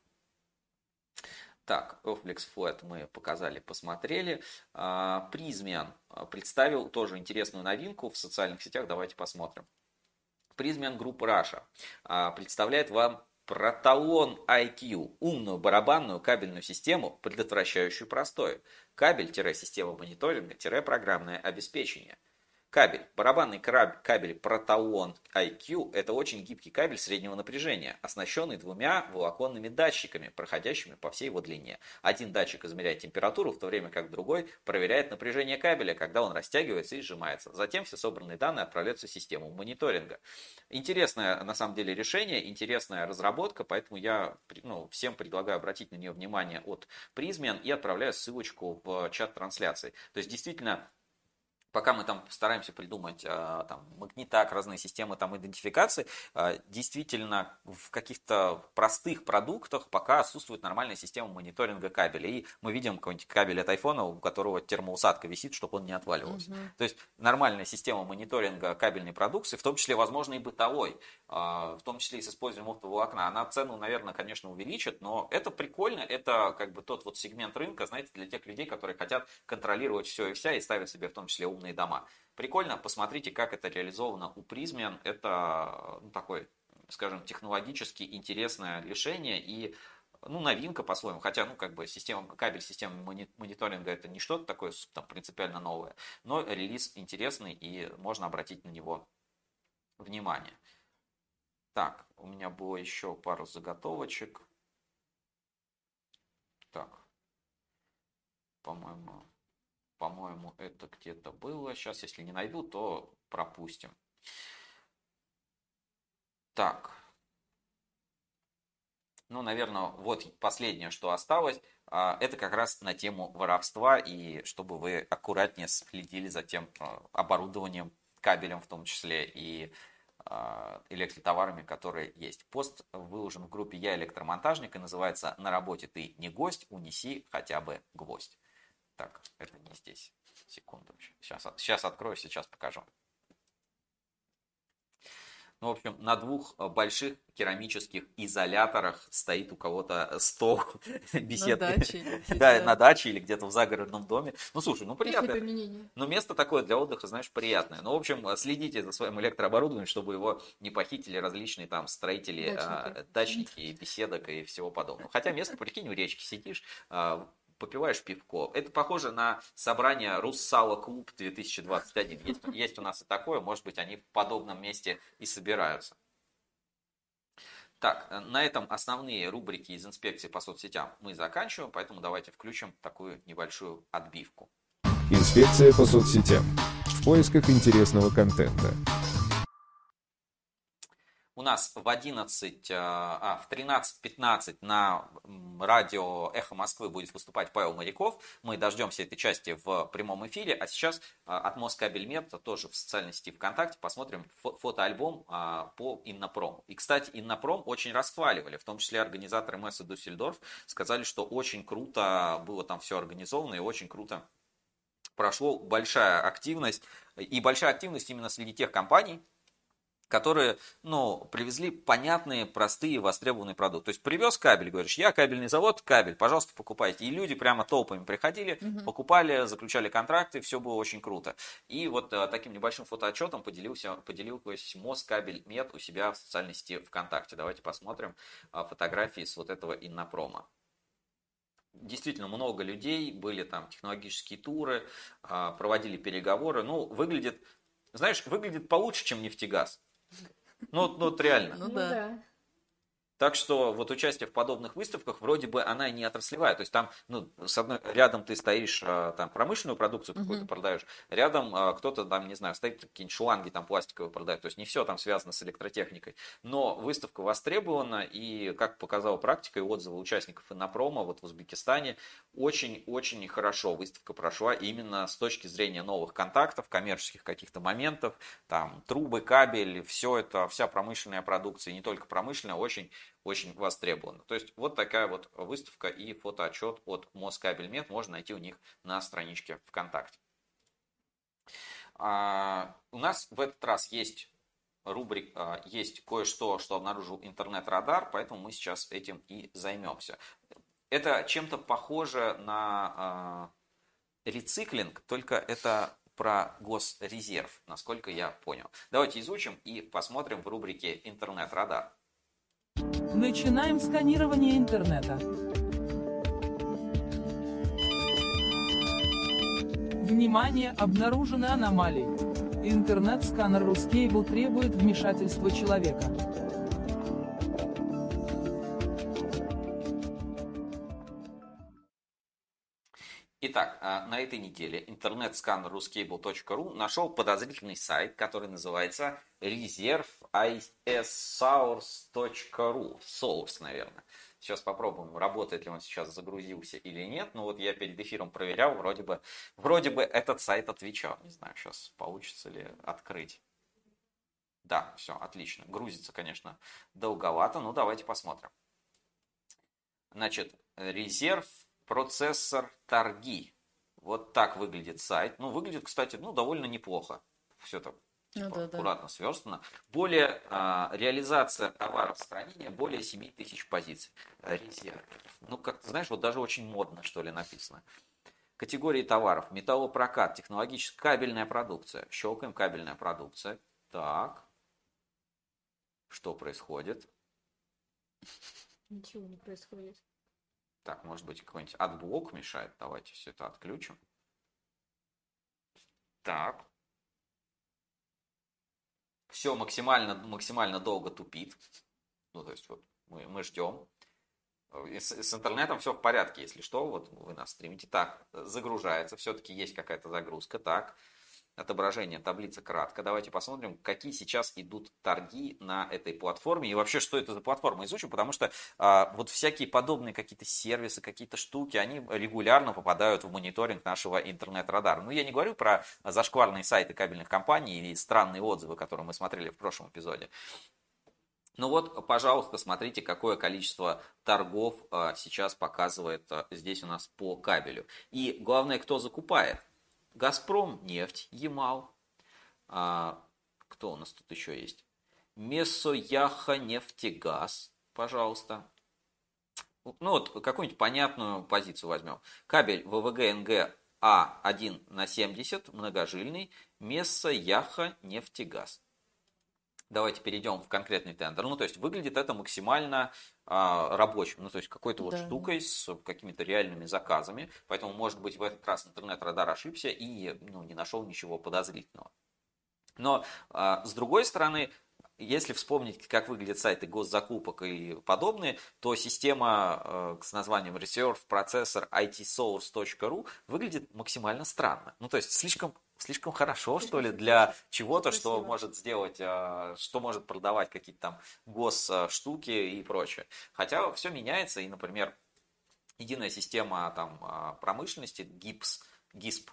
Так, Oflex Flat мы показали, посмотрели. Prysmian представил тоже интересную новинку в социальных сетях. Давайте посмотрим. Prysmian Group Russia представляет вам Protalon ай кью, умную барабанную кабельную систему, предотвращающую простой. Кабель-система мониторинга-программное обеспечение. Кабель. Барабанный кабель Protalon ай кью – это очень гибкий кабель среднего напряжения, оснащенный двумя волоконными датчиками, проходящими по всей его длине. Один датчик измеряет температуру, в то время как другой проверяет напряжение кабеля, когда он растягивается и сжимается. Затем все собранные данные отправляются в систему мониторинга. Интересное, на самом деле, решение, интересная разработка, поэтому я ну, всем предлагаю обратить на нее внимание от Prysmian и отправляю ссылочку в чат трансляции. То есть, действительно, пока мы там стараемся придумать там, магнитак, разные системы там, идентификации, действительно в каких-то простых продуктах пока отсутствует нормальная система мониторинга кабеля. И мы видим какой-нибудь кабель от айфона, у которого термоусадка висит, чтобы он не отваливался. Uh-huh. То есть нормальная система мониторинга кабельной продукции, в том числе, возможно, и бытовой, в том числе и с использованием оптоволокна, она цену, наверное, конечно, увеличит, но это прикольно, это как бы тот вот сегмент рынка, знаете, для тех людей, которые хотят контролировать все и вся и ставят себе в том числе умные дома. Прикольно, посмотрите, как это реализовано у Prysmian. Это ну, такое, скажем, технологически интересное решение и ну, новинка по-своему. Хотя, ну, как бы система, кабель системы мониторинга это не что-то такое там, принципиально новое, но релиз интересный и можно обратить на него внимание. Так, у меня было еще пару заготовочек. Так, по-моему... По-моему, это где-то было. Сейчас, если не найду, то пропустим. Так. Ну, наверное, вот последнее, что осталось. Это как раз на тему воровства. И чтобы вы аккуратнее следили за тем оборудованием, кабелем в том числе, и электротоварами, которые есть. Пост выложен в группе «Я электромонтажник» и называется «На работе ты не гость, унеси хотя бы гвоздь». Так, это не здесь. Секунду. Сейчас, сейчас открою, сейчас покажу. Ну, в общем, на двух больших керамических изоляторах стоит у кого-то стол беседки. На даче. Да, на даче или где-то в загородном доме. Ну, слушай, ну приятно. Ну, место такое для отдыха, знаешь, приятное. Ну, в общем, следите за своим электрооборудованием, чтобы его не похитили различные там строители, дачники, дачники беседок и всего подобного. Хотя место, прикинь, у речки сидишь, попиваешь пивко. Это похоже на собрание Руссало Клуб две тысячи двадцать один. Есть, есть у нас и такое, может быть, они в подобном месте и собираются. Так, на этом основные рубрики из инспекции по соцсетям мы заканчиваем, поэтому давайте включим такую небольшую отбивку. Инспекция по соцсетям. В поисках интересного контента. У нас в одиннадцать, а, в тринадцать пятнадцать на радио «Эхо Москвы» будет выступать Павел Моряков. Мы дождемся этой части в прямом эфире. А сейчас от Москабельмет, тоже в социальной сети ВКонтакте, посмотрим фо- фотоальбом а, по Иннопрому. И, кстати, Иннопром очень расхваливали, в том числе организаторы мессы Дюссельдорф сказали, что очень круто было там все организовано и очень круто прошло, большая активность. И большая активность именно среди тех компаний, которые, ну, привезли понятные, простые, востребованные продукты. То есть привез кабель, говоришь, я кабельный завод, кабель, пожалуйста, покупайте. И люди прямо толпами приходили, угу. покупали, заключали контракты, все было очень круто. И вот а, таким небольшим фотоотчетом поделился, поделился Москабельмет у себя в социальной сети ВКонтакте. Давайте посмотрим а, фотографии с вот этого Иннопрома. Действительно много людей, были там технологические туры, а, проводили переговоры. Ну, выглядит, знаешь, выглядит получше, чем нефтегаз. Ну, ну вот реально. Ну да. Так что вот участие в подобных выставках вроде бы она не отраслевая. То есть там, ну, с одной, рядом ты стоишь, там промышленную продукцию uh-huh. какую-то продаешь, рядом кто-то там, не знаю, стоит какие-нибудь шланги там пластиковые продает. То есть не все там связано с электротехникой. Но выставка востребована, и, как показала практика и отзывы участников Иннопрома вот в Узбекистане, очень-очень хорошо выставка прошла именно с точки зрения новых контактов, коммерческих каких-то моментов, там трубы, кабель, все это, вся промышленная продукция, и не только промышленная, очень очень востребовано. То есть вот такая вот выставка и фотоотчет от Москабельмет можно найти у них на страничке ВКонтакте. А, у нас в этот раз есть рубрика, есть кое-что, что обнаружил интернет-радар, поэтому мы сейчас этим и займемся. Это чем-то похоже на а, рециклинг, только это про госрезерв, насколько я понял. Давайте изучим и посмотрим в рубрике «Интернет-радар». Начинаем сканирование интернета. Внимание, обнаружены аномалии. Интернет-сканер Ruscable требует вмешательства человека. Итак, на этой неделе интернет-сканер ruscable точка ру нашел подозрительный сайт, который называется резерв эс source точка ру. Source, наверное. Сейчас попробуем, работает ли он сейчас, загрузился или нет. Ну вот я перед эфиром проверял, вроде бы, вроде бы этот сайт отвечал. Не знаю, сейчас получится ли открыть. Да, все, отлично. Грузится, конечно, долговато, но давайте посмотрим. Значит, резерв процессор торги. Вот так выглядит сайт. Ну, выглядит, кстати, ну, довольно неплохо. Все это ну, типа, да, аккуратно да. сверстано. Более а, реализация товаров в хранения более семь тысяч позиций. Резерв. Ну, как ты знаешь, вот даже очень модно, что ли, написано. Категории товаров. Металлопрокат, технологическая кабельная продукция. Щелкаем кабельная продукция. Так. Что происходит? Ничего не происходит. Так, может быть, какой-нибудь отблок мешает. Давайте все это отключим. Так. Все максимально, максимально долго тупит. Ну, то есть, вот мы, мы ждем. С, с интернетом все в порядке, если что. Вот вы нас стримите. Так, загружается. Все-таки есть какая-то загрузка. Так. Отображение таблицы кратко. Давайте посмотрим, какие сейчас идут торги на этой платформе. И вообще, что это за платформа, изучим, потому что а, вот всякие подобные какие-то сервисы, какие-то штуки, они регулярно попадают в мониторинг нашего интернет-радара. Ну, я не говорю про зашкварные сайты кабельных компаний и странные отзывы, которые мы смотрели в прошлом эпизоде. Ну вот, пожалуйста, смотрите, какое количество торгов а, сейчас показывает а, здесь у нас по кабелю. И главное, кто закупает. Газпром, нефть, Ямал. А, кто у нас тут еще есть? Месояха, нефтегаз, пожалуйста. Ну вот, какую-нибудь понятную позицию возьмем. Кабель ВВГ-НГ А один на семьдесят, многожильный. Месояха, нефтегаз. Давайте перейдем в конкретный тендер. Ну, то есть, выглядит это максимально а, рабочим. Ну, то есть, какой-то вот да. штукой с какими-то реальными заказами. Поэтому, может быть, в этот раз интернет-радар ошибся и ну, не нашел ничего подозрительного. Но, а, с другой стороны, если вспомнить, как выглядят сайты госзакупок и подобные, то система э, с названием Reserve Processor ай ти source точка ру выглядит максимально странно. Ну, то есть слишком, слишком хорошо, что ли, для чего-то, что может сделать, э, что может продавать какие-то там госштуки и прочее. Хотя все меняется, и, например, единая система там, промышленности, гипс, гисп,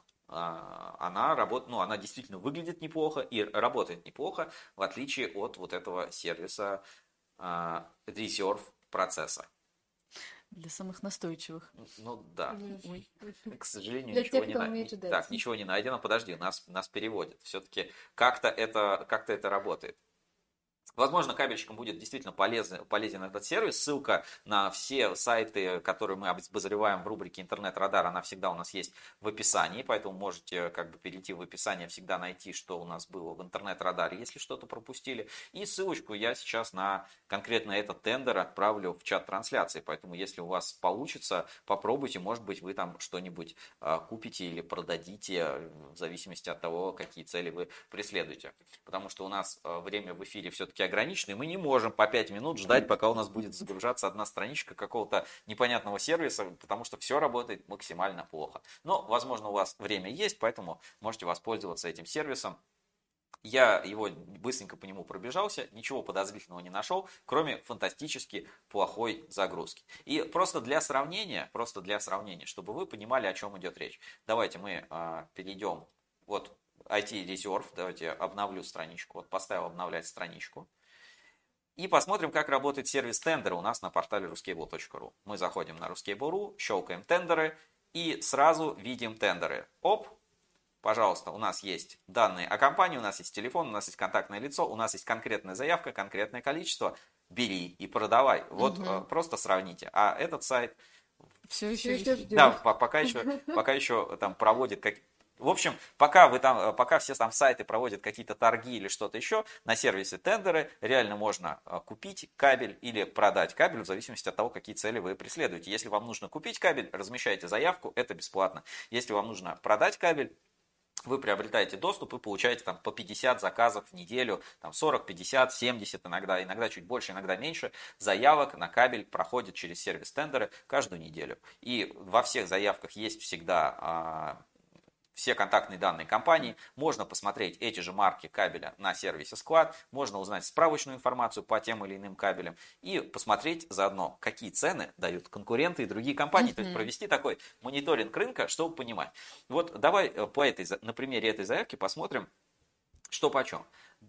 она работает, ну, она действительно выглядит неплохо и работает неплохо, в отличие от вот этого сервиса Reserve Processor. Для самых настойчивых. Ну да. Ой. К сожалению, Для ничего тех, не кто на... умеет ждать. Так, ничего не найдено. Подожди, нас, нас переводят. Все-таки как-то это, как-то это работает. Возможно, кабельщикам будет действительно полезен, полезен этот сервис. Ссылка на все сайты, которые мы обозреваем в рубрике «Интернет-радар», она всегда у нас есть в описании, поэтому можете как бы перейти в описание, всегда найти, что у нас было в «Интернет-радаре», если что-то пропустили. И ссылочку я сейчас на конкретно этот тендер отправлю в чат трансляции, поэтому если у вас получится, попробуйте, может быть, вы там что-нибудь купите или продадите, в зависимости от того, какие цели вы преследуете. Потому что у нас время в эфире все-таки ограниченный, мы не можем по пять минут ждать, пока у нас будет загружаться одна страничка какого-то непонятного сервиса, потому что все работает максимально плохо. Но, возможно, у вас время есть, поэтому можете воспользоваться этим сервисом. Я его быстренько по нему пробежался, ничего подозрительного не нашел, кроме фантастически плохой загрузки. И просто для сравнения, просто для сравнения, чтобы вы понимали, о чем идет речь. Давайте мы а, перейдем, вот, ай ти Reserve, давайте обновлю страничку, вот поставил обновлять страничку. И посмотрим, как работает сервис тендера у нас на портале рускейбл точка ру. Мы заходим на рускейбл точка ру, щелкаем тендеры и сразу видим тендеры. Оп, пожалуйста, у нас есть данные о компании, у нас есть телефон, у нас есть контактное лицо, у нас есть конкретная заявка, конкретное количество. Бери и продавай. Вот угу. Просто сравните. А этот сайт... Все еще, еще ждем. Да, пока еще, пока еще там проводит... Как... В общем, пока, вы там, пока все там сайты проводят какие-то торги или что-то еще, на сервисе тендеры реально можно купить кабель или продать кабель в зависимости от того, какие цели вы преследуете. Если вам нужно купить кабель, размещайте заявку, это бесплатно. Если вам нужно продать кабель, вы приобретаете доступ и получаете там по пятьдесят заказов в неделю, там сорок, пятьдесят, семьдесят, иногда, иногда чуть больше, иногда меньше заявок на кабель проходит через сервис тендеры каждую неделю. И во всех заявках есть всегда... все контактные данные компании, можно посмотреть эти же марки кабеля на сервисе Склад, можно узнать справочную информацию по тем или иным кабелям и посмотреть заодно, какие цены дают конкуренты и другие компании, mm-hmm. то есть провести такой мониторинг рынка, чтобы понимать. Вот давай по этой, на примере этой заявки посмотрим, что почем.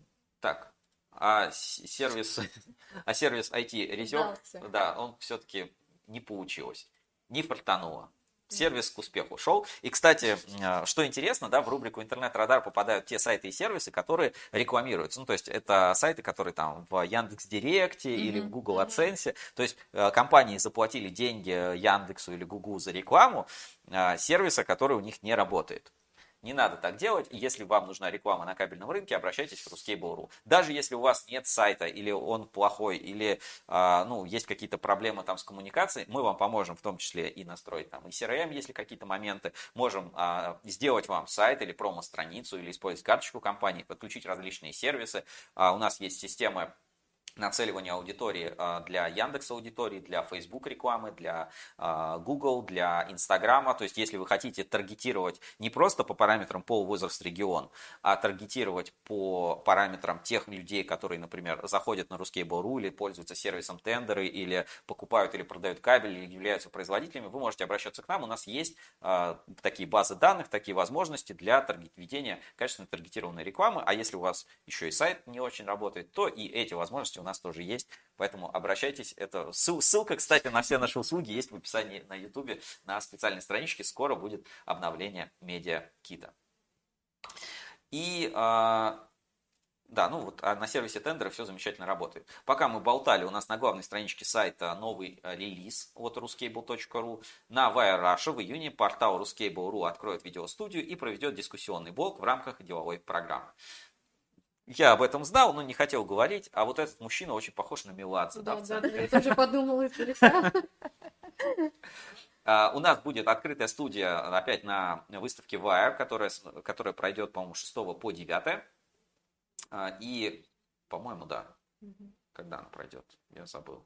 Так, а сервис, а сервис ай ти Reserve, да, он все-таки не получилось, не фартануло. Сервис к успеху шел. И, кстати, что интересно, да, в рубрику «Интернет-радар» попадают те сайты и сервисы, которые рекламируются. Ну, то есть, это сайты, которые там в Яндекс.Директе mm-hmm. или в Google AdSense. То есть, компании заплатили деньги Яндексу или Гуглу за рекламу сервиса, который у них не работает. Не надо так делать. Если вам нужна реклама на кабельном рынке, обращайтесь в рускейбл точка ру. Даже если у вас нет сайта, или он плохой, или э, ну, есть какие-то проблемы там с коммуникацией, мы вам поможем в том числе и настроить там и си ар эм, если какие-то моменты. Можем э, сделать вам сайт или промо-страницу, или использовать карточку компании, подключить различные сервисы. Э, у нас есть системы нацеливание аудитории для Яндекс аудитории, для Facebook рекламы, для Google, для Инстаграма. То есть, если вы хотите таргетировать не просто по параметрам пол, возраст, регион, а таргетировать по параметрам тех людей, которые, например, заходят на рускейбл точка ру или пользуются сервисом тендеры, или покупают или продают кабель, или являются производителями, вы можете обращаться к нам. У нас есть такие базы данных, такие возможности для таргет- ведения качественно таргетированной рекламы. А если у вас еще и сайт не очень работает, то и эти возможности у нас тоже есть, поэтому обращайтесь. Это ссылка, кстати, на все наши услуги есть в описании на YouTube, на специальной страничке. Скоро будет обновление медиакита. И да, ну вот на сервисе тендера все замечательно работает. Пока мы болтали, у нас на главной страничке сайта новый релиз от рускейбл точка ру. На Wire Russia в июне портал рускейбл точка ру откроет видеостудию и проведет дискуссионный блог в рамках деловой программы. Я об этом знал, но не хотел говорить, а вот этот мужчина очень похож на Меладзе. Да, да, да, да, я тоже подумала издалека. У нас будет открытая студия опять на выставке Wire, которая, которая пройдет, по-моему, с шестого по девятое. И По-моему, да. Мгм. Когда она пройдет, я забыл.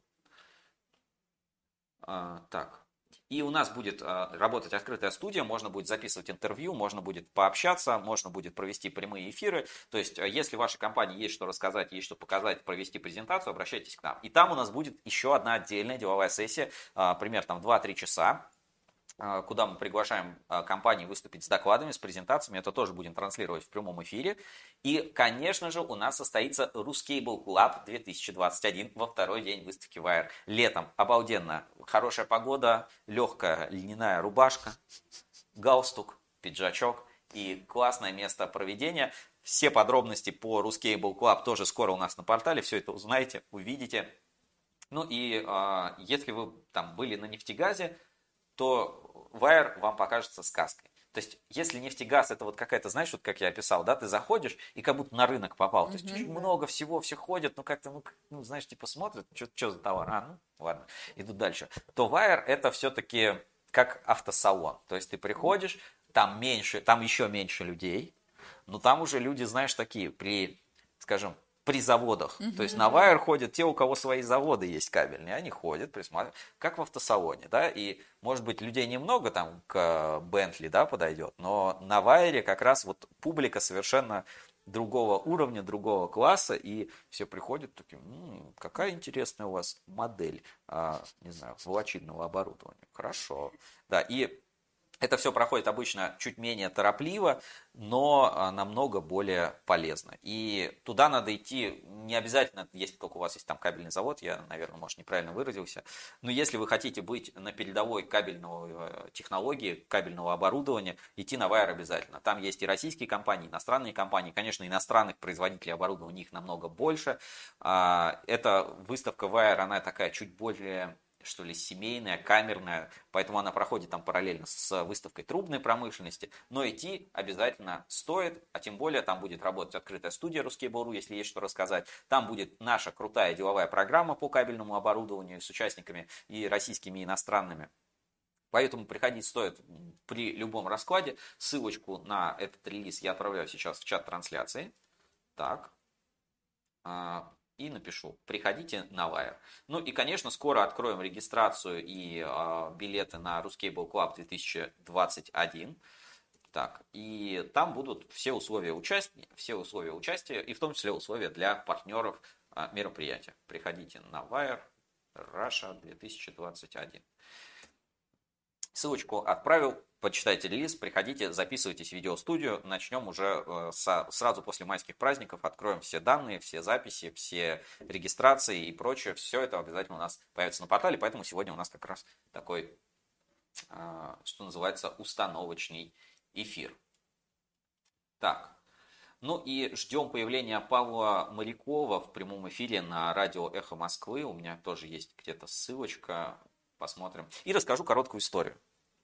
А, так. И у нас будет а, работать открытая студия, можно будет записывать интервью, можно будет пообщаться, можно будет провести прямые эфиры. То есть, а, если в вашей компании есть что рассказать, есть что показать, провести презентацию, обращайтесь к нам. И там у нас будет еще одна отдельная деловая сессия, а, примерно там два-три часа, а, куда мы приглашаем а, компании выступить с докладами, с презентациями. Это тоже будем транслировать в прямом эфире. И, конечно же, у нас состоится Ruscable Club две тысячи двадцать один во второй день выставки Wire. Летом обалденно. Хорошая погода, легкая льняная рубашка, галстук, пиджачок и классное место проведения. Все подробности по Ruscable Club тоже скоро у нас на портале. Все это узнаете, увидите. Ну и а, если вы там были на нефтегазе, то Wire вам покажется сказкой. То есть, если нефтегаз это вот какая-то, знаешь, вот как я описал, да, ты заходишь и как будто на рынок попал. То есть, Мгм. очень много всего, все ходят, ну как-то, ну, как- ну, знаешь, типа смотрят, что, что за товар, а, ну, ладно, иду дальше. То Wire это все-таки как автосалон. То есть, ты приходишь, там меньше, там еще меньше людей, но там уже люди, знаешь, такие, при, скажем, при заводах. Мгм. То есть на Wire ходят те, у кого свои заводы есть кабельные, они ходят, присматривают, как в автосалоне, да, и может быть людей немного там к Bentley, да, подойдет, но на Wire как раз вот публика совершенно другого уровня, другого класса, и все приходят такие, «М, какая интересная у вас модель, а, не знаю, волочильного оборудования, хорошо, да, и это все проходит обычно чуть менее торопливо, но а, намного более полезно. И туда надо идти не обязательно, если только у вас есть там кабельный завод, я, наверное, может, неправильно выразился, но если вы хотите быть на передовой кабельного технологии, кабельного оборудования, идти на Wire обязательно. Там есть и российские компании, и иностранные компании. Конечно, иностранных производителей оборудования их намного больше. А, Эта выставка Wire, она такая чуть более, что ли, семейная, камерная, поэтому она проходит там параллельно с выставкой трубной промышленности, но идти обязательно стоит, а тем более там будет работать открытая студия Ruscable.ru, если есть что рассказать, там будет наша крутая деловая программа по кабельному оборудованию с участниками и российскими, и иностранными. Поэтому приходить стоит при любом раскладе. Ссылочку на этот релиз я отправляю сейчас в чат трансляции. Так. И напишу, приходите на Wire. Ну и, конечно, скоро откроем регистрацию и э, билеты на Ruscable Club две тысячи двадцать один. Так, и там будут все условия участия, все условия участия, и в том числе условия для партнеров э, мероприятия. Приходите на Wire Russia две тысячи двадцать один. Ссылочку отправил, почитайте релиз, приходите, записывайтесь в видеостудию. Начнем уже э, со, сразу после майских праздников, откроем все данные, все записи, все регистрации и прочее. Все это обязательно у нас появится на портале, поэтому сегодня у нас как раз такой, э, что называется, установочный эфир. Так, ну и ждем появления Павла Морякова в прямом эфире на радио «Эхо Москвы». У меня тоже есть где-то ссылочка. Посмотрим. И расскажу короткую историю.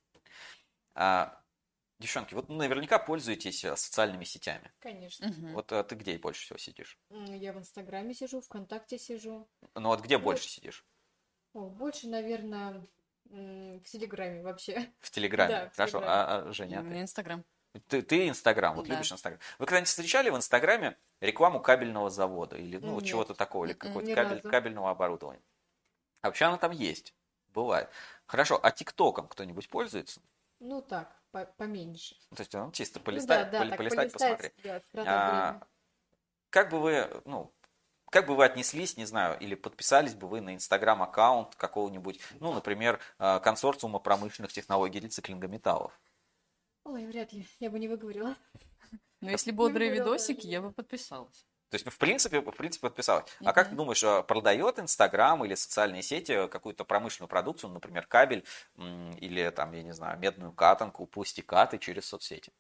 А, девчонки, вот наверняка пользуетесь социальными сетями. Конечно. Мгм. Вот а, ты где больше всего сидишь? М, Я в Инстаграме сижу, ВКонтакте сижу. Ну вот где Ну, больше сидишь? О, больше, наверное, в Телеграме вообще. В Телеграме. Да, в Хорошо. Телеграме. А, а, Женя, У меня Инстаграм. ты? Ты Инстаграм, вот Да. любишь Инстаграм. Вы когда-нибудь встречали в Инстаграме рекламу кабельного завода или ну, вот Нет. чего-то такого, или М-м, какого-то ни кабель- разу. кабельного оборудования? А вообще она там есть. Бывает. Хорошо, а ТикТоком кто-нибудь пользуется? Ну так, по- поменьше. То есть он чисто Ну полистать, да, да, поли- так полистать, полистать, посмотреть. да, скоротать А, время. Как бы вы, ну, как бы вы отнеслись, не знаю, или подписались бы вы на Инстаграм-аккаунт какого-нибудь, ну, например, э, консорциума промышленных технологий рециклинга металлов? Ой, вряд ли, я бы не выговорила. Но если бодрые Выговорила видосики, даже. я бы подписалась. То есть, ну, в принципе, в принципе, подписалась. А как ты думаешь, э, продает Инстаграм или социальные сети какую-то промышленную продукцию, например, кабель м, или, там, я не знаю, медную катанку, пластикаты через соцсети?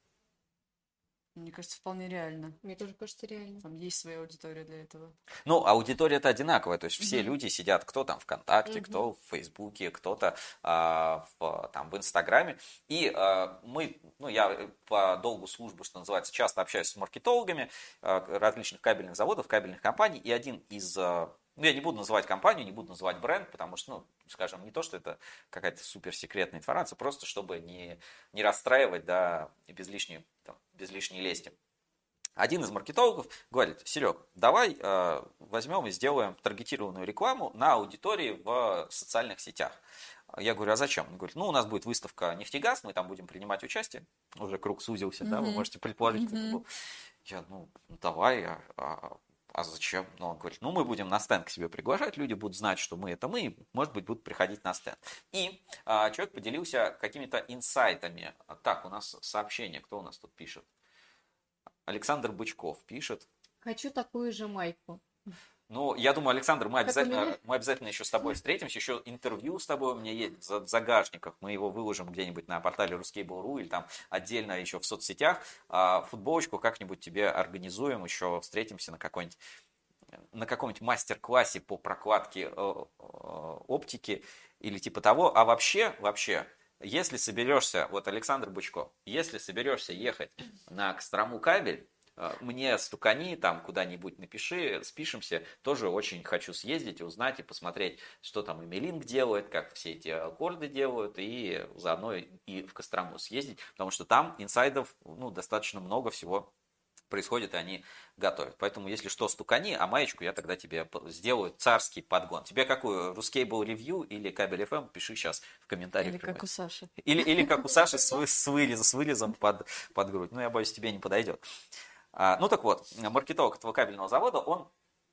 Мне кажется, вполне реально. Мне тоже кажется реально. Там есть своя аудитория для этого. Ну, аудитория-то одинаковая, то есть все Мгм. люди сидят, кто там ВКонтакте, Мгм. кто в Фейсбуке, кто-то а, в, там, в Инстаграме. И а, мы, ну, я по долгу службы, что называется, часто общаюсь с маркетологами а, различных кабельных заводов, кабельных компаний, и один из... а, ну, я не буду называть компанию, не буду называть бренд, потому что, ну, скажем, не то, что это какая-то суперсекретная информация, просто чтобы не, не расстраивать, да, и без лишней, там, без лишней лести. один из маркетологов говорит: Серег, давай э, возьмем и сделаем таргетированную рекламу на аудитории в социальных сетях. Я говорю: а зачем? Он говорит: ну, у нас будет выставка «Нефтегаз», мы там будем принимать участие. Уже круг сузился, mm-hmm. да, вы можете предположить, mm-hmm. кто это был. Я, ну, давай, а, а, а зачем? Ну, он говорит: ну, мы будем на стенд к себе приглашать, люди будут знать, что мы это мы, и, может быть, будут приходить на стенд. И а, человек поделился какими-то инсайтами. Так, у нас сообщение, кто у нас тут пишет? Александр Бычков пишет. Хочу такую же майку. Ну, я думаю, Александр, мы обязательно, мы обязательно еще с тобой встретимся, еще интервью с тобой у меня есть в загашниках, мы его выложим где-нибудь на портале ruskable точка ру или там отдельно еще в соцсетях. Футболочку как-нибудь тебе организуем, еще встретимся на какой-нибудь, на каком-нибудь мастер-классе по прокладке оптики или типа того. А вообще, вообще, если соберешься, вот Александр Бычков, если соберешься ехать на Кострому кабель, мне стукани, там куда-нибудь напиши, спишемся, тоже очень хочу съездить, узнать и посмотреть, что там Эмилинг делает, как все эти аккорды делают, и заодно и в Кострому съездить, потому что там инсайдов, ну, достаточно много всего происходит, и они готовят. Поэтому, если что, стукани, а маечку я тогда тебе сделаю царский подгон. Тебе какую? Ruskable Review или Кабель эф эм? Пиши сейчас в комментариях. Или как у Саши. Или, или как у Саши с, с, вылезом, с вылезом под, под грудь. Ну, я боюсь, тебе не подойдет. А, ну, так вот, маркетолог этого кабельного завода, он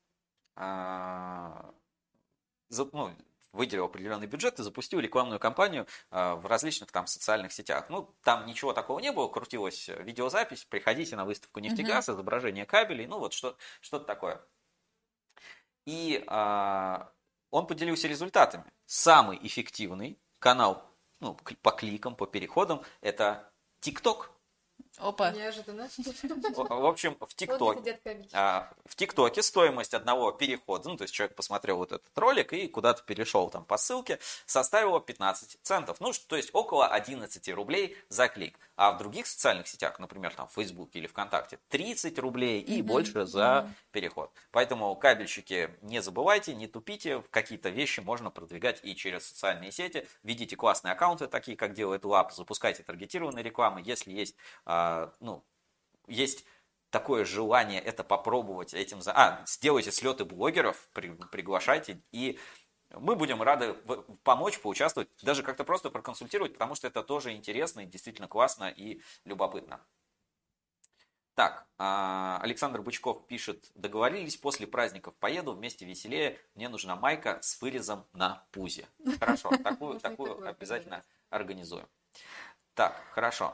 а, за, ну, выделил определенный бюджет и запустил рекламную кампанию а, в различных там социальных сетях. Ну, там ничего такого не было, крутилась видеозапись, приходите на выставку «Нефтегаз», uh-huh. изображение кабелей, ну, вот что, что-то такое. И а, он поделился результатами. Самый эффективный канал, ну, по кликам, по переходам, это ТикТок. Опа. Неожиданно. В общем, в ТикТоке, в ТикТоке стоимость одного перехода, ну, то есть человек посмотрел вот этот ролик и куда-то перешел там по ссылке, составила пятнадцать центов. Ну, то есть около одиннадцать рублей за клик. А в других социальных сетях, например, там в Фейсбуке или ВКонтакте, тридцать рублей и mm-hmm. больше за mm-hmm. переход. Поэтому, кабельщики, не забывайте, не тупите, какие-то вещи можно продвигать и через социальные сети. Введите классные аккаунты, такие как делает ЛАП, запускайте таргетированные рекламы. Если есть, а, ну, есть такое желание это попробовать, этим за... а, сделайте слеты блогеров, при, приглашайте, и мы будем рады помочь, поучаствовать, даже как-то просто проконсультировать, потому что это тоже интересно и действительно классно и любопытно. Так, Александр Бычков пишет: договорились, после праздников поеду, вместе веселее, мне нужна майка с вырезом на пузе. Хорошо, такую, такую обязательно организуем. Так, хорошо.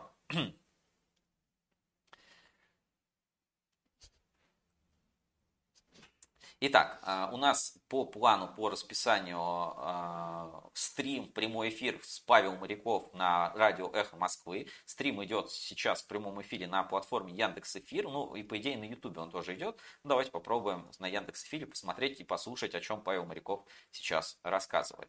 Итак, у нас по плану, по расписанию стрим, прямой эфир с Павел Моряков на радио «Эхо Москвы». Стрим идет сейчас в прямом эфире на платформе Яндекс.Эфир, ну и по идее на Ютубе он тоже идет. Давайте попробуем на Яндекс.Эфире посмотреть и послушать, о чем Павел Моряков сейчас рассказывает.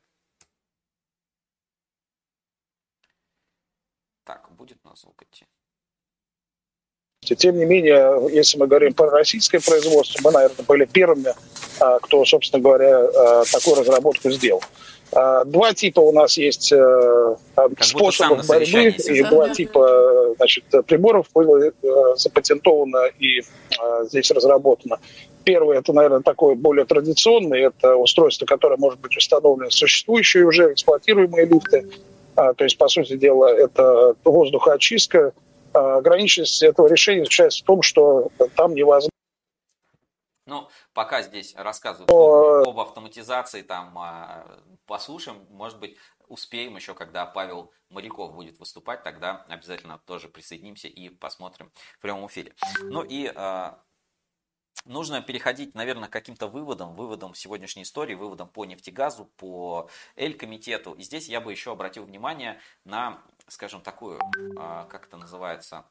Так, будет у нас звук идти? Тем не менее, если мы говорим про российское производство, мы, наверное, были первыми, кто, собственно говоря, такую разработку сделал. Два типа у нас есть способов борьбы, и два типа, значит, приборов было запатентовано и здесь разработано. Первый, это, наверное, такой более традиционный, это устройство, которое может быть установлено в существующие уже эксплуатируемые лифты. То есть, по сути дела, это воздухоочистка. Ограниченность этого решения заключается в том, что там невозможно. Ну, пока здесь рассказывают об, об автоматизации, там послушаем, может быть, успеем еще, когда Павел Моряков будет выступать, тогда обязательно тоже присоединимся и посмотрим в прямом эфире. Ну и э, нужно переходить, наверное, к каким-то выводам, выводам сегодняшней истории, выводам по нефтегазу, по Эль-комитету. И здесь я бы еще обратил внимание на, скажем, такую, как это называется,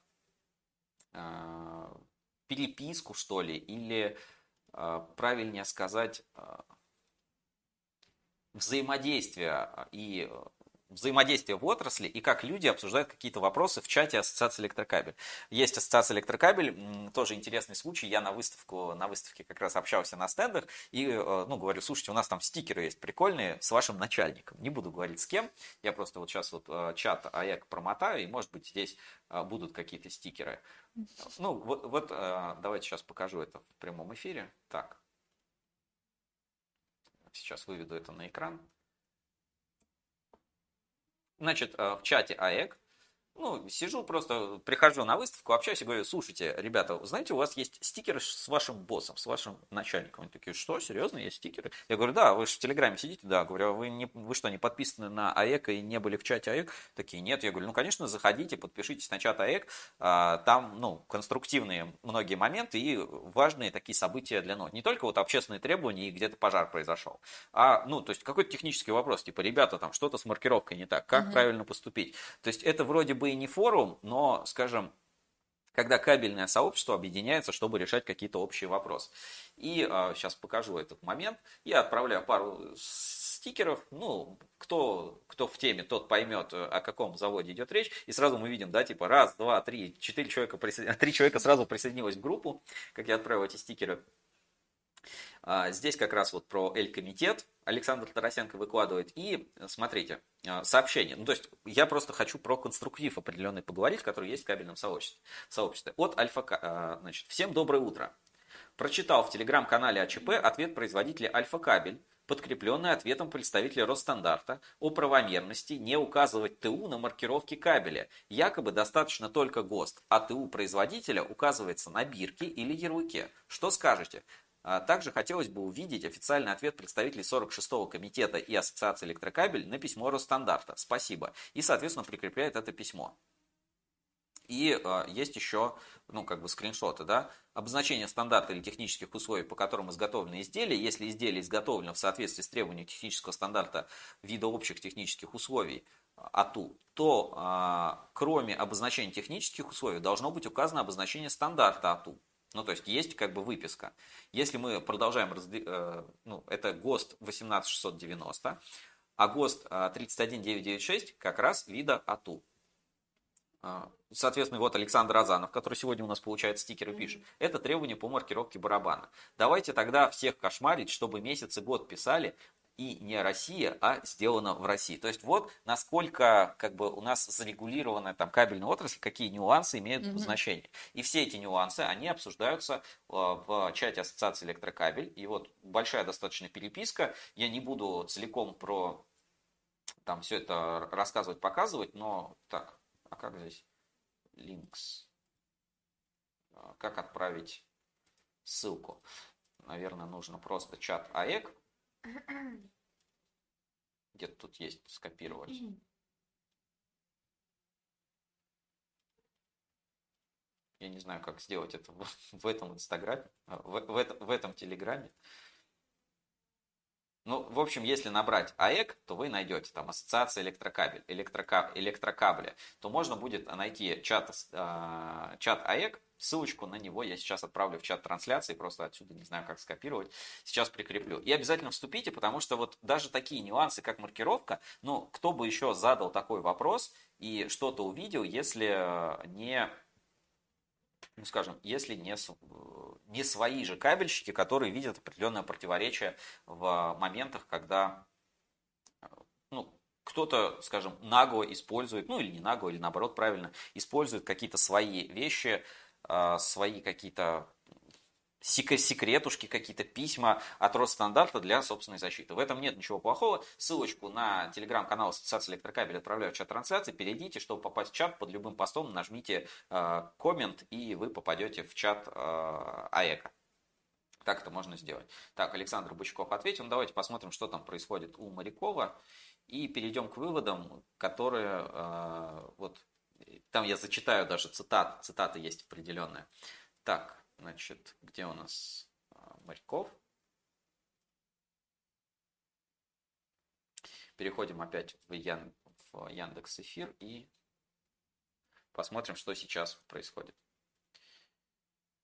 переписку, что ли, или правильнее сказать, взаимодействие и взаимодействие в отрасли и как люди обсуждают какие-то вопросы в чате Ассоциации Электрокабель. Есть Ассоциация Электрокабель, тоже интересный случай. Я на выставку, на выставке как раз общался на стендах и, ну, говорю, слушайте, у нас там стикеры есть прикольные с вашим начальником. Не буду говорить с кем, я просто вот сейчас вот чат АЭК промотаю, и может быть здесь будут какие-то стикеры. Ну, вот, вот давайте сейчас покажу это в прямом эфире. Так. Сейчас выведу это на экран. Значит, в чате АЭК, ну, сижу просто, прихожу на выставку, общаюсь и говорю, слушайте, ребята, знаете, у вас есть стикеры с вашим боссом, с вашим начальником. Они такие, что, серьезно, есть стикеры? Я говорю, да, вы же в Телеграме сидите, да. Говорю, вы, не, вы что, не подписаны на АЭК и не были в чате АЭК? Такие, нет. Я говорю, ну, конечно, заходите, подпишитесь на чат АЭК, там, ну, конструктивные многие моменты и важные такие события для нот. Не только вот общественные требования и где-то пожар произошел, а, ну, то есть какой-то технический вопрос, типа, ребята, там что-то с маркировкой не так, как угу. правильно поступить? То есть это вроде бы и не форум, но, скажем, когда кабельное сообщество объединяется, чтобы решать какие-то общие вопросы. И э, сейчас покажу этот момент. Я отправляю пару стикеров. Ну, кто, кто в теме, тот поймет, о каком заводе идет речь. И сразу мы видим, да, типа раз, два, три, четыре человека, присо... три человека сразу присоединилось в группу, как я отправил эти стикеры. Здесь как раз вот про Эль-комитет Александр Тарасенко выкладывает. И смотрите, сообщение. Ну, то есть я просто хочу про конструктив определенный поговорить, который есть в кабельном сообществе. сообществе. От Альфа, значит, всем доброе утро. Прочитал в телеграм-канале АЧП ответ производителя Альфа-Кабель, подкрепленный ответом представителя Росстандарта о правомерности не указывать ТУ на маркировке кабеля. Якобы достаточно только ГОСТ, а ТУ производителя указывается на бирке или ярлыке. Что скажете? Также хотелось бы увидеть официальный ответ представителей сорок шестого комитета и Ассоциации Электрокабель на письмо Росстандарта. Спасибо. И, соответственно, прикрепляет это письмо. И э, есть еще, ну, как бы скриншоты, да, обозначение стандарта или технических условий, по которым изготовлено изделие. Если изделие изготовлено в соответствии с требованиями технического стандарта вида общих технических условий АТУ, то э, кроме обозначения технических условий должно быть указано обозначение стандарта АТУ. Ну, то есть, есть как бы выписка. Если мы продолжаем, разде... э, ну, это ГОСТ восемнадцать шестьсот девяносто, а ГОСТ тридцать один девятьсот девяносто шесть как раз вида АТУ. Соответственно, вот Александр Азанов, который сегодня у нас получает стикеры, пишет. Это требование по маркировке барабана. Давайте тогда всех кошмарить, чтобы месяц и год писали. И не Россия, а сделано в России. То есть вот насколько как бы у нас зарегулирована там кабельная отрасль, какие нюансы имеют mm-hmm. значение. И все эти нюансы, они обсуждаются в чате Ассоциации Электрокабель. И вот большая достаточно переписка. Я не буду целиком про там все это рассказывать, показывать, но так, а как здесь links? Как отправить ссылку? Наверное, нужно просто чат АЭК. Где-то тут есть скопировать. Я не знаю, как сделать это в, в этом инстаграме, в, в, этом, в этом телеграме. Ну, в общем, если набрать АЭК, то вы найдете там Ассоциация Электрокабель, электрокаб, электрокабеля, то можно будет найти чат, э, чат АЭК. Ссылочку на него я сейчас отправлю в чат трансляции, просто отсюда не знаю, как скопировать, сейчас прикреплю. И обязательно вступите, потому что вот даже такие нюансы, как маркировка, ну, кто бы еще задал такой вопрос и что-то увидел, если не, ну, скажем, если не, не свои же кабельщики, которые видят определенное противоречие в моментах, когда, ну, кто-то, скажем, нагло использует, ну, или не нагло, или наоборот правильно, использует какие-то свои вещи, свои какие-то секретушки, какие-то письма от Росстандарта для собственной защиты. В этом нет ничего плохого. Ссылочку на телеграм-канал Ассоциации Электрокабель отправляю в чат трансляции. Перейдите, чтобы попасть в чат, под любым постом нажмите э, коммент, и вы попадете в чат э, АЭКа. Так это можно сделать. Так, Александр Бычков ответил. Давайте посмотрим, что там происходит у Морякова. И перейдем к выводам, которые... Э, вот там я зачитаю даже цитат, цитаты есть определенные. Так, значит, где у нас Моряков? Переходим опять в, Ян, в Яндекс.Эфир и посмотрим, что сейчас происходит.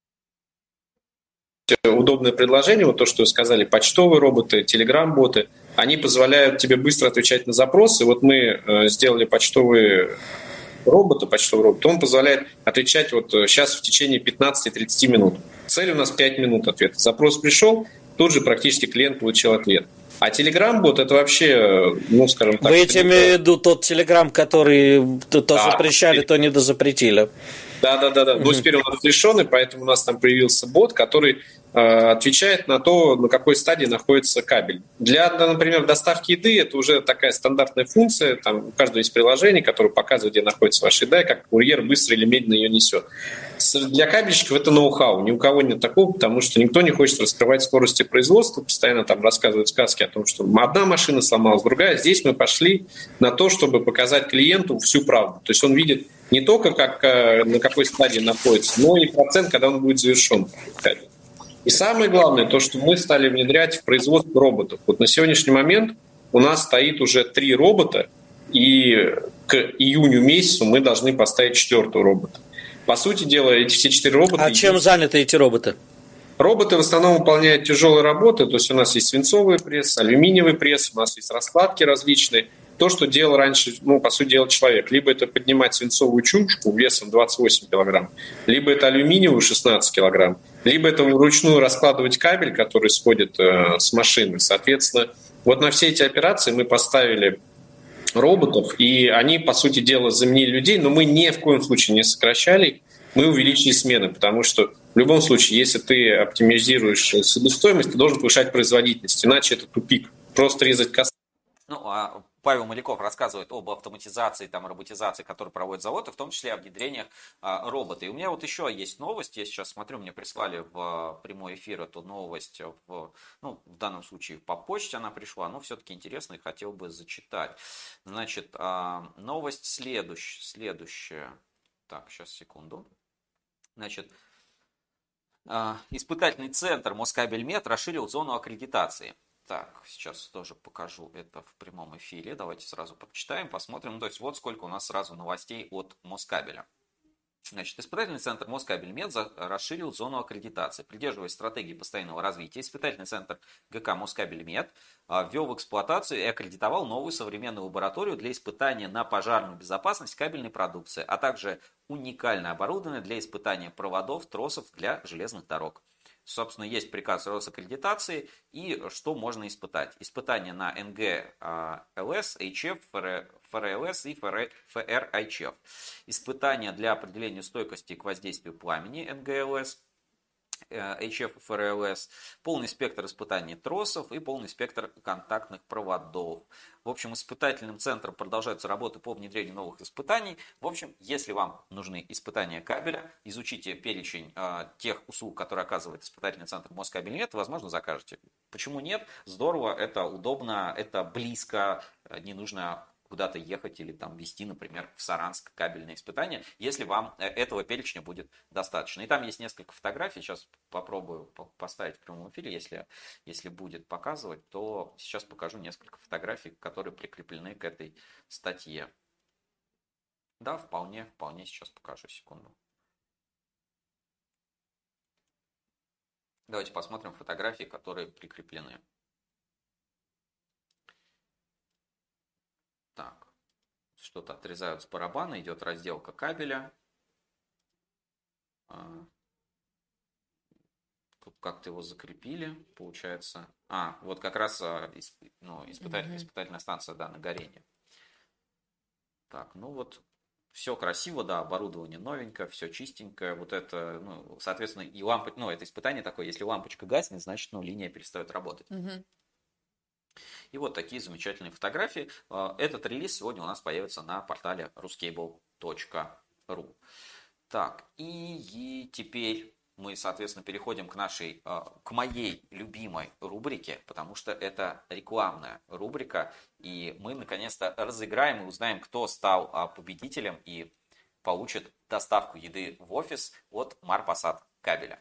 Удобное предложение, вот то, что вы сказали, почтовые роботы, телеграм-боты. они позволяют тебе быстро отвечать на запросы. Вот мы э, сделали почтовые робота, почтовый робот, он позволяет отвечать вот сейчас в течение пятнадцати-тридцати минут. Цель у нас пять минут ответа. Запрос пришел, тут же практически клиент получил ответ. А Telegram-бот это вообще, ну, скажем так... Вы имеете в виду тот Telegram, который то, то да, запрещали, то не дозапретили? Да-да-да. Но теперь он разрешенный, поэтому у нас там появился бот, который э, отвечает на то, на какой стадии находится кабель. Для, например, доставки еды это уже такая стандартная функция. Там у каждого есть приложение, которое показывает, где находится ваша еда, и как курьер быстро или медленно ее несет. Для кабельщиков это ноу-хау. Ни у кого нет такого, потому что никто не хочет раскрывать скорости производства, постоянно там рассказывают сказки о том, что одна машина сломалась, другая. Здесь мы пошли на то, чтобы показать клиенту всю правду. То есть он видит не только, как, на какой стадии находится, но и процент, когда он будет завершен. И самое главное, то, что мы стали внедрять в производство роботов. Вот на сегодняшний момент у нас стоит уже три робота, и к июню месяцу мы должны поставить четвертого робота. По сути дела, эти все четыре робота... А чем заняты эти роботы? Роботы в основном выполняют тяжелые работы, то есть у нас есть свинцовый пресс, алюминиевый пресс, у нас есть раскладки различные. То, что делал раньше, ну, по сути дела, человек. Либо это поднимать свинцовую чушку весом двадцать восемь килограмм, либо это алюминиевую шестнадцать килограмм, либо это вручную раскладывать кабель, который сходит э, с машины. Соответственно, вот на все эти операции мы поставили роботов, и они, по сути дела, заменили людей, но мы ни в коем случае не сокращали, мы увеличили смены, потому что в любом случае, если ты оптимизируешь себестоимость, ты должен повышать производительность, иначе это тупик. Просто резать косты. Ну, а Павел Маляков рассказывает об автоматизации, там, роботизации, которую проводят заводы, в том числе о внедрениях а, робота. И у меня вот еще есть новость, я сейчас смотрю, мне прислали в прямой эфир эту новость, в, ну, в данном случае по почте она пришла, но все-таки интересно и хотел бы зачитать. Значит, а, новость следующая, следующая. Так, сейчас, секунду. Значит, а, испытательный центр Москабельмет расширил зону аккредитации. Так, сейчас тоже покажу это в прямом эфире. Давайте сразу почитаем, посмотрим. Ну, то есть вот сколько у нас сразу новостей от Москабеля. Значит, испытательный центр Москабельмет расширил зону аккредитации. Придерживаясь стратегии постоянного развития, испытательный центр ГК Москабельмет ввел в эксплуатацию и аккредитовал новую современную лабораторию для испытания на пожарную безопасность кабельной продукции, а также уникальное оборудование для испытания проводов, тросов для железных дорог. Собственно, есть приказ Росаккредитации, и что можно испытать? Испытания на эн гэ эл эс, эйч эф, эф эр эл эс и эф эр эйч эф. Испытания для определения стойкости к воздействию пламени эн гэ эл эс, эйч эф, эф эр эл эс, полный спектр испытаний тросов и полный спектр контактных проводов. В общем, испытательным центром продолжаются работы по внедрению новых испытаний. В общем, если вам нужны испытания кабеля, изучите перечень э, тех услуг, которые оказывает испытательный центр Москабельмет, возможно, закажете. Почему нет? Здорово, это удобно, это близко, не нужно куда-то ехать или там везти, например, в Саранск кабельные испытания, если вам этого перечня будет достаточно. И там есть несколько фотографий, сейчас попробую поставить в прямом эфире, если, если будет показывать, то сейчас покажу несколько фотографий, которые прикреплены к этой статье. Да, вполне, вполне сейчас покажу, секунду. Давайте посмотрим фотографии, которые прикреплены. Так, что-то отрезают с барабана, идет разделка кабеля. Тут как-то его закрепили, получается. А, вот как раз ну, испытатель, mm-hmm. испытательная станция, да, на горение. Так, ну вот, все красиво, да, оборудование новенькое, все чистенькое. Вот это, ну, соответственно, и лампа, ну, это испытание такое, если лампочка гаснет, значит, ну, линия перестает работать. Mm-hmm. И вот такие замечательные фотографии. Этот релиз сегодня у нас появится на портале рускейбл точка ру. Так, и, и теперь мы, соответственно, переходим к нашей, к моей любимой рубрике, потому что это рекламная рубрика. И мы, наконец-то, разыграем и узнаем, кто стал победителем и получит доставку еды в офис от Марпасад кабеля.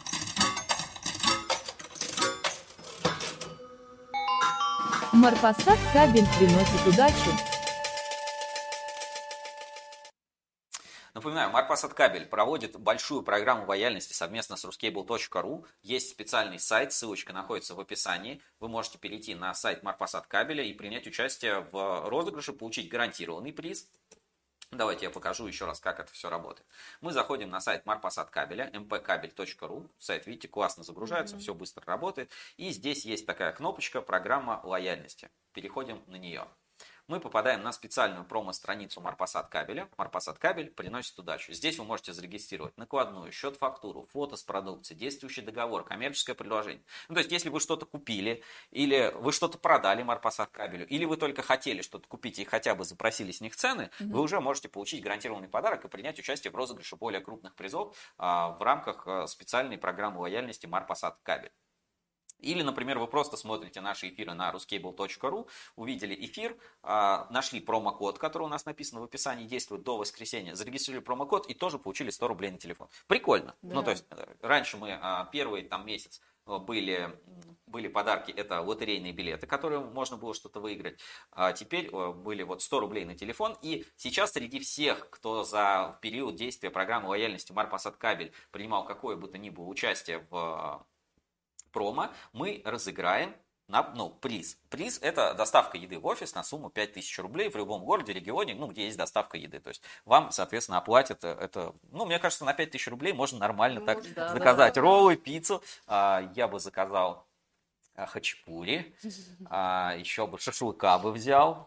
Марпасад кабель приносит удачу. Напоминаю, Марпасад-Кабель проводит большую программу лояльности совместно с ruskable точка ру. Есть специальный сайт, ссылочка находится в описании. Вы можете перейти на сайт Марпасад-Кабеля и принять участие в розыгрыше, получить гарантированный приз. Давайте я покажу еще раз, как это все работает. Мы заходим на сайт Марпасад-Кабеля, эм пэ кабель точка ру. Сайт, видите, классно загружается, mm-hmm. все быстро работает. И здесь есть такая кнопочка «Программа лояльности». Переходим на нее. Мы попадаем на специальную промо-страницу Марпасад-Кабеля. Марпасад-Кабель приносит удачу. Здесь вы можете зарегистрировать накладную, счет-фактуру, фото с продукцией, действующий договор, коммерческое предложение. Ну, то есть, если вы что-то купили, или вы что-то продали Марпасад-Кабелю, или вы только хотели что-то купить и хотя бы запросили с них цены, mm-hmm. вы уже можете получить гарантированный подарок и принять участие в розыгрыше более крупных призов а, в рамках а, специальной программы лояльности Марпасад-Кабель. Или, например, вы просто смотрите наши эфиры на ruskable точка ру, увидели эфир, нашли промокод, который у нас написан в описании, действует до воскресенья, зарегистрировали промокод и тоже получили сто рублей на телефон. Прикольно. Да. Ну, то есть, раньше мы первый там месяц были, были подарки, это лотерейные билеты, которые можно было что-то выиграть. А теперь были вот сто рублей на телефон. И сейчас среди всех, кто за период действия программы лояльности Марпасад-Кабель принимал какое бы то ни было участие в промо, мы разыграем на, ну, приз. Приз – это доставка еды в офис на сумму пять тысяч рублей в любом городе, регионе, ну, где есть доставка еды. То есть вам, соответственно, оплатят это, ну, мне кажется, на пять тысяч рублей можно нормально ну, так да, заказать да, роллы, пиццу. Я бы заказал хачапури, еще бы шашлыка бы взял.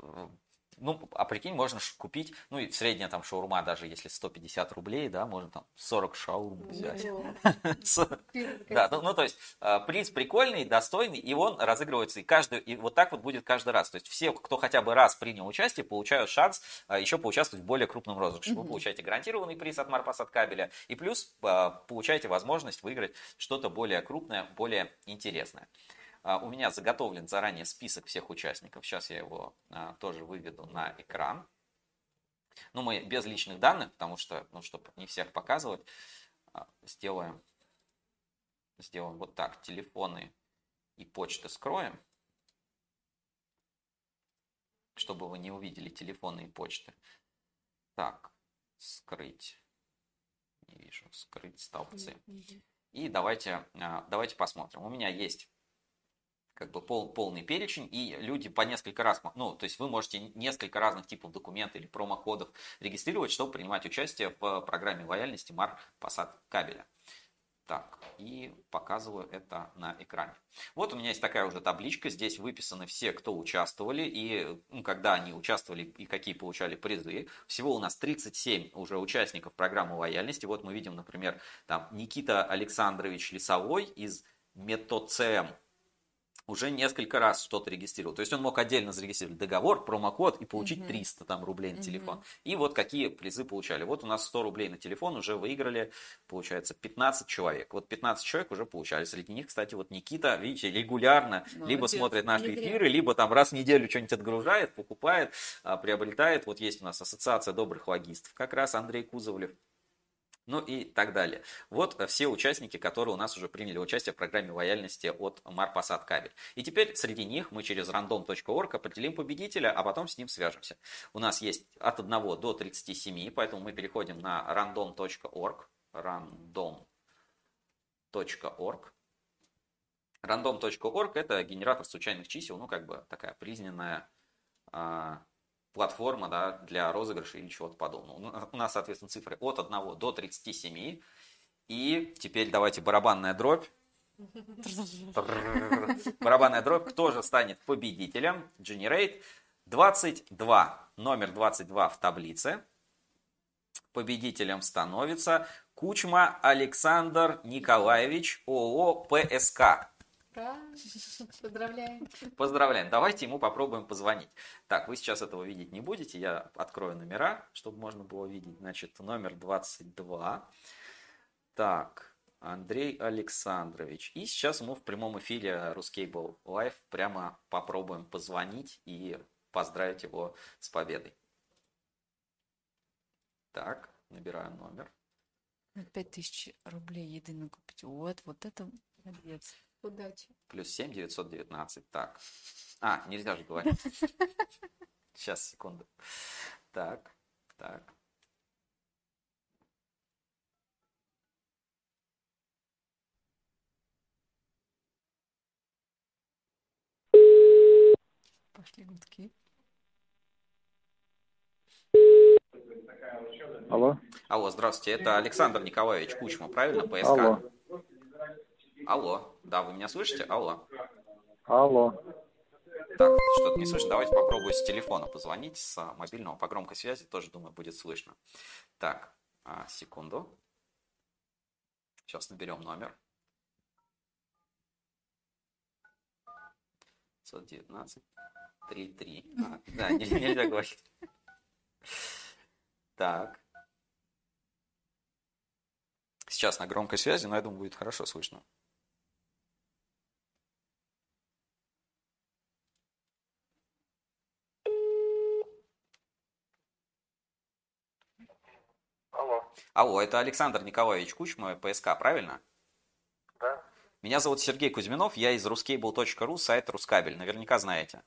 Ну, а прикинь, можно купить, ну, и средняя там шаурма, даже если сто пятьдесят рублей, да, можно там сорок шаурм взять. Да, ну, то есть, приз прикольный, достойный, и он разыгрывается, и каждый, и вот так вот будет каждый раз. То есть, все, кто хотя бы раз принял участие, получают шанс еще поучаствовать в более крупном розыгрыше. Вы получаете гарантированный приз от Марпасад-Кабеля, и плюс получаете возможность выиграть что-то более крупное, более интересное. У меня заготовлен заранее список всех участников. Сейчас я его а, тоже выведу на экран. Ну, мы без личных данных, потому что, ну, чтобы не всех показывать, а, сделаем, сделаем вот так. Телефоны и почты скроем, чтобы вы не увидели телефоны и почты. Так, скрыть. Не вижу, скрыть столбцы. И давайте, а, давайте посмотрим. У меня есть как бы пол, полный перечень, и люди по несколько раз, ну, то есть вы можете несколько разных типов документов или промокодов регистрировать, чтобы принимать участие в программе лояльности Марпасад-Кабеля. Так, и показываю это на экране. Вот у меня есть такая уже табличка, здесь выписаны все, кто участвовали, и ну, когда они участвовали, и какие получали призы. Всего у нас тридцать семь уже участников программы лояльности. Вот мы видим, например, там Никита Александрович Лесовой из МетоЦМ. Уже несколько раз что-то регистрировал. То есть он мог отдельно зарегистрировать договор, промокод и получить триста там, рублей на телефон. Uh-huh. И вот какие призы получали. Вот у нас сто рублей на телефон уже выиграли, получается, пятнадцать человек. Вот пятнадцать человек уже получали. Среди них, кстати, вот Никита, видите, регулярно Молодец. Либо смотрит наши эфиры, либо там раз в неделю что-нибудь отгружает, покупает, приобретает. Вот есть у нас ассоциация добрых логистов, как раз Андрей Кузовлев. Ну и так далее. Вот все участники, которые у нас уже приняли участие в программе лояльности от Марпасад-Кабель. И теперь среди них мы через рандом точка орг определим победителя, а потом с ним свяжемся. У нас есть от одного до тридцати семи, поэтому мы переходим на рандом точка орг. рандом точка орг. рандом точка орг это генератор случайных чисел, ну как бы такая признанная а, платформа, да, для розыгрыша или чего-то подобного. У нас, соответственно, цифры от одного до тридцати семи. И теперь давайте барабанная дробь. Барабанная дробь. Кто же станет победителем? Generate двадцать два. Номер двадцать два в таблице. Победителем становится Кучма Александр Николаевич, ООО ПСК. Поздравляем. Поздравляем. Давайте ему попробуем позвонить. Так, вы сейчас этого видеть не будете. Я открою номера, чтобы можно было видеть. Значит, номер двадцать два. Так, Андрей Александрович. И сейчас ему в прямом эфире Ruskable Live прямо попробуем позвонить и поздравить его с победой. Так, набираю номер. пять тысяч рублей еды накупить. Вот, вот это молодец. Удачи. Плюс семь девятьсот девятнадцать. Так. А, нельзя же говорить. Сейчас, секунду. Так, так. Пошли гудки. Алло. Алло, здравствуйте, это Александр Николаевич Кучма, правильно, ПСК? Алло. Алло, да, вы меня слышите? Алло. Алло. Так, что-то не слышно, давайте попробую с телефона позвонить, с мобильного, по громкой связи, тоже, думаю, будет слышно. Так, секунду. Сейчас наберем номер. пятьсот девятнадцать тридцать три. А, да, нельзя говорить. Так. Сейчас на громкой связи, но я думаю, будет хорошо слышно. Алло. Алло, это Александр Николаевич Кучма, ПСК, правильно? Да. Меня зовут Сергей Кузьминов, я из ruskable точка ру, сайт Рускабель. Наверняка знаете.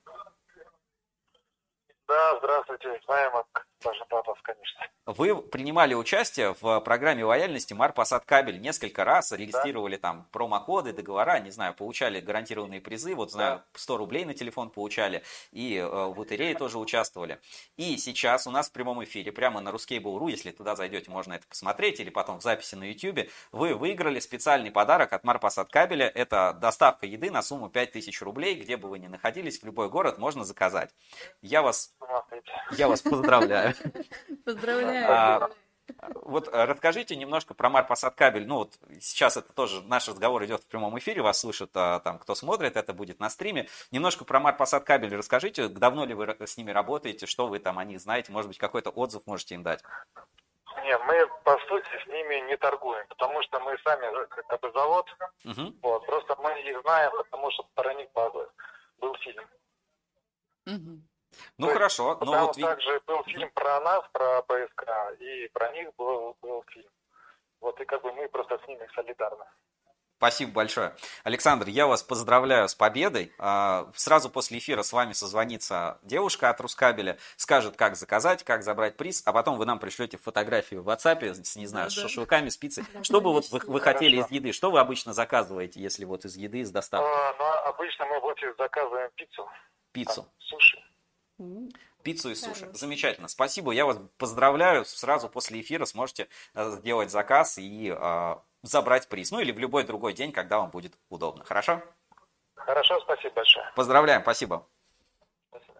Да, здравствуйте. Знаем ваш папа, конечно. Вы принимали участие в программе лояльности Марпасаткабель несколько раз, регистрировали да. там промокоды, договора, не знаю, получали гарантированные призы, вот знаю, сто рублей на телефон получали, и э, в лотерее тоже участвовали. И сейчас у нас в прямом эфире, прямо на ruskable точка ру, если туда зайдете, можно это посмотреть, или потом в записи на YouTube, вы выиграли специальный подарок от Марпасаткабеля. Это доставка еды на сумму пять тысяч рублей, где бы вы ни находились, в любой город можно заказать. Я вас, я вас поздравляю. Поздравляю. А, вот расскажите немножко про Марпасаткабель. Ну вот сейчас это тоже наш разговор идет в прямом эфире, вас слышат а, там, кто смотрит, это будет на стриме. Немножко про Марпасаткабель расскажите, давно ли вы с ними работаете, что вы там о них знаете, может быть какой-то отзыв можете им дать? Не, мы по сути с ними не торгуем, потому что мы сами как бы завод, угу. вот, просто мы их знаем, потому что про них был фильм. Угу. Ну То хорошо, есть, но там вот также был фильм про нас, про ПСК, и про них был, был фильм. Вот и как бы мы просто с ними солидарны. Спасибо большое. Александр, я вас поздравляю с победой. Сразу после эфира с вами созвонится девушка от Рускабеля, скажет, как заказать, как забрать приз, а потом вы нам пришлете фотографию в WhatsApp с, не знаю, да, с да. шашлыками, с пиццей. Да, что бы вот вы, вы хотели из еды? Что вы обычно заказываете, если вот из еды, из доставки? А, ну, обычно мы вот заказываем пиццу. Пиццу. А, суши. Пиццу и суши. Замечательно. Спасибо. Я вас поздравляю. Сразу после эфира сможете сделать заказ и э, забрать приз. Ну или в любой другой день, когда вам будет удобно. Хорошо? Хорошо, спасибо большое. Поздравляем. Спасибо. Спасибо.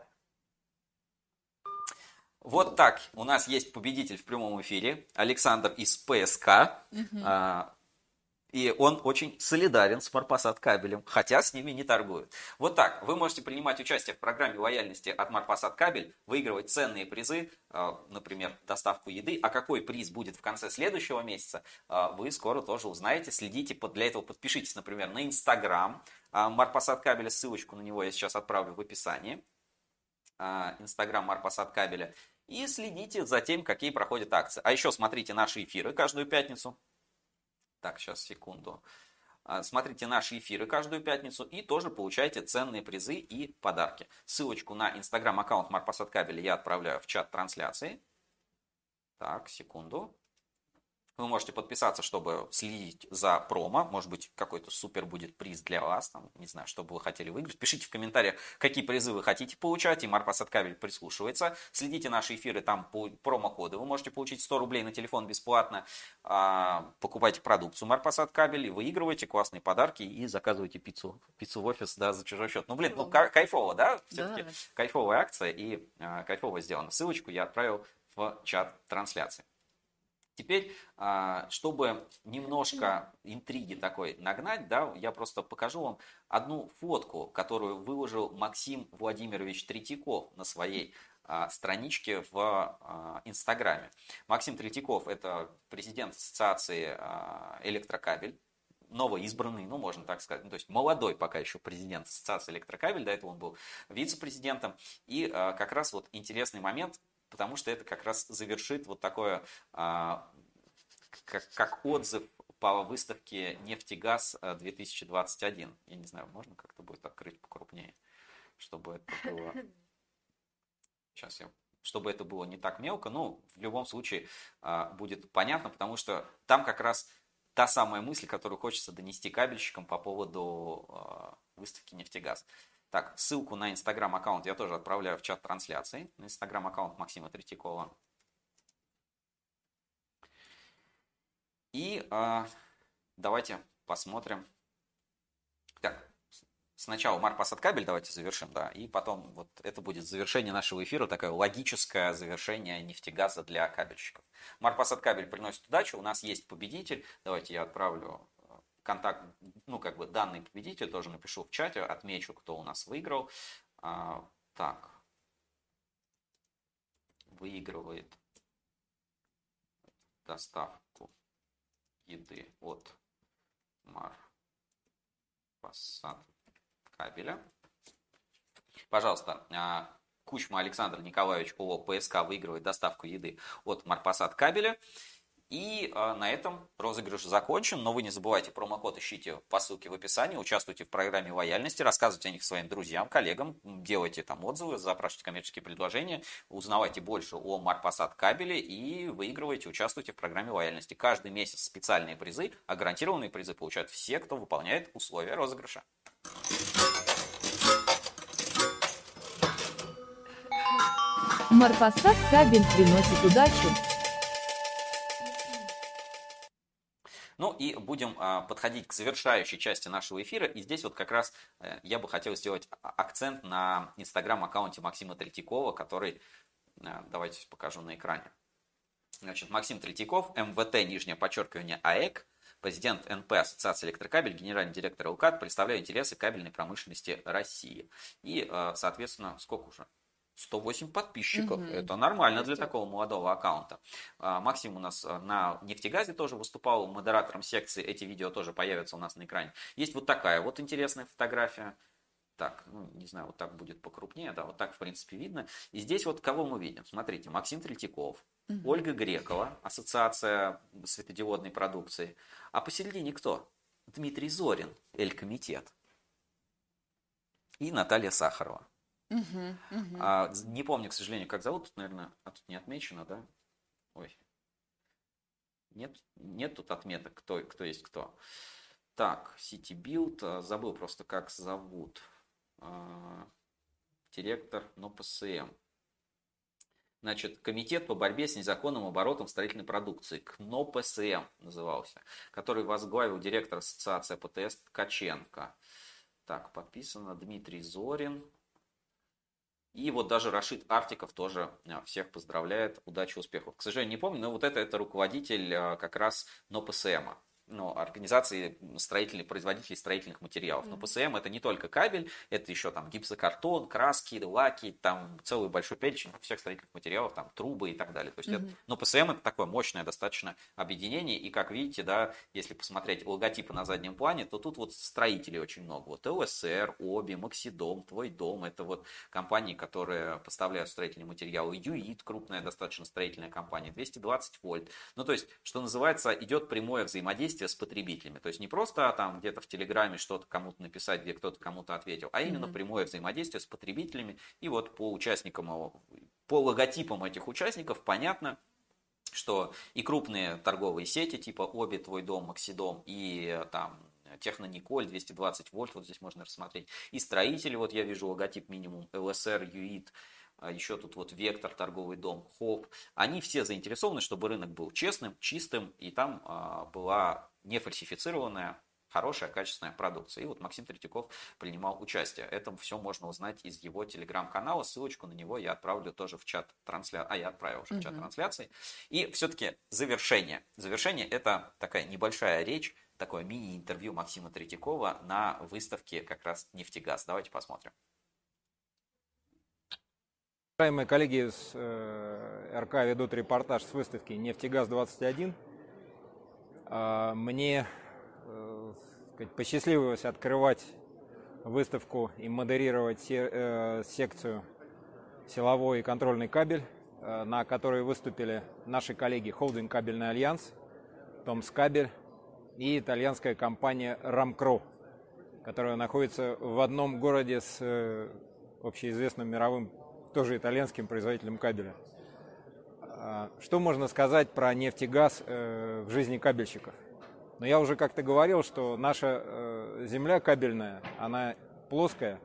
Вот так. У нас есть победитель в прямом эфире. Александр из ПСК. Угу. А, И он очень солидарен с Марпасаткабелем, хотя с ними не торгуют. Вот так. Вы можете принимать участие в программе лояльности от Марпасаткабель, выигрывать ценные призы, например, доставку еды. А какой приз будет в конце следующего месяца, вы скоро тоже узнаете. Следите, для этого подпишитесь, например, на Инстаграм Марпасаткабеля. Ссылочку на него я сейчас отправлю в описании. Инстаграм Марпасаткабеля. И следите за тем, какие проходят акции. А еще смотрите наши эфиры каждую пятницу. Так, сейчас, секунду. Смотрите наши эфиры каждую пятницу и тоже получаете ценные призы и подарки. Ссылочку на инстаграм-аккаунт Марпасаткабеля я отправляю в чат трансляции. Так, секунду. Вы можете подписаться, чтобы следить за промо. Может быть, какой-то супер будет приз для вас. Там, не знаю, что бы вы хотели выиграть. Пишите в комментариях, какие призы вы хотите получать. И Марпасаткабель прислушивается. Следите наши эфиры, там по промокоды. Вы можете получить сто рублей на телефон бесплатно. Покупайте продукцию Марпасаткабель и выигрывайте классные подарки. И заказывайте пиццу. Пиццу в офис, да, за чужой счет. Ну, блин, ну кайфово, да? Все-таки да. Кайфовая акция и кайфово сделано. Ссылочку я отправил в чат трансляции. Теперь, чтобы немножко интриги такой нагнать, да, я просто покажу вам одну фотку, которую выложил Максим Владимирович Третьяков на своей страничке в Инстаграме. Максим Третьяков – это президент ассоциации «Электрокабель». Новоизбранный, ну, можно так сказать, ну, то есть молодой пока еще президент ассоциации «Электрокабель», до этого он был вице-президентом. И как раз вот интересный момент, потому что это как раз завершит вот такое, а, как, как отзыв по выставке «Нефтегаз две тысячи двадцать один». Я не знаю, можно как-то будет открыть покрупнее, чтобы это было... Сейчас я... Чтобы это было не так мелко, но в любом случае а, будет понятно, потому что там как раз та самая мысль, которую хочется донести кабельщикам по поводу а, выставки «Нефтегаз». Так, ссылку на инстаграм-аккаунт я тоже отправляю в чат трансляции. На инстаграм-аккаунт Максима Третьякова. И э, давайте посмотрим. Так, сначала Марпасад кабель давайте завершим, да, и потом вот это будет завершение нашего эфира, такое логическое завершение нефтегаза для кабельщиков. Марпасад кабель приносит удачу, у нас есть победитель. Давайте я отправлю контакт, ну как бы данный победитель, тоже напишу в чате, отмечу, кто у нас выиграл. А, так, выигрывает доставку еды от Марпасад кабеля. Пожалуйста, Кучма Александр Николаевич, ООО ПСК, выигрывает доставку еды от Марпасад кабеля. И э, на этом розыгрыш закончен. Но вы не забывайте, промокод ищите по ссылке в описании. Участвуйте в программе лояльности, рассказывайте о них своим друзьям, коллегам, делайте там отзывы, запрашивайте коммерческие предложения, узнавайте больше о Марпасад кабеле и выигрывайте, участвуйте в программе лояльности. Каждый месяц специальные призы, а гарантированные призы получают все, кто выполняет условия розыгрыша. Марпасад кабель приносит удачу. Ну и будем а, подходить к завершающей части нашего эфира. И здесь вот как раз э, я бы хотел сделать акцент на инстаграм-аккаунте Максима Третьякова, который, э, давайте покажу на экране. Значит, Максим Третьяков, МВТ, нижнее подчеркивание, АЭК, президент эн пэ Ассоциации электрокабель, генеральный директор эл-кат, представляю интересы кабельной промышленности России. И, э, соответственно, сколько уже? сто восемь подписчиков. Угу. Это нормально для такого молодого аккаунта. Максим у нас на нефтегазе тоже выступал модератором секции. Эти видео тоже появятся у нас на экране. Есть вот такая вот интересная фотография. Так, ну, не знаю, вот так будет покрупнее. Да, вот так, в принципе, видно. И здесь вот кого мы видим? Смотрите, Максим Третьяков, угу. Ольга Грекова, Ассоциация светодиодной продукции. А посередине кто? Дмитрий Зорин, Эль-Комитет. И Наталья Сахарова. Uh-huh, uh-huh. А, не помню, к сожалению, как зовут, тут, наверное, а тут не отмечено, да? Ой. Нет, нет тут отметок, кто, кто есть кто. Так, City Build, забыл просто, как зовут. А, директор НОПСМ. Значит, комитет по борьбе с незаконным оборотом строительной продукции, КНОПСМ назывался, который возглавил директор Ассоциации ПТС Ткаченко. Так, подписано Дмитрий Зорин. И вот даже Рашид Артиков тоже всех поздравляет, удачи, успехов. К сожалению, не помню, но вот это, это руководитель как раз НОПСМа. Ну, организации строительных, производителей строительных материалов. Но ПСМ это не только кабель, это еще там гипсокартон, краски, лаки, там целый большой перечень всех строительных материалов, там трубы и так далее. То есть mm-hmm. это, но ПСМ это такое мощное достаточно объединение, и как видите, да, если посмотреть логотипы на заднем плане, то тут вот строителей очень много. Вот ЛСР, Оби, Максидом, Твой дом, это вот компании, которые поставляют строительные материалы. ЮИТ, крупная достаточно строительная компания, двести двадцать вольт. Ну, то есть, что называется, идет прямое взаимодействие с потребителями. То есть не просто там где-то в Телеграме что-то кому-то написать, где кто-то кому-то ответил, а именно mm-hmm. прямое взаимодействие с потребителями. И вот по участникам, по логотипам этих участников понятно, что и крупные торговые сети типа Оби, Твой дом, Максидом и там Технониколь, двести двадцать вольт, вот здесь можно рассмотреть. И строители, вот я вижу логотип минимум, ЛСР, ЮИТ, еще тут вот Вектор, торговый дом, Хоп. Они все заинтересованы, чтобы рынок был честным, чистым, и там а, была нефальсифицированная, хорошая, качественная продукция. И вот Максим Третьяков принимал участие. Это все можно узнать из его телеграм-канала. Ссылочку на него я отправлю тоже в чат трансляции. А, я отправил уже в чат трансляции. И все-таки завершение. Завершение это такая небольшая речь, такое мини-интервью Максима Третьякова на выставке как раз «Нефтегаз». Давайте посмотрим. Уважаемые коллеги из э, эр ка ведут репортаж с выставки «Нефтегаз двадцать один». Э, мне э, сказать, посчастливилось открывать выставку и модерировать се, э, секцию «Силовой и контрольный кабель», э, на которой выступили наши коллеги «Холдинг Кабельный Альянс», «Томскабель» и итальянская компания «Рамкро», которая находится в одном городе с э, общеизвестным мировым тоже итальянским производителем кабеля. Что можно сказать про нефтегаз в жизни кабельщиков? Но я уже как-то говорил, что наша земля кабельная, она плоская,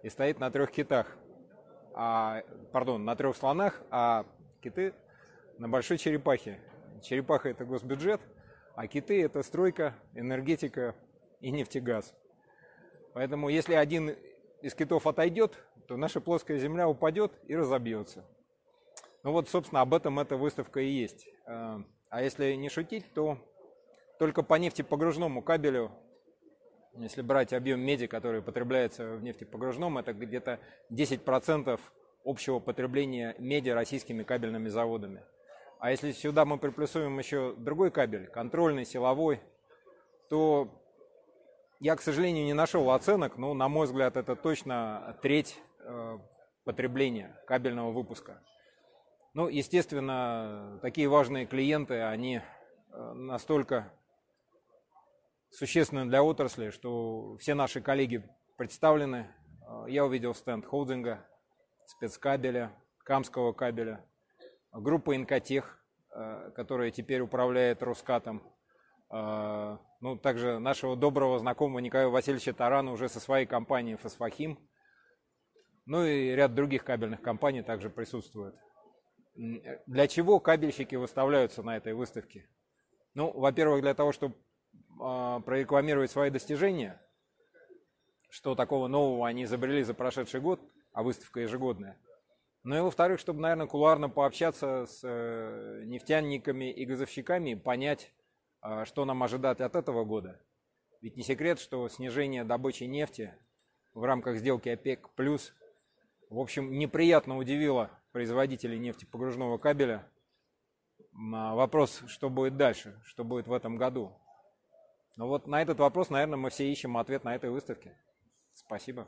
и стоит на трех китах, а, пардон, на трех слонах, а киты на большой черепахе. Черепаха – это госбюджет, а киты – это стройка, энергетика и нефтегаз. Поэтому если один из китов отойдет, то наша плоская земля упадет и разобьется. Ну вот, собственно, об этом эта выставка и есть. А если не шутить, то только по нефтепогружному кабелю, если брать объем меди, который потребляется в нефтепогружном, это где-то десять процентов общего потребления меди российскими кабельными заводами. А если сюда мы приплюсуем еще другой кабель, контрольный, силовой, то я, к сожалению, не нашел оценок, но, на мой взгляд, это точно треть э, потребления кабельного выпуска. Ну, естественно, такие важные клиенты, они э, настолько существенны для отрасли, что все наши коллеги представлены. Э, я увидел стенд холдинга, спецкабеля, камского кабеля, группа Инкотех, э, которая теперь управляет Роскатом. Э, ну, также нашего доброго знакомого Николая Васильевича Тарана уже со своей компанией «Фосфохим». Ну и ряд других кабельных компаний также присутствует. Для чего кабельщики выставляются на этой выставке? Ну, во-первых, для того, чтобы э, прорекламировать свои достижения, что такого нового они изобрели за прошедший год, а выставка ежегодная. Ну и во-вторых, чтобы, наверное, кулуарно пообщаться с э, нефтяниками и газовщиками и понять, э, что нам ожидать от этого года. Ведь не секрет, что снижение добычи нефти в рамках сделки ОПЕК+, в общем, неприятно удивило производителей нефтепогружного кабеля. Вопрос, что будет дальше, что будет в этом году. Но вот на этот вопрос, наверное, мы все ищем ответ на этой выставке. Спасибо.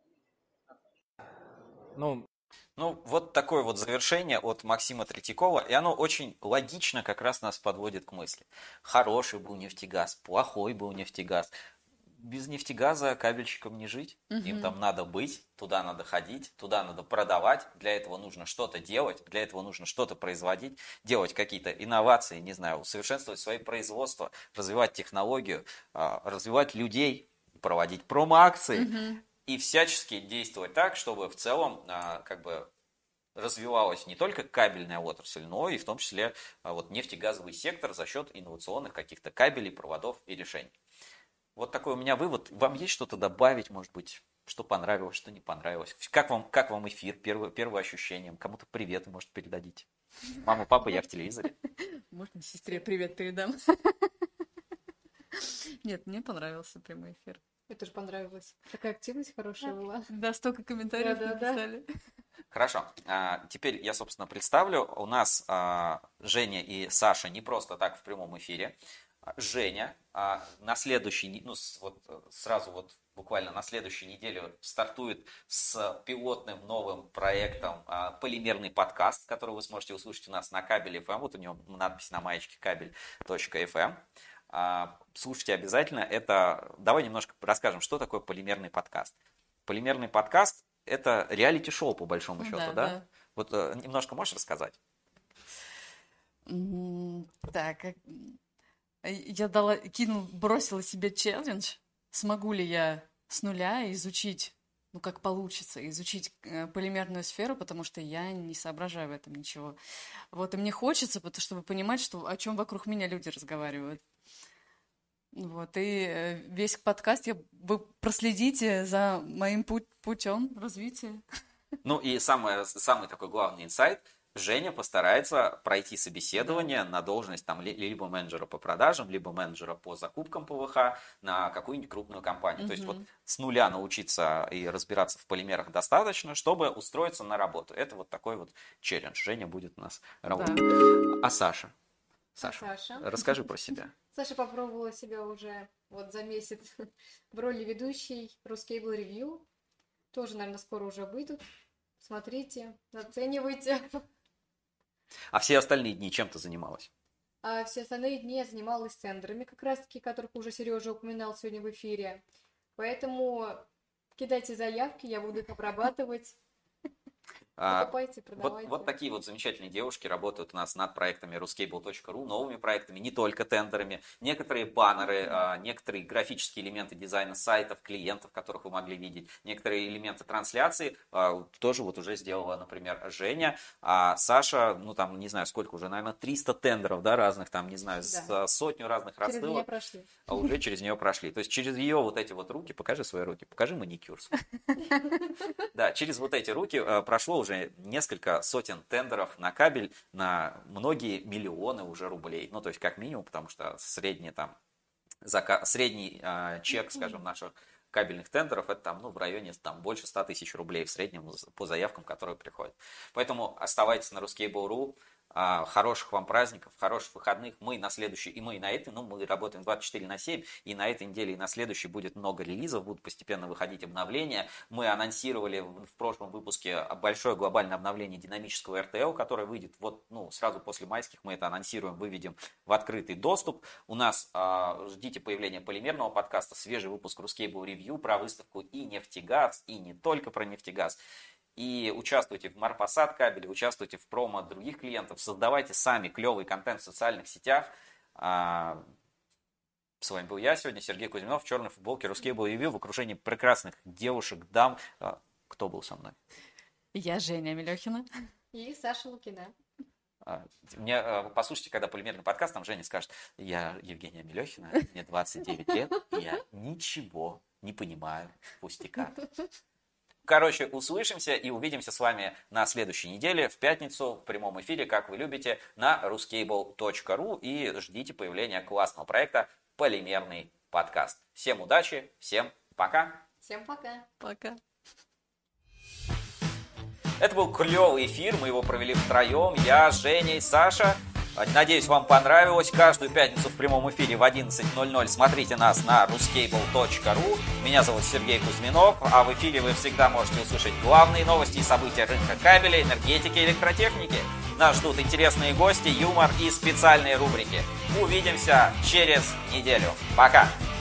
Ну, ну, вот такое вот завершение от Максима Третьякова, и оно очень логично как раз нас подводит к мысли. Хороший был нефтегаз, плохой был нефтегаз. Без нефтегаза кабельщикам не жить, угу. Им там надо быть, туда надо ходить, туда надо продавать, для этого нужно что-то делать, для этого нужно что-то производить, делать какие-то инновации, не знаю, усовершенствовать свои производства, развивать технологию, развивать людей, проводить промо-акции угу. И всячески действовать так, чтобы в целом как бы развивалась не только кабельная отрасль, но и в том числе вот нефтегазовый сектор за счет инновационных каких-то кабелей, проводов и решений. Вот такой у меня вывод. Вам есть что-то добавить, может быть, что понравилось, что не понравилось? Как вам, как вам эфир, первое, первое ощущение? Кому-то привет, может, передадите? Мама, папа, я в телевизоре. Можно сестре привет передам? Нет, мне понравился прямой эфир. Мне тоже понравилось. Такая активность хорошая была. Да, столько комментариев да, да, написали. Да. Хорошо. Теперь я, собственно, представлю. У нас Женя и Саша не просто так в прямом эфире. Женя а, на следующей, ну, вот сразу вот буквально на следующей неделе стартует с пилотным новым проектом а, полимерный подкаст, который вы сможете услышать у нас на Кабель точка эф эм. Вот у него надпись на маечке кабель точка эф эм. А, слушайте обязательно. Это давай немножко расскажем, что такое полимерный подкаст. Полимерный подкаст – это реалити-шоу по большому счету, да? да? да. Вот а, немножко можешь рассказать? Так. Я дала, кинул, бросила себе челлендж, смогу ли я с нуля изучить, ну как получится, изучить э, полимерную сферу, потому что я не соображаю в этом ничего. Вот, и мне хочется, потому, чтобы понимать, что, о чем вокруг меня люди разговаривают. Вот, и э, весь подкаст я, вы проследите за моим путь, путем развития. Ну и самый, самый такой главный инсайт. Женя постарается пройти собеседование на должность там, либо менеджера по продажам, либо менеджера по закупкам ПВХ на какую-нибудь крупную компанию. Mm-hmm. То есть вот с нуля научиться и разбираться в полимерах достаточно, чтобы устроиться на работу. Это вот такой вот челлендж. Женя будет у нас работать. Да. А Саша? Саша, а Саша? Расскажи про себя. Саша попробовала себя уже вот за месяц в роли ведущей Ruscable Review. Тоже, наверное, скоро уже выйдут. Смотрите, оценивайте. А все остальные дни чем ты занималась? А все остальные дни я занималась тендерами, как раз-таки, которых уже Сережа упоминал сегодня в эфире. Поэтому кидайте заявки, я буду их обрабатывать. Покупайте, Вот, продавайте. вот такие вот замечательные девушки работают у нас над проектами ruskable точка ру, новыми проектами, не только тендерами. Некоторые баннеры, а, некоторые графические элементы дизайна сайтов, клиентов, которых вы могли видеть, некоторые элементы трансляции а, тоже вот уже сделала, например, Женя. А Саша, ну там, не знаю, сколько уже, наверное, триста тендеров, да, разных, там, не знаю, Да. с, сотню разных Через меня рассылок. прошли. А уже через нее прошли. То есть через ее вот эти вот руки, покажи свои руки, покажи маникюр. Да, через вот эти руки э, прошло уже несколько сотен тендеров на кабель на многие миллионы уже рублей. Ну, то есть как минимум, потому что средний там зака... средний э, чек, скажем, наших кабельных тендеров, это там, ну, в районе там, больше ста тысяч рублей в среднем по заявкам, которые приходят. Поэтому оставайтесь на ruskable точка ру. А, хороших вам праздников, хороших выходных. Мы на следующий, и мы и на этой, ну, мы работаем двадцать четыре на семь, и на этой неделе, и на следующей будет много релизов, будут постепенно выходить обновления. Мы анонсировали в, в прошлом выпуске большое глобальное обновление динамического эр тэ эл, которое выйдет вот, ну, сразу после майских, мы это анонсируем, выведем в открытый доступ. У нас а, ждите появления полимерного подкаста, свежий выпуск Ruskable Review про выставку и нефтегаз, и не только про нефтегаз. И участвуйте в Марпасад кабеле, участвуйте в промо других клиентов, создавайте сами клевый контент в социальных сетях. С вами был я сегодня, Сергей Кузьминов, в черной футболке Ruskable Review, в окружении прекрасных девушек, дам. Кто был со мной? Я Женя Мелехина. И Саша Лукина. Мне, послушайте, когда полимерный подкаст, там Женя скажет: я Евгения Мелехина, мне двадцать девять лет, и я ничего не понимаю в пустяках. Короче, услышимся и увидимся с вами на следующей неделе, в пятницу, в прямом эфире, как вы любите, на ruskable точка ру. И ждите появления классного проекта «Полимерный подкаст». Всем удачи, всем пока. Всем пока. Пока. Это был клевый эфир, мы его провели втроем, я, Женя и Саша. Надеюсь, вам понравилось. Каждую пятницу в прямом эфире в одиннадцать ноль ноль смотрите нас на ruskable точка ру. Меня зовут Сергей Кузьминов, а в эфире вы всегда можете услышать главные новости и события рынка кабеля, энергетики и электротехники. Нас ждут интересные гости, юмор и специальные рубрики. Увидимся через неделю. Пока!